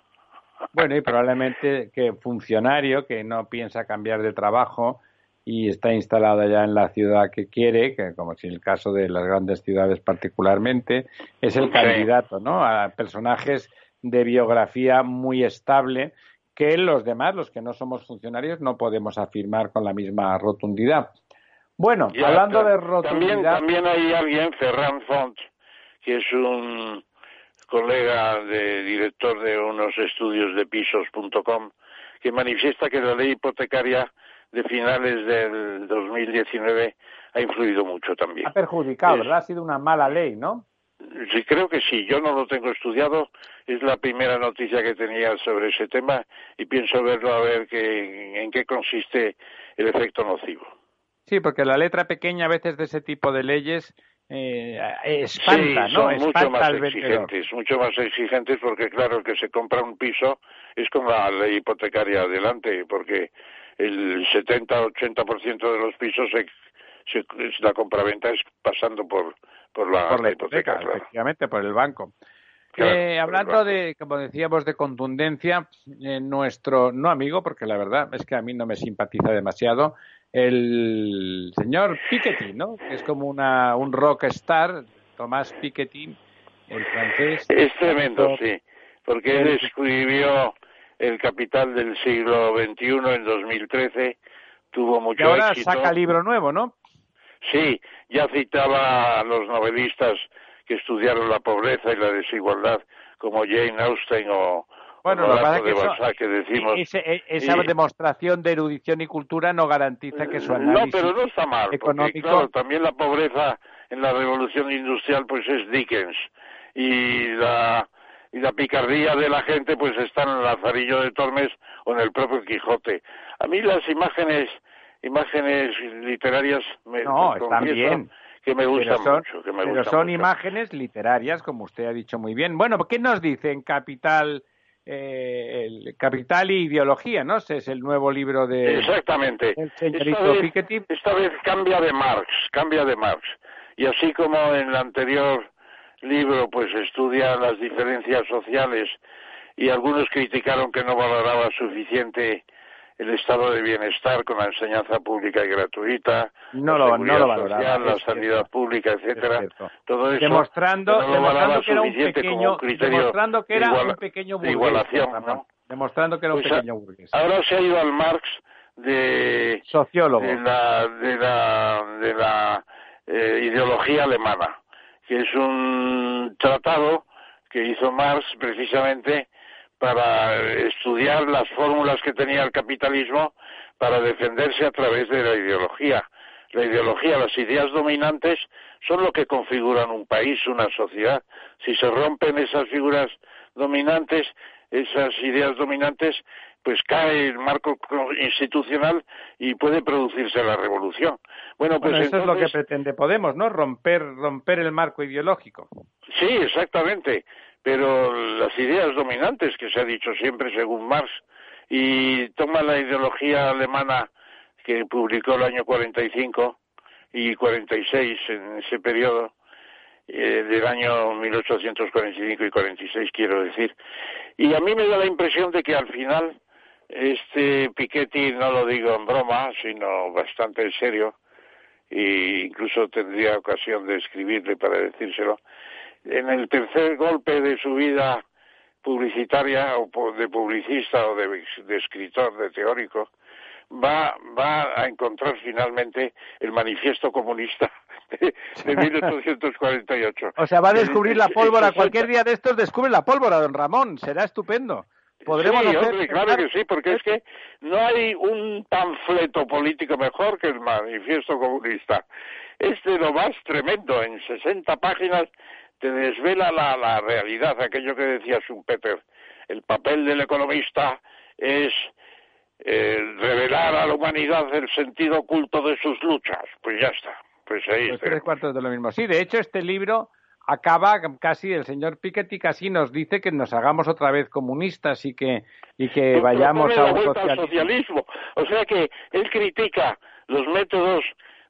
F: Bueno, y probablemente que funcionario que no piensa cambiar de trabajo y está instalado ya en la ciudad que quiere, que como si en el caso de las grandes ciudades particularmente, es el
C: Sí.
F: candidato, ¿no? A personajes de biografía muy estable que los demás, los que no somos funcionarios, no podemos afirmar con la misma rotundidad. Bueno,
C: Ya,
F: hablando de
C: también,
F: rotundidad...
C: también hay alguien, Ferran Font, que es un colega de director de unos estudios de pisos punto com, que manifiesta que la ley hipotecaria de finales del dos mil diecinueve ha influido mucho también.
F: Ha perjudicado,
C: es,
F: ¿verdad? Ha sido una mala ley, ¿no?
C: Sí, creo que sí. Yo no lo tengo estudiado. Es la primera noticia que tenía sobre ese tema y pienso verlo a ver que, en qué consiste el efecto nocivo.
F: Sí, porque la letra pequeña a veces de ese tipo de leyes eh, espanta,
C: sí,
F: ¿no?
C: son
F: Espanta
C: mucho más
F: al vendedor.
C: exigentes, mucho más exigentes porque claro, el que se compra un piso es con la ley hipotecaria adelante, porque el setenta ochenta por ciento de los pisos se, se, la compraventa es pasando por por la,
F: por la,
C: la
F: hipoteca,
C: hipoteca, claro.
F: Efectivamente, por el banco.
C: Claro,
F: eh, hablando de, como decíamos, de contundencia, eh, nuestro, no amigo, porque la verdad es que a mí no me simpatiza demasiado, el señor Piketty, ¿no? Que es como una, un rock star, Tomás Piketty, el francés.
C: Es tremendo, sí, porque él escribió El Capital del siglo veintiuno en dos mil trece, tuvo mucho
F: éxito. Y ahora
C: éxito.
F: saca libro nuevo, ¿no?
C: Sí, ya citaba a los novelistas que estudiaron la pobreza y la desigualdad, como Jane Austen o,
F: bueno,
C: o
F: lo
C: Horacio de
F: que
C: Balzac, que decimos...
F: Ese, esa y, demostración de erudición y cultura no garantiza que su análisis
C: No, pero no está mal,
F: económico...
C: porque claro, también la pobreza en la revolución industrial pues es Dickens, y la y la picardía de la gente pues está en el Lazarillo de Tormes o en el propio Quijote. A mí las imágenes imágenes literarias me
F: no, están bien.
C: que me gustan
F: pero son,
C: mucho. Que me
F: pero
C: gustan
F: son
C: mucho.
F: imágenes literarias, como usted ha dicho muy bien. Bueno, ¿qué nos dice en Capital, eh, el Capital y Ideología, ¿no? Ese es el nuevo libro de...
C: Exactamente.
F: El señorito
C: esta, vez,
F: Piketty.
C: esta vez cambia de Marx, cambia de Marx. Y así como en el anterior libro pues estudia las diferencias sociales y algunos criticaron que no valoraba suficiente el estado de bienestar con la enseñanza pública y gratuita,
F: no
C: la
F: lo,
C: seguridad
F: no lo valoraba,
C: social, la
F: cierto,
C: sanidad pública, etcétera. Todo eso
F: demostrando,
C: no lo
F: demostrando que era un
C: suficiente
F: pequeño,
C: como un criterio
F: demostrando que era
C: igual,
F: un pequeño burgués,
C: igualación, ¿no?
F: Demostrando que era un
C: pues
F: pequeño burgués.
C: Ahora se ha ido al Marx de
F: sociólogo
C: de la de la de la eh, ideología alemana, que es un tratado que hizo Marx precisamente para estudiar las fórmulas que tenía el capitalismo para defenderse a través de la ideología. La ideología, las ideas dominantes son lo que configuran un país, una sociedad. Si se rompen esas figuras dominantes, esas ideas dominantes, pues cae el marco institucional y puede producirse la revolución. Bueno, pues
F: bueno, eso
C: entonces,
F: es lo que pretende Podemos, ¿no? Romper, romper el marco ideológico.
C: Sí, exactamente. Pero las ideas dominantes, que se ha dicho siempre según Marx, y toma la ideología alemana que publicó el año cuarenta y cinco y cuarenta y seis, en ese periodo, eh, del año mil ochocientos cuarenta y cinco y cuarenta y seis, quiero decir. Y a mí me da la impresión de que al final, este Piketty, no lo digo en broma, sino bastante en serio, e incluso tendría ocasión de escribirle para decírselo, en el tercer golpe de su vida publicitaria o de publicista o de, de escritor, de teórico, va va a encontrar finalmente el manifiesto comunista de, de mil ochocientos cuarenta y ocho.
F: O sea, va a descubrir la pólvora. Cualquier día de estos descubre la pólvora, don Ramón. Será estupendo.
C: Podremos sí, hacer... hombre, claro que sí, porque es que no hay un panfleto político mejor que el manifiesto comunista. Es de lo más tremendo. En sesenta páginas te desvela la, la realidad, aquello que decía Schumpeter. El papel del economista es eh, revelar a la humanidad el sentido oculto de sus luchas. Pues ya está. Pues ahí
F: pues tres cuartos de lo mismo. Sí, de hecho, este libro acaba casi, el señor Piketty casi nos dice que nos hagamos otra vez comunistas y que y que
C: pues
F: vayamos a un
C: socialismo. socialismo. O sea que él critica los métodos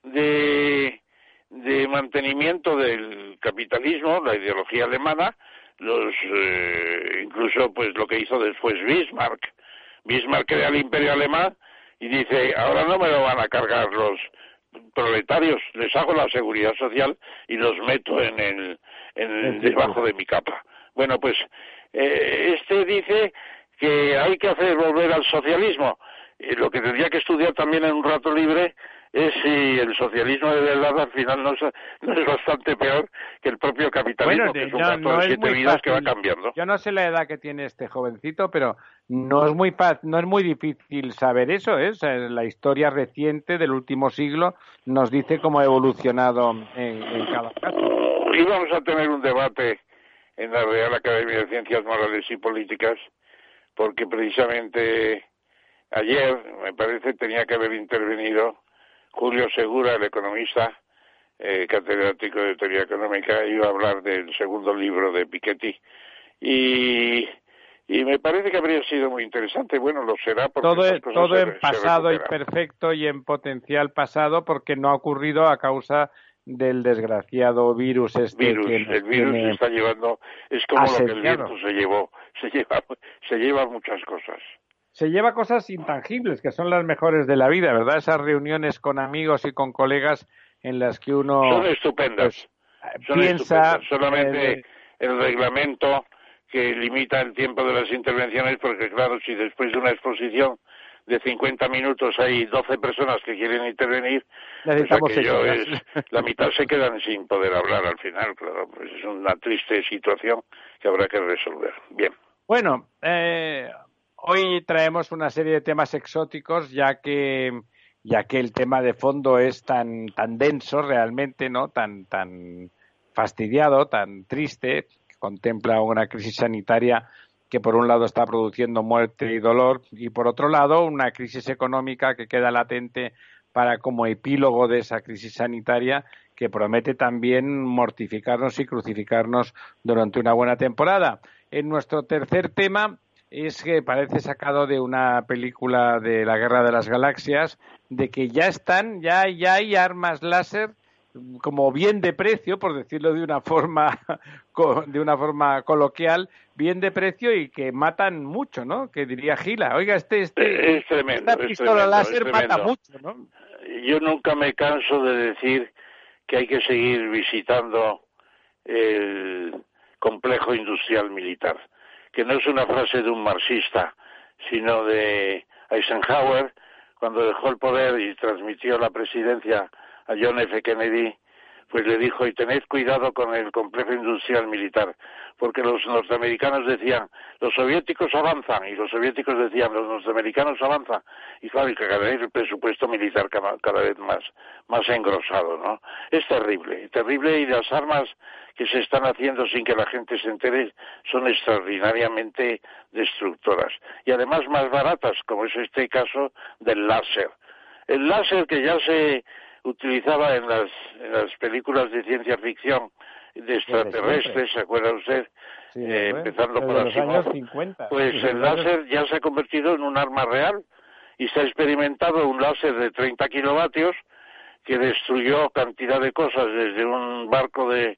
C: de, de mantenimiento del capitalismo, la ideología alemana, los eh, incluso pues lo que hizo después Bismarck. Bismarck crea el imperio alemán y dice, ahora no me lo van a cargar los proletarios, les hago la seguridad social y los meto en el, en el debajo de mi capa. Bueno, pues eh, este dice que hay que hacer volver al socialismo. Eh, lo que tendría que estudiar también en un rato libre es si el socialismo de verdad al final no es, no es bastante peor que el propio capitalismo,
F: bueno,
C: que es un
F: no,
C: gato
F: no
C: de
F: es
C: siete vidas fácil. Que va cambiando.
F: Yo no sé la edad que tiene este jovencito, pero no es muy no es muy difícil saber eso, ¿eh? O sea, la historia reciente del último siglo nos dice cómo ha evolucionado en, en cada caso.
C: Y vamos a tener un debate en la Real Academia de Ciencias Morales y Políticas, porque precisamente ayer, me parece, tenía que haber intervenido Julio Segura, el economista, eh, catedrático de teoría económica, iba a hablar del segundo libro de Piketty y, y me parece que habría sido muy interesante. Bueno, lo será porque
F: todo,
C: estas cosas
F: todo
C: se,
F: en pasado y perfecto y en potencial pasado porque no ha ocurrido a causa del desgraciado virus este
C: virus,
F: que
C: el virus se está llevando, es como asediado. Lo que el viento se llevó, se lleva, se lleva muchas cosas.
F: Se lleva cosas intangibles, que son las mejores de la vida, ¿verdad? Esas reuniones con amigos y con colegas en las que uno...
C: Son estupendas.
F: Pues,
C: son
F: piensa...
C: Estupendas. Solamente eh, el reglamento que limita el tiempo de las intervenciones, porque claro, si después de una exposición de cincuenta minutos hay doce personas que quieren intervenir, pues aquello es, la mitad se quedan sin poder hablar al final, claro, pues es una triste situación que habrá que resolver. Bien.
F: Bueno, eh... hoy traemos una serie de temas exóticos, ya que ya que el tema de fondo es tan tan denso realmente, ¿no? Tan tan fastidiado, tan triste, contempla una crisis sanitaria que por un lado está produciendo muerte y dolor y por otro lado una crisis económica que queda latente para como epílogo de esa crisis sanitaria que promete también mortificarnos y crucificarnos durante una buena temporada. En nuestro tercer tema es que parece sacado de una película de la Guerra de las Galaxias, de que ya están, ya, ya hay armas láser como bien de precio, por decirlo de una forma de una forma coloquial, bien de precio y que matan mucho, ¿no? Que diría Gila, oiga, este, este
C: es tremendo,
F: esta
C: es
F: pistola
C: tremendo,
F: láser
C: es
F: mata
C: tremendo.
F: mucho, ¿no?
C: Yo nunca me canso de decir que hay que seguir visitando el complejo industrial militar, que no es una frase de un marxista, sino de Eisenhower, cuando dejó el poder y transmitió la presidencia a John F. Kennedy, pues le dijo, y tened cuidado con el complejo industrial militar, porque los norteamericanos decían, los soviéticos avanzan, y los soviéticos decían, los norteamericanos avanzan, y claro, y cada vez el presupuesto militar cada, cada vez más, más engrosado, ¿no? Es terrible, terrible, y las armas que se están haciendo sin que la gente se entere son extraordinariamente destructoras, y además más baratas, como es este caso del láser. El láser que ya se utilizaba en las, en las películas de ciencia ficción de extraterrestres, ¿se acuerda usted?
F: Sí,
C: eh, empezando por
F: los años
C: Asimov.
F: cincuenta.
C: Pues
F: Sí,
C: el láser ya se ha convertido en un arma real y se ha experimentado un láser de treinta kilovatios que destruyó cantidad de cosas desde un barco de,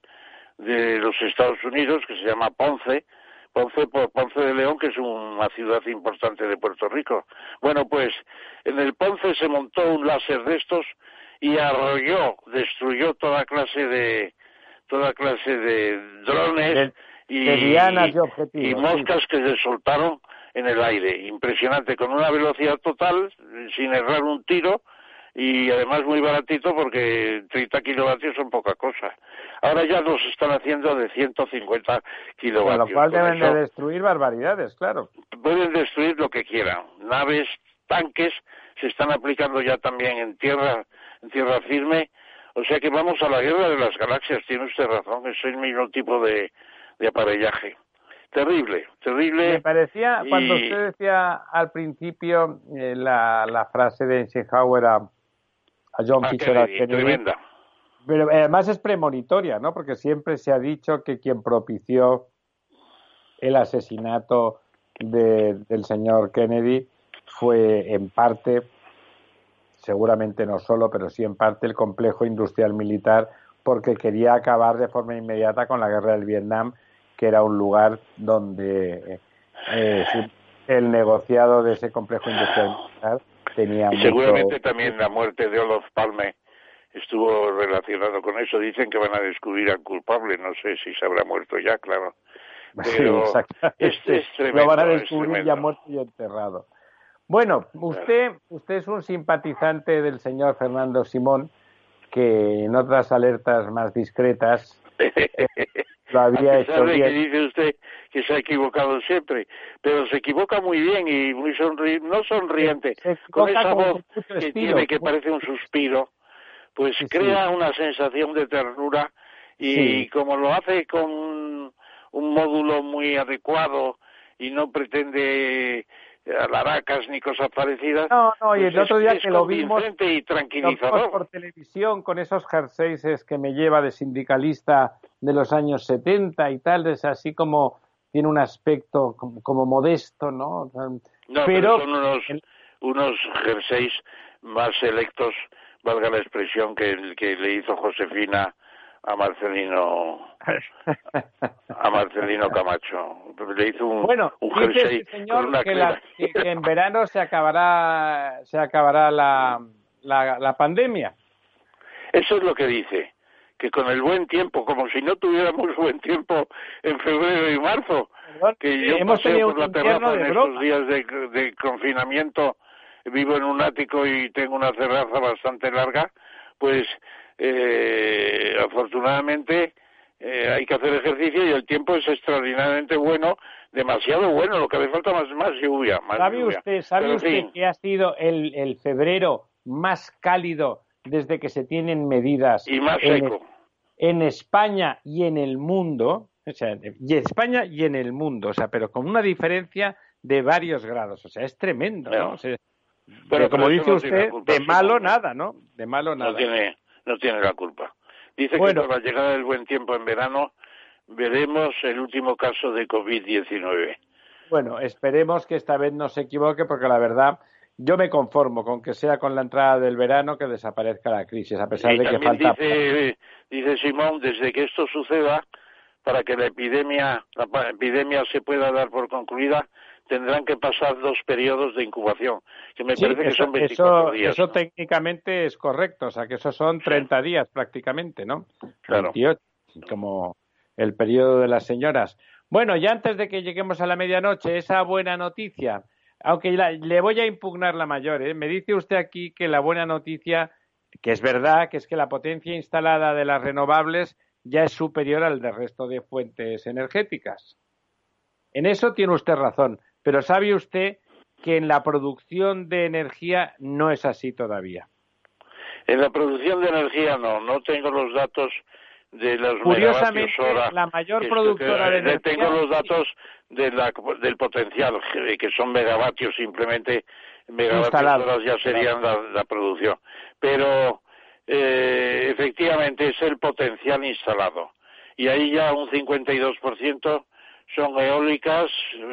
C: de los Estados Unidos que se llama Ponce, Ponce por Ponce de León, que es una ciudad importante de Puerto Rico. Bueno, pues en el Ponce se montó un láser de estos y arrolló, destruyó toda clase de toda clase de drones
F: de,
C: y,
F: de dianas y, objetivos,
C: y moscas
F: sí.
C: que se soltaron en el aire. Impresionante, con una velocidad total, sin errar un tiro, y además muy baratito porque treinta kilovatios son poca cosa. Ahora ya los están haciendo de ciento cincuenta kilovatios.
F: Con lo cual
C: Con
F: deben
C: eso
F: de destruir barbaridades, claro.
C: pueden destruir lo que quieran. Naves, tanques, se están aplicando ya también en tierra, en tierra firme. O sea que vamos a la guerra de las galaxias, tiene usted razón, es el mismo tipo de, de aparellaje. Terrible, terrible.
F: Me parecía,
C: y...
F: cuando usted decía al principio eh, la, la frase de Eisenhower a, a John
C: ah,
F: Fitzgerald
C: Kennedy,
F: Kennedy,
C: tremenda.
F: Pero además es premonitoria, ¿no? Porque siempre se ha dicho que quien propició el asesinato de, del señor Kennedy fue en parte, seguramente no solo, pero sí en parte el complejo industrial militar, porque quería acabar de forma inmediata con la guerra del Vietnam, que era un lugar donde eh, el negociado de ese complejo industrial militar tenía
C: y
F: mucho...
C: seguramente también la muerte de Olof Palme estuvo relacionado con eso. Dicen que van a descubrir al culpable, no sé si se habrá muerto ya, claro. Pero
F: sí,
C: es, es tremendo.
F: Lo van a descubrir ya muerto y enterrado. Bueno, usted, usted es un simpatizante del señor Fernando Simón, que en otras alertas más discretas eh, lo había hecho bien.
C: Que dice usted que se ha equivocado siempre, pero se equivoca muy bien y muy sonri no sonriente, con esa voz que estilo. tiene que parece un suspiro, pues sí, crea sí. una sensación de ternura y sí. como lo hace con un módulo muy adecuado y no pretende alaracas ni cosas parecidas.
F: No, no, y
C: pues
F: el otro día
C: es,
F: que
C: es
F: lo vimos
C: y tranquilizador.
F: por televisión con esos jerseys que me lleva de sindicalista de los años setenta y tal, es así como tiene un aspecto como, como modesto, ¿no?
C: No,
F: pero,
C: pero son unos, unos jerseys más selectos, valga la expresión, que el que le hizo Josefina a Marcelino a Marcelino Camacho. Le hizo un,
F: bueno,
C: un jersey
F: este señor
C: con una
F: que, la, que, que en verano se acabará se acabará la, la, la pandemia.
C: Eso es lo que dice, que con el buen tiempo, como si no tuviéramos buen tiempo en febrero y marzo,
F: Perdón,
C: que yo
F: hemos
C: paseo por
F: un
C: la terraza en
F: broma.
C: estos días de, de confinamiento, vivo en un ático y tengo una terraza bastante larga, pues eh, afortunadamente eh, hay que hacer ejercicio y el tiempo es extraordinariamente bueno, demasiado bueno, lo que hace falta más más lluvia. Más
F: ¿Sabe
C: lluvia.
F: usted, sabe
C: Pero,
F: usted
C: sí.
F: que ha sido el, el febrero más cálido desde que se tienen medidas
C: y más
F: en,
C: seco
F: en España y en el mundo? O sea, y en España y en el mundo, o sea, pero con una diferencia de varios grados, o sea, es tremendo, ¿no? O sea, pero como dice no usted, culpa, de malo nada, ¿no? De malo nada.
C: No tiene, no tiene la culpa. Dice bueno, que con la llegada del buen tiempo en verano veremos el último caso de covid diecinueve.
F: Bueno, esperemos que esta vez no se equivoque, porque la verdad, yo me conformo con que sea con la entrada del verano que desaparezca la crisis, a pesar
C: y
F: de que falta...
C: Dice, dice Simón, desde que esto suceda, para que la epidemia, la epidemia se pueda dar por concluida, tendrán que pasar dos periodos de incubación, que me sí, parece que eso, son veinticuatro
F: eso,
C: días.
F: Eso técnicamente es correcto, o sea, que esos son treinta sí. días prácticamente, ¿no?
C: Claro.
F: veintiocho, como el periodo de las señoras. Bueno, ya antes de que lleguemos a la medianoche, esa buena noticia, aunque la, le voy a impugnar la mayor, ¿eh? Me dice usted aquí que la buena noticia, que es verdad, que es que la potencia instalada de las renovables ya es superior al del resto de fuentes energéticas. En eso tiene usted razón, pero ¿sabe usted que en la producción de energía no es así todavía?
C: En la producción de energía no, no tengo los datos de los
F: Curiosamente,
C: hora,
F: la mayor productora
C: que,
F: de energía...
C: Tengo los datos de la, del potencial, que son megavatios simplemente, megavatios horas ya serían la, la producción. Pero eh, efectivamente es el potencial instalado. Y ahí ya un cincuenta y dos por ciento son eólicas,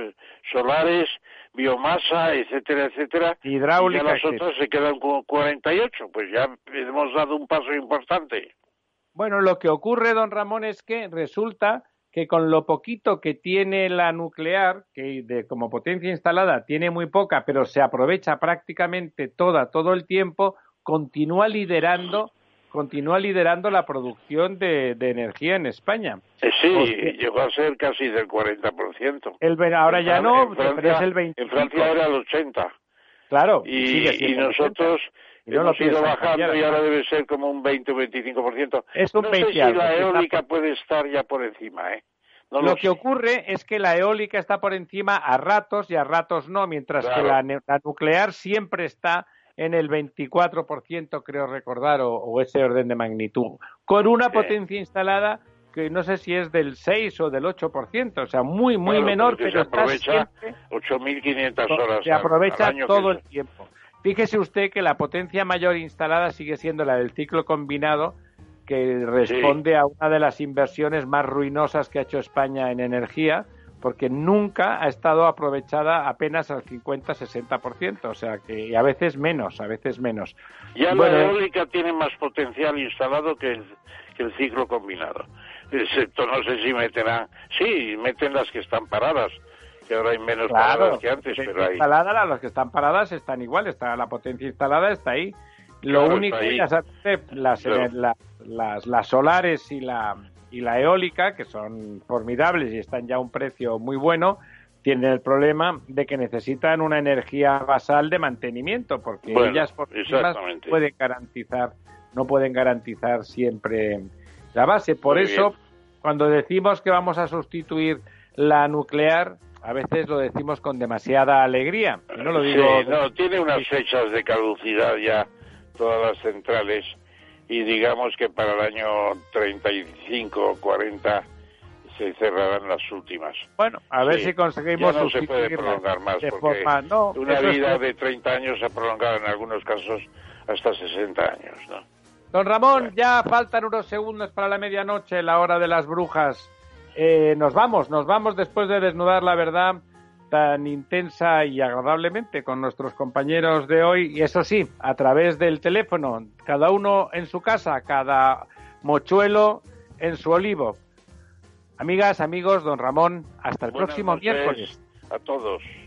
C: solares, biomasa, etcétera, etcétera.
F: Hidráulica.
C: Y ya las otras se quedan con cuarenta y ocho. Pues ya hemos dado un paso importante.
F: Bueno, lo que ocurre, don Ramón, es que resulta que con lo poquito que tiene la nuclear, que de, como potencia instalada tiene muy poca, pero se aprovecha prácticamente toda, todo el tiempo, continúa liderando continúa liderando la producción de, de energía en España.
C: Eh, sí, Hostia. llegó a ser casi del cuarenta por ciento.
F: El, ahora en, ya no,
C: Francia,
F: pero es el veinticinco por ciento.
C: En Francia era el ochenta por ciento.
F: Claro.
C: Y, y nosotros y no hemos ido bajando cambiar, y ahora debe ser como un veinte o veinticinco por ciento.
F: Es un
C: no
F: veinte
C: sé si la eólica puede estar ya por encima, ¿eh? No
F: lo,
C: lo
F: que
C: sé.
F: ocurre es que la eólica está por encima a ratos y a ratos no, mientras
C: claro.
F: que la, la nuclear siempre está en el veinticuatro por ciento, creo recordar, o, o ese orden de magnitud, con una sí. potencia instalada que no sé si es del seis o del ocho por ciento, o sea, muy, muy
C: claro,
F: menor,
C: pero
F: pero
C: se aprovecha
F: está
C: ocho mil quinientas horas
F: se aprovecha
C: al año
F: todo
C: que...
F: el tiempo. Fíjese usted que la potencia mayor instalada sigue siendo la del ciclo combinado, que responde sí. a una de las inversiones más ruinosas que ha hecho España en energía, porque nunca ha estado aprovechada apenas al cincuenta a sesenta por ciento, o sea que y a veces menos, a veces menos.
C: Ya
F: bueno,
C: la eólica tiene más potencial instalado que el, que el ciclo combinado. Excepto, no sé si meterán, sí, meten las que están paradas, que ahora hay menos
F: claro,
C: paradas que antes, pero hay...
F: Instaladas, las que están paradas están igual, está la potencia instalada está ahí. Lo
C: claro,
F: único,
C: ahí.
F: ya sabe, las, claro. las, las, las solares y la... y la eólica, que son formidables y están ya a un precio muy bueno, tienen el problema de que necesitan una energía basal de mantenimiento, porque
C: bueno,
F: ellas por sí mismas pueden garantizar, no pueden garantizar siempre la base. Por muy eso, bien. Cuando decimos que vamos a sustituir la nuclear, a veces lo decimos con demasiada alegría. Y no lo digo.
C: Sí, no, tiene unas fechas de caducidad ya todas las centrales. Y digamos que para el año treinta y cinco o cuarenta se cerrarán las últimas.
F: Bueno, a ver sí. si conseguimos...
C: Ya no se puede prolongar más, porque
F: forma, no,
C: una vida es... de treinta años se ha prolongado en algunos casos hasta sesenta años, ¿no?
F: Don Ramón, bueno. ya faltan unos segundos para la medianoche, la hora de las brujas. Eh, nos vamos, nos vamos después de desnudar la verdad tan intensa y agradablemente con nuestros compañeros de hoy, y eso sí, a través del teléfono, cada uno en su casa, cada mochuelo en su olivo. Amigas, amigos, don Ramón, hasta el
C: Buenas
F: próximo
C: noches
F: miércoles.
C: A todos.